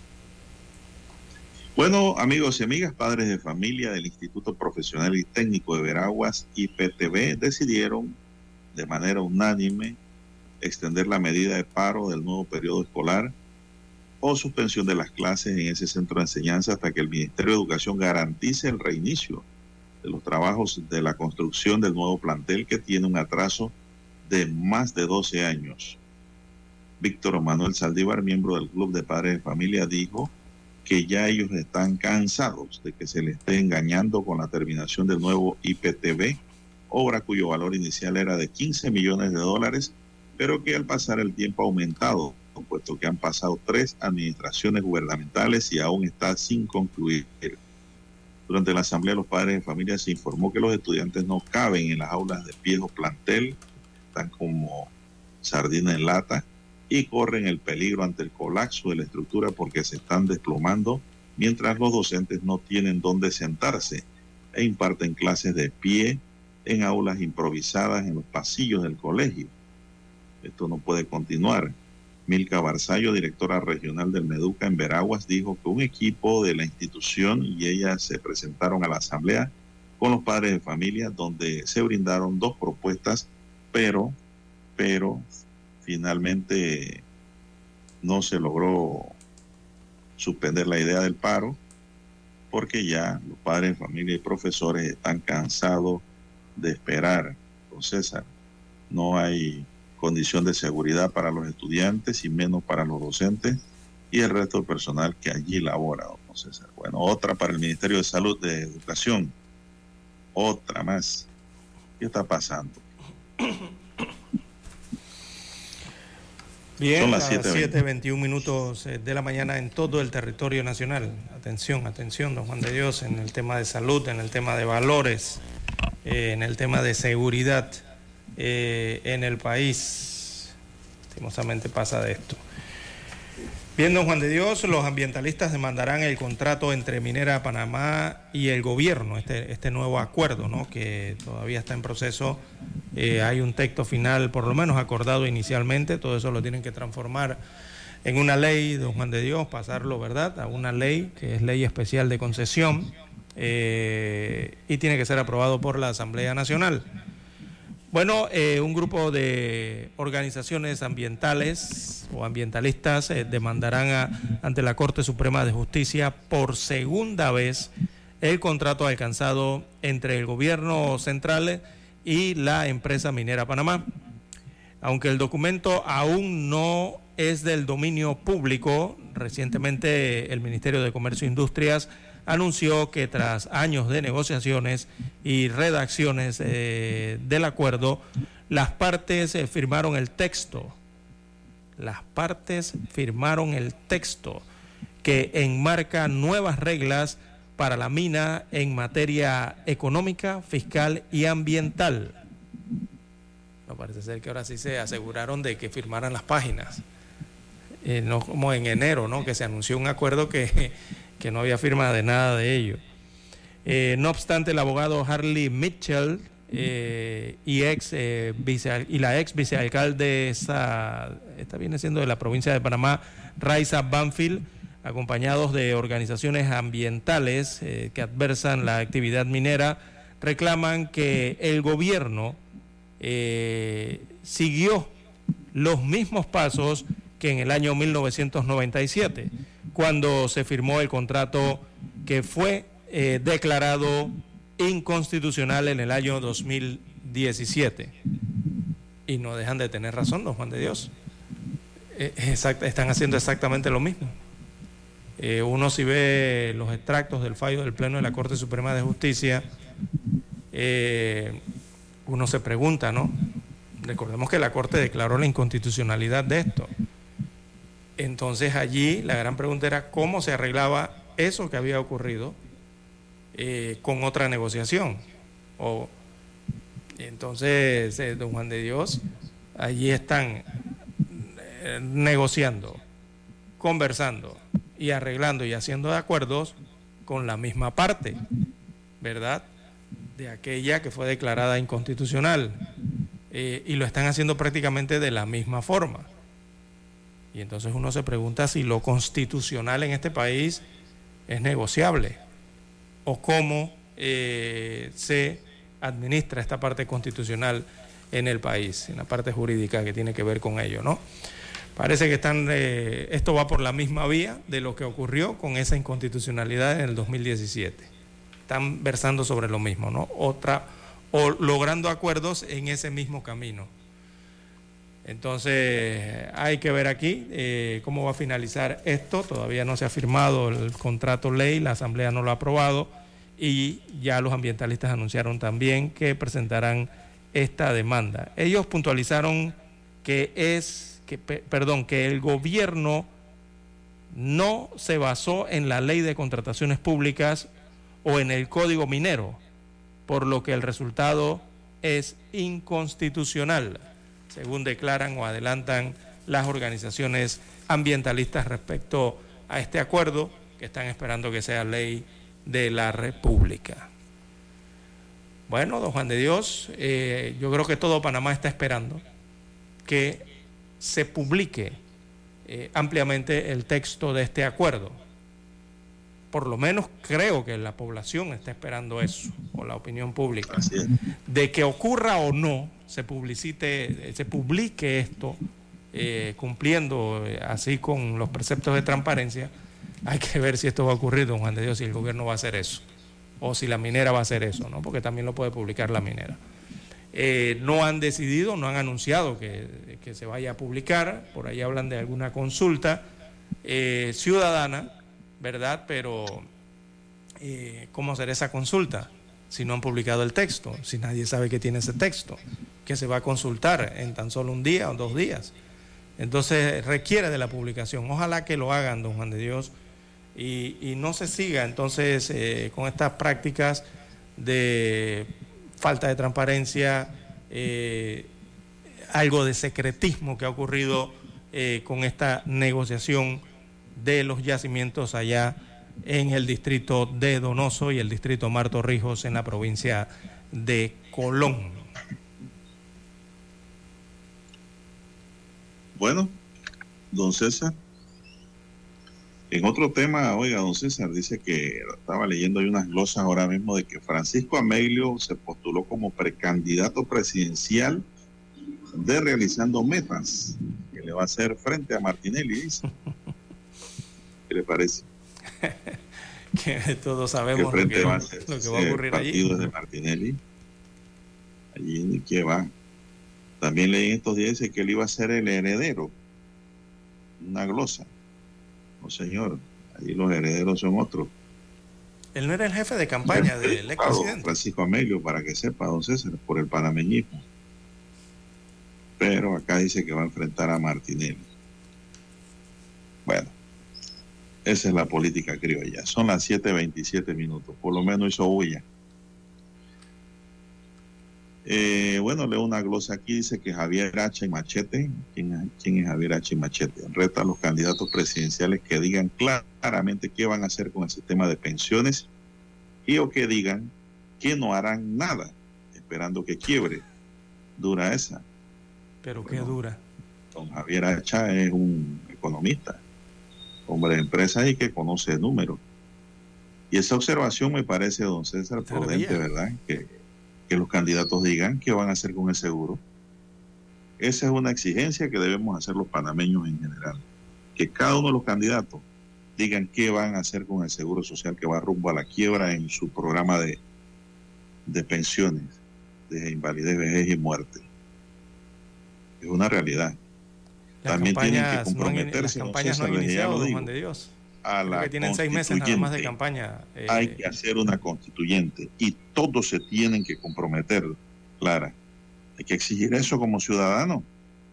D: Bueno, amigos y amigas, padres de familia del Instituto Profesional y Técnico de Veraguas, I P T V, decidieron de manera unánime extender la medida de paro del nuevo periodo escolar o suspensión de las clases en ese centro de enseñanza hasta que el Ministerio de Educación garantice el reinicio de los trabajos de la construcción del nuevo plantel, que tiene un atraso de más de doce años. Víctor Manuel Saldívar, miembro del Club de Padres de Familia, dijo que ya ellos están cansados de que se les esté engañando con la terminación del nuevo I P T V, obra cuyo valor inicial era de quince millones de dólares, pero que al pasar el tiempo ha aumentado, puesto que han pasado tres administraciones gubernamentales y aún está sin concluir. Durante la asamblea de los padres de familia se informó que los estudiantes no caben en las aulas de viejo plantel, están como sardina en lata y corren el peligro ante el colapso de la estructura porque se están desplomando, mientras los docentes no tienen dónde sentarse e imparten clases de pie en aulas improvisadas en los pasillos del colegio. Esto no puede continuar. Milka Barzallo, directora regional del MEDUCA en Veraguas, dijo que un equipo de la institución y ella se presentaron a la asamblea con los padres de familia, donde se brindaron dos propuestas, pero, pero finalmente no se logró suspender la idea del paro, porque ya los padres de familia y profesores están cansados de esperar. Don César, no hay condición de seguridad para los estudiantes y menos para los docentes y el resto del personal que allí labora, don César. Bueno, otra para el Ministerio de Salud, de Educación, otra más. ¿Qué está pasando?
E: Bien, son las siete veintiún minutos de la mañana en todo el territorio nacional. Atención, atención, don Juan de Dios, en el tema de salud, en el tema de valores, eh, en el tema de seguridad eh, en el país. Lastimosamente pasa de esto. Bien, don Juan de Dios, los ambientalistas demandarán el contrato entre Minera Panamá y el gobierno, este, este nuevo acuerdo, ¿no?, que todavía está en proceso. Eh, hay un texto final, por lo menos acordado inicialmente, todo eso lo tienen que transformar en una ley, don Juan de Dios, pasarlo, ¿verdad?, a una ley que es ley especial de concesión, eh, y tiene que ser aprobado por la Asamblea Nacional. Bueno, eh, un grupo de organizaciones ambientales o ambientalistas eh, demandarán a, ante la Corte Suprema de Justicia por segunda vez el contrato alcanzado entre el gobierno central y la empresa Minera Panamá. Aunque el documento aún no es del dominio público, recientemente el Ministerio de Comercio e Industrias anunció que tras años de negociaciones y redacciones eh, del acuerdo, las partes eh, firmaron el texto, las partes firmaron el texto que enmarca nuevas reglas para la mina en materia económica, fiscal y ambiental. No parece ser que ahora sí se aseguraron de que firmaran las páginas, eh, no como en enero, ¿no?, que se anunció un acuerdo que que no había firma de nada de ello. Eh, no obstante, el abogado Harley Mitchell eh, y, ex, eh, vice, y la ex vicealcaldesa, esta viene siendo de la provincia de Panamá, Raiza Banfield, acompañados de organizaciones ambientales eh, que adversan la actividad minera, reclaman que el gobierno eh, siguió los mismos pasos que en el año mil novecientos noventa y siete, cuando se firmó el contrato que fue eh, declarado inconstitucional en el año dos mil diecisiete. Y no dejan de tener razón, don Juan de Dios. Eh, exact, están haciendo exactamente lo mismo. Eh, uno si ve los extractos del fallo del Pleno de la Corte Suprema de Justicia, eh, uno se pregunta, ¿no? Recordemos que la Corte declaró la inconstitucionalidad de esto. Entonces allí la gran pregunta era cómo se arreglaba eso que había ocurrido eh, con otra negociación. O, entonces, eh, don Juan de Dios, allí están eh, negociando, conversando y arreglando y haciendo acuerdos con la misma parte, ¿verdad?, de aquella que fue declarada inconstitucional, eh, y lo están haciendo prácticamente de la misma forma. Y entonces uno se pregunta si lo constitucional en este país es negociable o cómo eh, se administra esta parte constitucional en el país, en la parte jurídica que tiene que ver con ello, ¿no? Parece que están, eh, esto va por la misma vía de lo que ocurrió con esa inconstitucionalidad en el dos mil diecisiete. Están versando sobre lo mismo, ¿no? Otra, o logrando acuerdos en ese mismo camino. Entonces hay que ver aquí eh, cómo va a finalizar esto. Todavía no se ha firmado el contrato ley, la Asamblea no lo ha aprobado y ya los ambientalistas anunciaron también que presentarán esta demanda. Ellos puntualizaron que es, que, perdón, que el gobierno no se basó en la ley de contrataciones públicas o en el Código Minero, por lo que el resultado es inconstitucional, según declaran o adelantan las organizaciones ambientalistas respecto a este acuerdo que están esperando que sea ley de la República. Bueno, don Juan de Dios, eh, yo creo que todo Panamá está esperando que se publique eh, ampliamente el texto de este acuerdo. Por lo menos creo que la población está esperando eso, o la opinión pública. De que ocurra o no, se publicite, se publique esto, eh, cumpliendo eh, así con los preceptos de transparencia. Hay que ver si esto va a ocurrir, don Juan de Dios, si el gobierno va a hacer eso, o si la minera va a hacer eso, ¿no? Porque también lo puede publicar la minera. Eh, no han decidido, no han anunciado que, que se vaya a publicar, por ahí hablan de alguna consulta eh, ciudadana, ¿verdad? Pero eh, ¿cómo será esa consulta si no han publicado el texto? Si nadie sabe que tiene ese texto, que se va a consultar en tan solo un día o dos días. Entonces requiere de la publicación. Ojalá que lo hagan, don Juan de Dios, y, y no se siga entonces eh, con estas prácticas de falta de transparencia, eh, algo de secretismo que ha ocurrido eh, con esta negociación de los yacimientos allá en el distrito de Donoso y el distrito Mar Torrijos en la provincia de Colón.
D: Bueno, don César, en otro tema, oiga, don César, dice que estaba leyendo ahí unas glosas ahora mismo de que Francisco Amelio se postuló como precandidato presidencial de Realizando Metas, que le va a hacer frente a Martinelli, dice. ¿Qué le parece?
E: Que todos sabemos
D: que frente
E: lo, que,
D: va a ser,
E: lo que va a ocurrir allí.
D: Partido de Martinelli. Allí que va. También leí en estos días dice que él iba a ser el heredero. Una glosa. No, señor. Allí los herederos son otros.
E: Él no era el jefe de campaña del expresidente.
D: Francisco Amelio, para que sepa, don César, por el panameñismo. Pero acá dice que va a enfrentar a Martinelli. Bueno, esa es la política criolla. Son las siete veintisiete minutos. Por lo menos hizo bulla. Eh, bueno, leo una glosa aquí. Dice que Javier H. Machete, ¿quién, quién es Javier H. Machete? Reta a los candidatos presidenciales que digan claramente qué van a hacer con el sistema de pensiones y o que digan que no harán nada, esperando que quiebre. Dura esa.
E: Pero qué bueno, dura.
D: Don Javier Hacha es un economista, hombre de empresas y que conoce números. Y esa observación me parece, don César, prudente, ¿verdad? Que, que los candidatos digan qué van a hacer con el seguro. Esa es una exigencia que debemos hacer los panameños en general. Que cada uno de los candidatos digan qué van a hacer con el seguro social que va rumbo a la quiebra en su programa de, de pensiones, de invalidez, vejez y muerte. Es una realidad.
E: Las
D: También tienen que
E: No
D: comprometerse.
E: han, las campañas no, no han iniciado, don Juan de Dios.
D: A la
E: que tienen seis meses nada más de campaña.
D: Eh, hay que hacer una constituyente y todos se tienen que comprometer, Clara. Hay que exigir eso como ciudadano.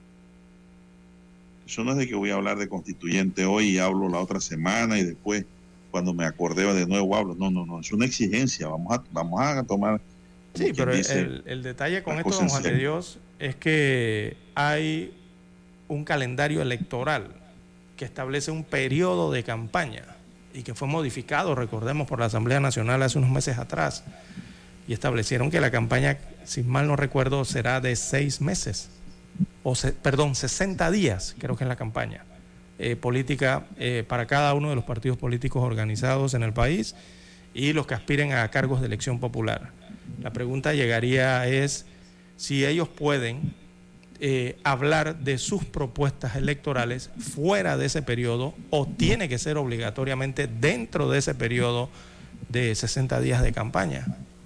D: Eso no es de que voy a hablar de constituyente hoy y hablo la otra semana y después cuando me acordé de nuevo hablo. No, no, no. Es una exigencia. Vamos a, vamos a tomar...
E: Sí, pero el, el detalle con esto, don Juan de Dios, es que hay un calendario electoral que establece un periodo de campaña y que fue modificado, recordemos, por la Asamblea Nacional hace unos meses atrás, y establecieron que la campaña, si mal no recuerdo, será de seis meses, o se, perdón, sesenta días, creo que es la campaña eh, política eh, para cada uno de los partidos políticos organizados en el país y los que aspiren a cargos de elección popular. La pregunta llegaría es si ellos pueden eh, hablar de sus propuestas electorales fuera de ese periodo o tiene que ser obligatoriamente dentro de ese periodo de sesenta días de campaña.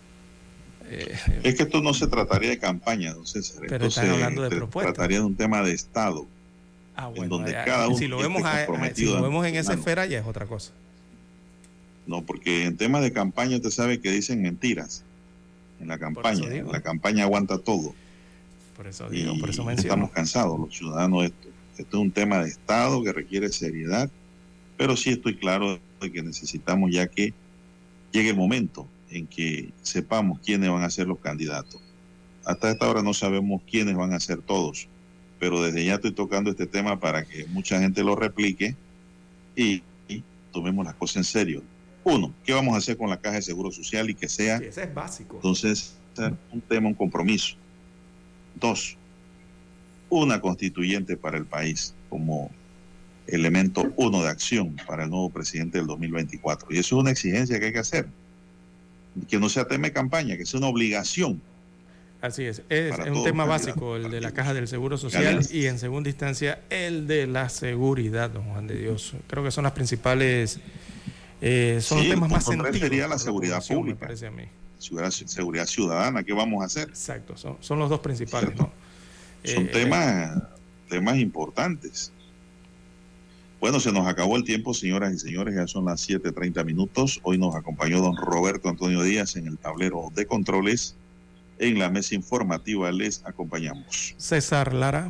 D: Eh, es que esto no se trataría de campaña, don César.
E: Pero están hablando de propuestas.
D: Trataría de un tema de Estado.
E: Ah, bueno,
D: en donde
E: ya,
D: cada uno
E: si lo vemos, a, a, si lo vemos en esa
D: mano.
E: esfera ya es otra cosa.
D: No, porque en temas de campaña usted sabe que dicen mentiras. En la campaña, la campaña aguanta todo.
E: Por eso digo,
D: y
E: por eso menciono.
D: Estamos cansados los ciudadanos de esto. Esto es un tema de Estado que requiere seriedad, pero sí estoy claro de que necesitamos ya que llegue el momento en que sepamos quiénes van a ser los candidatos. Hasta esta hora no sabemos quiénes van a ser todos, pero desde ya estoy tocando este tema para que mucha gente lo replique y, y tomemos las cosas en serio. Uno, ¿qué vamos a hacer con la Caja de Seguro Social y que sea,
E: sí, ese es básico.
D: Entonces, un tema, un compromiso? Dos, una constituyente para el país como elemento uno de acción para el nuevo presidente del dos mil veinticuatro. Y eso es una exigencia que hay que hacer. Que no sea tema de campaña, que sea una obligación.
E: Así es, es, es un tema básico el de la Caja del Seguro Social y en segunda instancia el de la seguridad, don Juan de Dios. Creo que son las principales... Eh, son
D: sí,
E: los temas más sentidos.
D: Sería la seguridad la pública,
E: me parece a mí.
D: Seguridad, seguridad ciudadana, ¿qué vamos a hacer?
E: Exacto, son, son los dos principales, ¿no?
D: Son eh, temas, eh, temas importantes. Bueno, se nos acabó el tiempo, señoras y señores, ya son las siete treinta minutos. Hoy nos acompañó don Roberto Antonio Díaz en el tablero de controles. En la mesa informativa les acompañamos
E: César Lara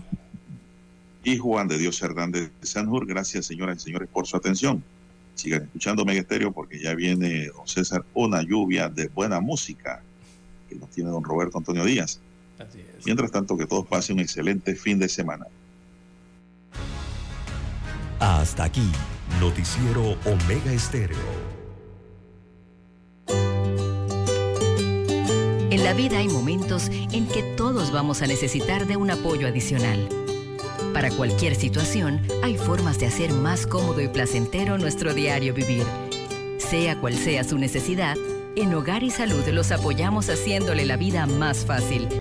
D: y Juan de Dios Hernández de Sanjur. Gracias, señoras y señores, por su atención. Sigan escuchando Mega Estéreo porque ya viene, don César, una lluvia de buena música que nos tiene don Roberto Antonio Díaz.
E: Así es.
D: Mientras tanto, que todos pasen un excelente fin de semana.
B: Hasta aquí,
A: Noticiero Omega Estéreo.
N: En la vida hay momentos en que todos vamos a necesitar de un apoyo adicional. Para cualquier situación, hay formas de hacer más cómodo y placentero nuestro diario vivir. Sea cual sea su necesidad, en Hogar y Salud los apoyamos haciéndole la vida más fácil.